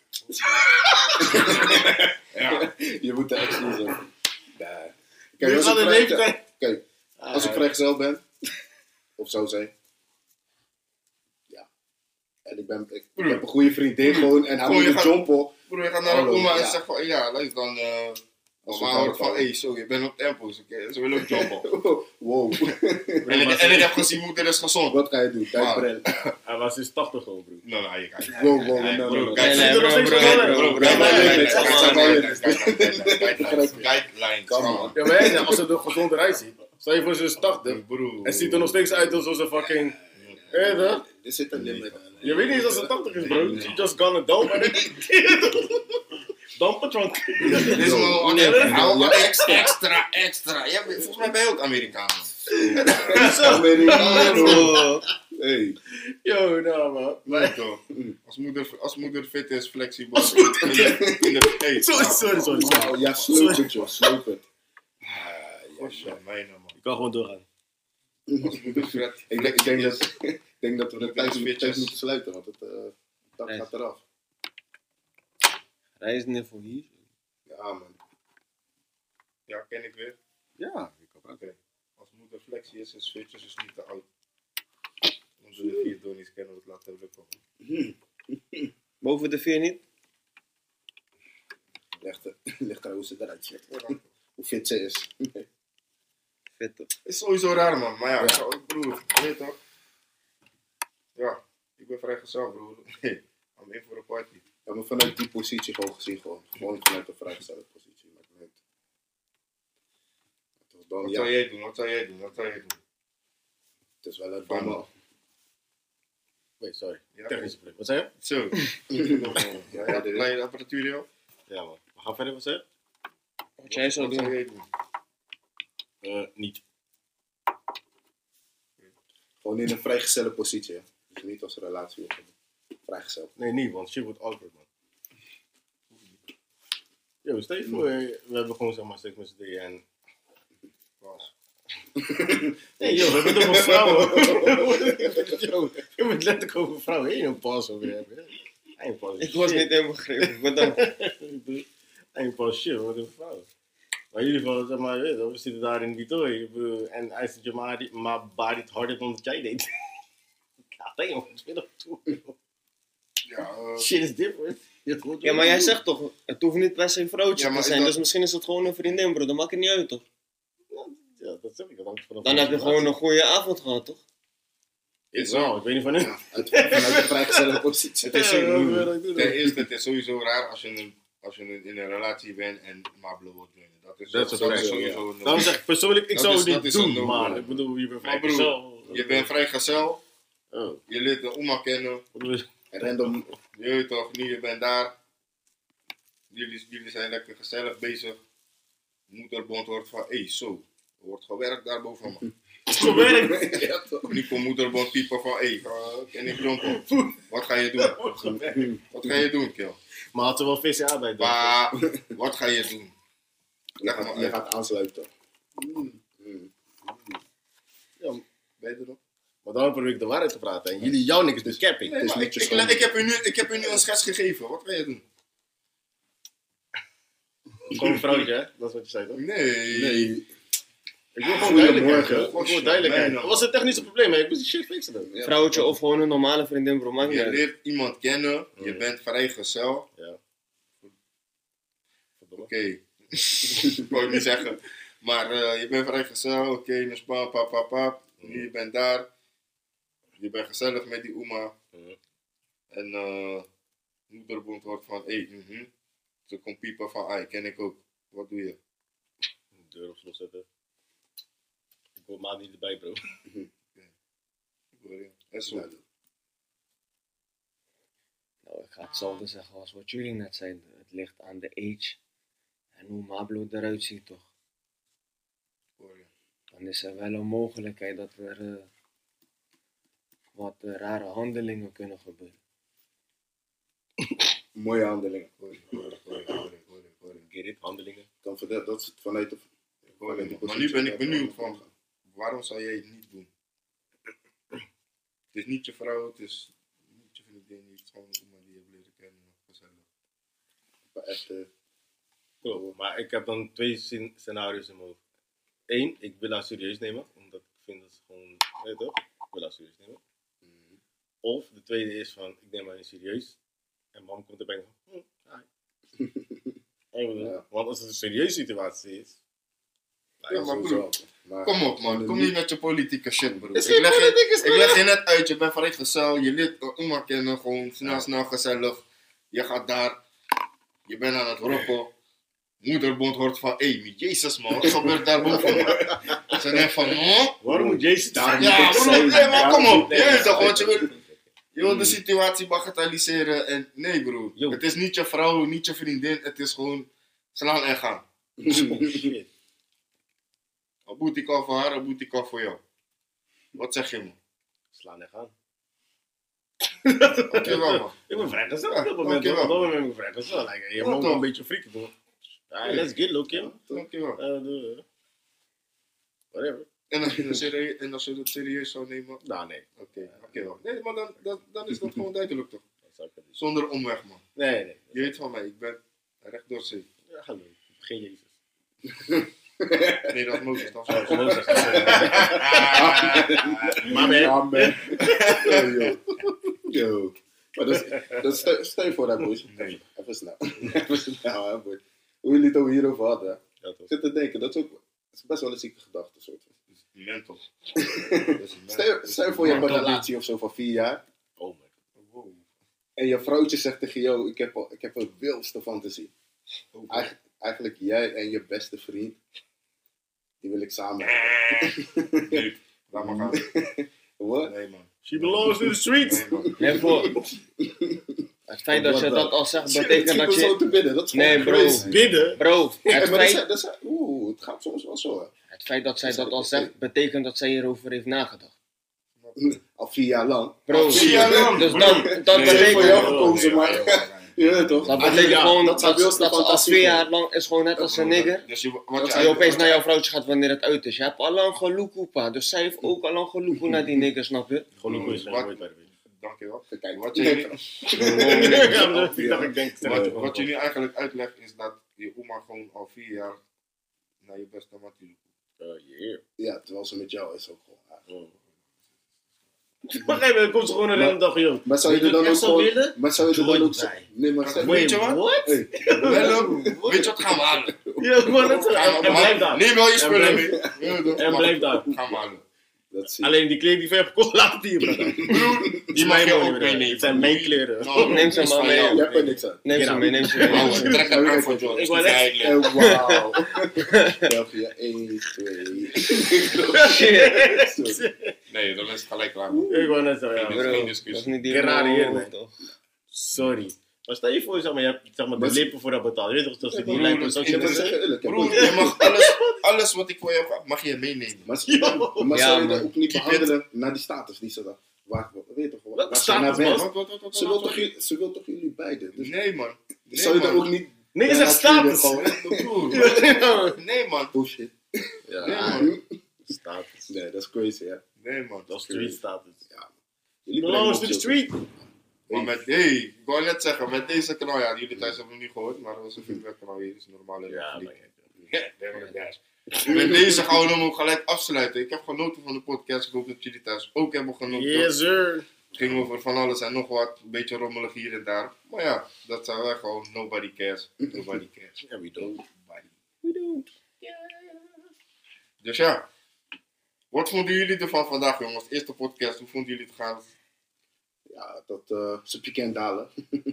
Ja. Je moet de exclusive. Nee. Kijk, Nu als gaat ik de vrij- leeftijd. Kijk, als ik vrijgezel ben, of zou zijn, ja. En ik, ben, ik, ik heb een goede vriendin gewoon en hij Gewoon, moet je een gaat- jompo. Broer, je gaat naar de Hallo, oma en ja. zegt van, ja, luister dan, uh, Als normaal we hoor ik van, daar hé, hey, zo, je bent op tempo's, oké, ze willen ook jobben. Wow. En ik, en ik heb gezien, moeder is gezond. Wat ga je doen? Kijk, Maar- Brel. Hij was dus tachtig gewoon, broer. Nou, nou, je kijkt. Wow, wow, Nee, no, bro, no, no. kijk, Nee, bro, bro, bro, bro, bro, bro, bro, bro, bro, bro, guidelines, bro, guidelines, bro, guidelines, guidelines, guidelines, Come come on. on. Ja, maar hè, als het er gezond eruit ziet. Stel je voor ze is tachtig. Bro. En ziet er nog steeds uit alsof ze fucking... Eh, toch? Er zit een limit aan. Je weet niet eens als ze tachtig is, bro. She just gonna dump en Dump patron. Dit is wel Nee, extra, extra, extra, extra. Ja, volgens mij ben je ook Amerikaan. Americano. Hey. Yo, nou man. Nee, toch? Als moeder, als moeder fit is, flexibel. Als moeder in de, in de, hey, Sorry, sorry, sorry. sorry. Oh, ja, sloop het, joh. Sloop het. Gosje, mijne man. Ik kan gewoon doorgaan. Als moeder fit. Ik denk, ik denk, dat, ik denk dat we de tijd Bitches. tijd moeten sluiten, want het uh, dak Nice. gaat eraf. Reisniveau hier. Ja, man. Ja, ken ik weer. Ja. Oké. Als moeder flexie is, is fitjes is niet te oud. Onze de vier Donnies kennen we het laten lukken. Boven de vier niet? Ligt er ligt er hoe ze eruit ziet. Hoe fit ze is. Vet toch? Is sowieso raar, man. Maar ja, ik zou ook broer. Weet je toch? Ja, ik ben vrijgezel, broer. Nee, I'm in voor een party. Ja, maar vanuit die positie gewoon gezien, gewoon, gewoon vanuit de vrijgestelde positie. Maakt niet uit. Toch dan, Wat ja, zou jij doen? Wat zou jij doen? Wat zou jij doen? het is wel een Van- domme. Wait, sorry. Ja. Technische probleem. Wat zei je? Zo. Ja, ja, de kleine apparatuur, joh. Ja man. We gaan verder, wat zei je? Wat jij zou Wat zou doen? jij doen? Eh, niet. Gewoon in een vrijgestelde positie. Hè. Dus niet als relatie of vrijgesteld. Nee, niet, want shit wordt awkward, man. Yo, stel je voor, eh, we hebben gewoon zeg maar seks met z'n drieën en... Was. Nee, joh, we hebben het over vrouwen. Yo, we hebben het letterlijk over vrouwen. Ain't no pas over hebben. Ain't pas Ik was niet helemaal begrepen. Bedankt. Ain't pas shit, wat over vrouwen. Maar in ieder geval, zeg maar, je weet wel, we zitten daar in die tooi. ik bedoel, En hij zit je maar, maar body het harder dan dat jij deed. Ja, nee, jongen, het is weer nog toe. Ja, eh, Shit is different. Je hebt gewoon Ja, maar jij zegt toch, het hoeft niet per se een vrouwtje Ja, maar te is zijn. dat- Dus misschien is het gewoon een vriendin, bro. Dat maakt het niet uit, toch? Ja, dat zeg ik. Dat hangt vanaf Dan de heb je situatie. gewoon een goede avond gehad, toch? Ik wel, ik weet niet van u. Ja, uit, vanuit de vrijgestelde positie. het is Ja, zo, wat wil ik doen? ten eerste, het is sowieso raar als je, een, als je een, in een relatie bent en Mablo wordt joinen. Dat is, Dat is dat een is fact, sowieso een Daarom zeg ik persoonlijk, ik Dat zou is- het dat niet is een doen, no-go. maar ik bedoel, je bent Maar vrij broer, Je bent vrijgezel, Oh, je leert de oma kennen. bedoel, Random. Je weet toch, nu je bent daar. Jullie, jullie zijn lekker gezellig bezig. Moederbond hoort van, hé hey, zo, er wordt gewerkt daarboven man. gewerkt. Ja, toch. Nu komt moederbond piepen van, hé, hey, ken ik klompen. Wat ga je doen? Wat ga je doen, kill? Maar had er wel V C A bij dan? Maar, wat ga je doen? Je Leg maar gaat, je uit. gaat aansluiten. Mm. Ja, Ben je er nog? maar dan probeer ik de waarheid te praten. En jullie, jouw niks dus capping. Nee, is maar niet ik, je ik, schuld. ik, heb u nu, ik heb u nu een schets gegeven. Wat ga je doen? Gewoon een vrouwtje, hè? Dat is wat je zei, toch? Nee. Nee. Ik wil gewoon Goedemorgen. duidelijkheid. Ik wil duidelijkheid. Nee, Wat was het technische probleem? hè? Ik moest die shit fixen dan. Ja. Vrouwtje of gewoon een normale vriendin, bro. Maakt niet Je uit. leert iemand kennen, je Mm. bent vrijgezel. Ja. Verdomme. Oké, ik wou het niet zeggen. Maar eh, je bent vrijgezel, oké, okay, dus pap, pap, pap, pap. Nu je bent daar. Je bent gezellig met die oma. Mhm. En eh moederbond hoort van, hé, hey, mhm. Ze komt piepen van, ah, ken ik ook. Wat doe je? Deur op slot zetten. Ik wil maat niet erbij, bro. En zo. Nou, ik ga hetzelfde zeggen als wat jullie net zeiden. Het ligt aan de age en hoe Mablo eruit ziet, toch? Dan is er wel een mogelijkheid dat er eh, wat eh, rare handelingen kunnen gebeuren. Mooie handelingen. Get it, handelingen. Kan verder, dat is vanuit de. vanuit de Maar nu ben ik positie benieuwd dat- van, waarom zou jij het niet doen? Het is niet je vrouw, het is niet je vriendin, het is gewoon iemand die je hebt leren kennen. Gezellig. Maar echt, eh, Klopt, maar ik heb dan twee scen- scenario's in mijn hoofd. Eén, ik wil haar serieus nemen, omdat ik vind dat ze gewoon, weet je toch? Ik wil haar serieus nemen. Of de tweede is van, ik neem haar niet serieus. En mam komt erbij en hm, hi. En ik bedoel, Ja. want als het een serieuze situatie is, Ja, maar broer, Maar, kom op man, kom niet met je politieke shit broer. Is Ik geen leg, politieke je, ik leg je net uit, je bent van gezel, je leert uh, Oma kennen, gewoon snel snel gezellig. Je gaat daar, je bent aan het roppen. Moederbond hoort van, hé, hey, Jezus man, wat gebeurt daar boven man? Ze denken van, oh? Waarom moet Jezus daar Ja, niet broer, zijn? nee, maar kom op. Nee, Je weet nee, toch, nee, want je wil, nee. je wil de situatie bagatelliseren en nee broer. Yo. Het is niet je vrouw, niet je vriendin, het is gewoon slaan en gaan. Oh, shit. Een boetikal voor haar, een boetikal voor jou. Wat zeg je man? Slaan en gaan. Dankjewel man. Ik ben vrijgezel Ja, op dit moment. dankjewel. Op dit moment ben ik vrijgezel. Like, je Ja, mag ook toch? een beetje freaken doen. Alright, let's get look in. Dankjewel. Uh, doe, whatever. En als je het serieus, en als je het serieus zou nemen, Nou, nee. oké, dankjewel. Nee, maar dan, dan, dan is dat gewoon duidelijk toch? Dat zou ik niet doen. Zonder omweg man. Nee, nee. Je weet van mij, ik ben recht door zee. Ja, ga doen. Geen Jezus. Nee, dat is Mozes, dat is Oh, Mozes. Mozes. Maar man. Amen. Yo, yo. Yo. Maar dat is, dat is, stel, stel je voor dat, boys. Nee. Even snel. Even snel, hè, boys. Hoe jullie het over hierover hadden. Hè? Ja, Ik toch. zit te denken, dat is ook dat is best wel een zieke gedachte. Soort van. Mental. Stel, je- stel je voor, je hebt een relatie of zo van vier jaar. Oh my god. En je vrouwtje zegt tegen jou, ik heb, al- ik heb een wildste fantasie. Eigen- eigenlijk jij en je beste vriend, die wil ik samen hebben. Nee, laat maar gaan. Wat? Nee man. She belongs to the streets. Nee man. Nee, voor. Het feit dat je Wat dan? dat al zegt, Zit betekent me dat zo je... te bidden, dat is Nee, gewoon bro. crazy. Bidden. Bro, Ja, het maar dat feit, is, dat is, oeh, het gaat soms wel zo, hè. het feit dat zij dat al zegt, betekent dat zij hierover heeft nagedacht. Al vier jaar lang. Bro, vier jaar lang, dus bro. dan, dat Nee, voor betekent... jou gekozen, maar je weet toch? Dat Ah, betekent ja, gewoon dat dat, zou dat, wildste ze al fantasie twee zijn. jaar lang is gewoon net als een nigger. Dus je, Dat wat je zou Die opeens naar jouw vrouwtje gaat wanneer het uit is. Je hebt al lang geloekoe, pa. Dus zij heeft ook al lang geloekoe naar die nigger, snap je? Gewoon een goeie Wat? woord bij de Dankjewel. Kijk, Wat nee, je, wereld. Ik dacht, ik denk, zeg het wat, gewoon. wat je nu eigenlijk uitlegt is dat je oma gewoon al vier jaar naar je beste mattie loopt. Uh, yeah. ja, terwijl ze met jou is ook gewoon. Oh. Maar gegeven moment komt ze gewoon een random dag, joh. Maar zou je er Weet dan je ook wat ik echt zou gewoon... willen? Maar zou je er dan Joy ook... erbij. Nee, maar zeg... Weet je wat? What? Hey, Willem, weet je wat? Gaan we halen. Ja, maar dat en, en blijf daar. Neem wel je En spullen mee. blijf- Ja, toch? En blijf daar. Gaan we halen. dat zie je. Alleen die kleren die van je hebt gekocht, laat het hier, brother. Die mag je ook meenemen. Het zijn mijn kleren. Nou, Neem ze is maar van mee. jou. Je hebt er niks aan. Neem ze Get mee, out. neem ze mee. Nou, neem ze mee. trek het aan voor John. Ik Ik wou wil net- En wauw. België, één, twee. Shit. Nee, dan is het gelijk klaar. man. Ik wou net zo, ja. Bro. Bro, geen dat discussie. is niet die Get out of here, hoofd, man. toch? Sorry. Maar stel je voor, zeg maar, je hebt zeg maar, de Maar- lippen voor dat betaald. Je weet toch, dat ze die broer, lijpen dat zo is Ik moet interessant. zeggen eerlijk. hè, Broer, boy. je mag alles, alles wat ik voor je heb gehad, mag je meenemen. Maar, Yo. maar Ja, zou je man. dat ook niet Keep behandelen naar die status die ze dan... Wacht, wat weet je toch? Welke waar ze naar status, bent. man? Wat, wat, wat, wat, Ze wil wat, toch, wat? jullie- ze wil toch jullie beiden? Dus Nee man. Nee, zou je er man. ook niet... Nee, Ja, zeg natuurlijk status. gewoon. Broer, Nee man. Bullshit. Ja, Nee man. status. Nee, dat is crazy, hè. Nee man. Dat is street status. Jullie Belongs to brengen the op street. Maar met, hey, ik wou net zeggen, met deze kanaal, ja, jullie thuis hebben hem niet gehoord, maar dat was een feedback-kanaal hier, dus een normale Ja, repliek. maar Ja, nee, maar dat is. Met deze gaan we hem ook gelijk afsluiten. Ik heb genoten van de podcast, ik hoop dat jullie thuis ook hebben genoten. Yes, sir. Het ging over van alles en nog wat, een beetje rommelig hier en daar. Maar ja, dat zijn wij gewoon, nobody cares, nobody cares. Ja, we don't. Nobody. We don't. Dus ja, wat vonden jullie ervan vandaag jongens? Eerste podcast, hoe vonden jullie het gaan? Ja, dat uh, ze pieken dalen.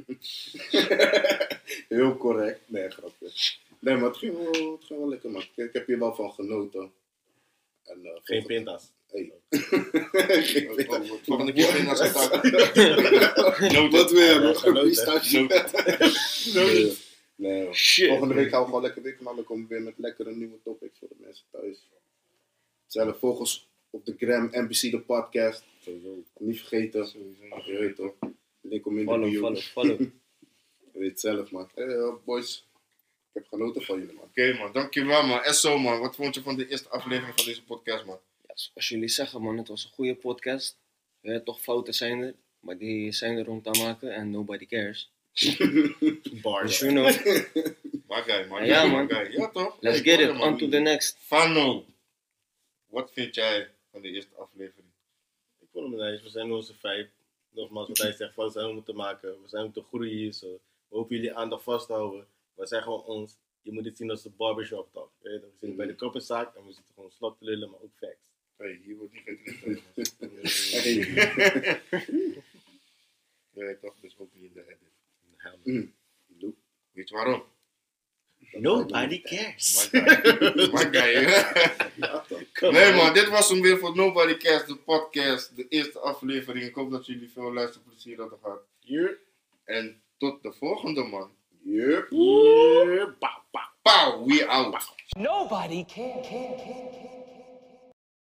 Heel correct. Nee, grapje. Nee, maar het ging wel, het ging wel lekker, man. Ik, ik heb hier wel van genoten. En, uh, Geen volgende- pintas. Hey. Oh, oh, volgende keer geen als het aan. Wat weer, man? Ja, Gewoon noten. pistache. Nee, nee, man. Shit. Volgende week gaan we gewoon lekker weer knallen. Komen we weer met lekkere nieuwe topics voor de mensen thuis. Zelf volgens op de gram, N B C de podcast. Niet vergeten. Je weet toch. Link om in de Follow, bio. follow, follow. Je weet zelf, man. Hey, boys. Ik heb genoten van jullie, man. Oké man, dankjewel man. En zo man, wat vond je van de eerste aflevering van deze podcast man? Ja, zoals jullie zeggen, man, het was een goede podcast. Ja, toch fouten zijn er, maar die zijn er om te maken en nobody cares. Bar. Dus you know, My guy man. Ja, man. My guy. Ja toch? let's Ik get hoor it, je, man. on to the next. Fano, wat vind jij van de eerste aflevering? Ik vond hem nice. We zijn onze vijf. Nogmaals, wat hij zegt, fouten zijn om te maken. We zijn om te groeien hier zo. We hopen jullie aandacht vasthouden. We zijn gewoon ons. Je moet het zien als de barbershop talk. Je weet toch, we zitten bij de koppenzaak en we zitten gewoon slot te lullen, maar ook facts. Hey, hier wordt niet geknipt. Nee, toch, dus ook niet in de edit. Mm. Weet je waarom? Nobody cares. My guy, hè? Nee man, dit was hem weer voor Nobody Cares, de podcast. De eerste aflevering. Ik hoop dat jullie veel luisterplezier hadden gehad. Hier. En tot de volgende man. Hier. Pauw, pauw. Pauw, we out. Nobody can, can, can, can.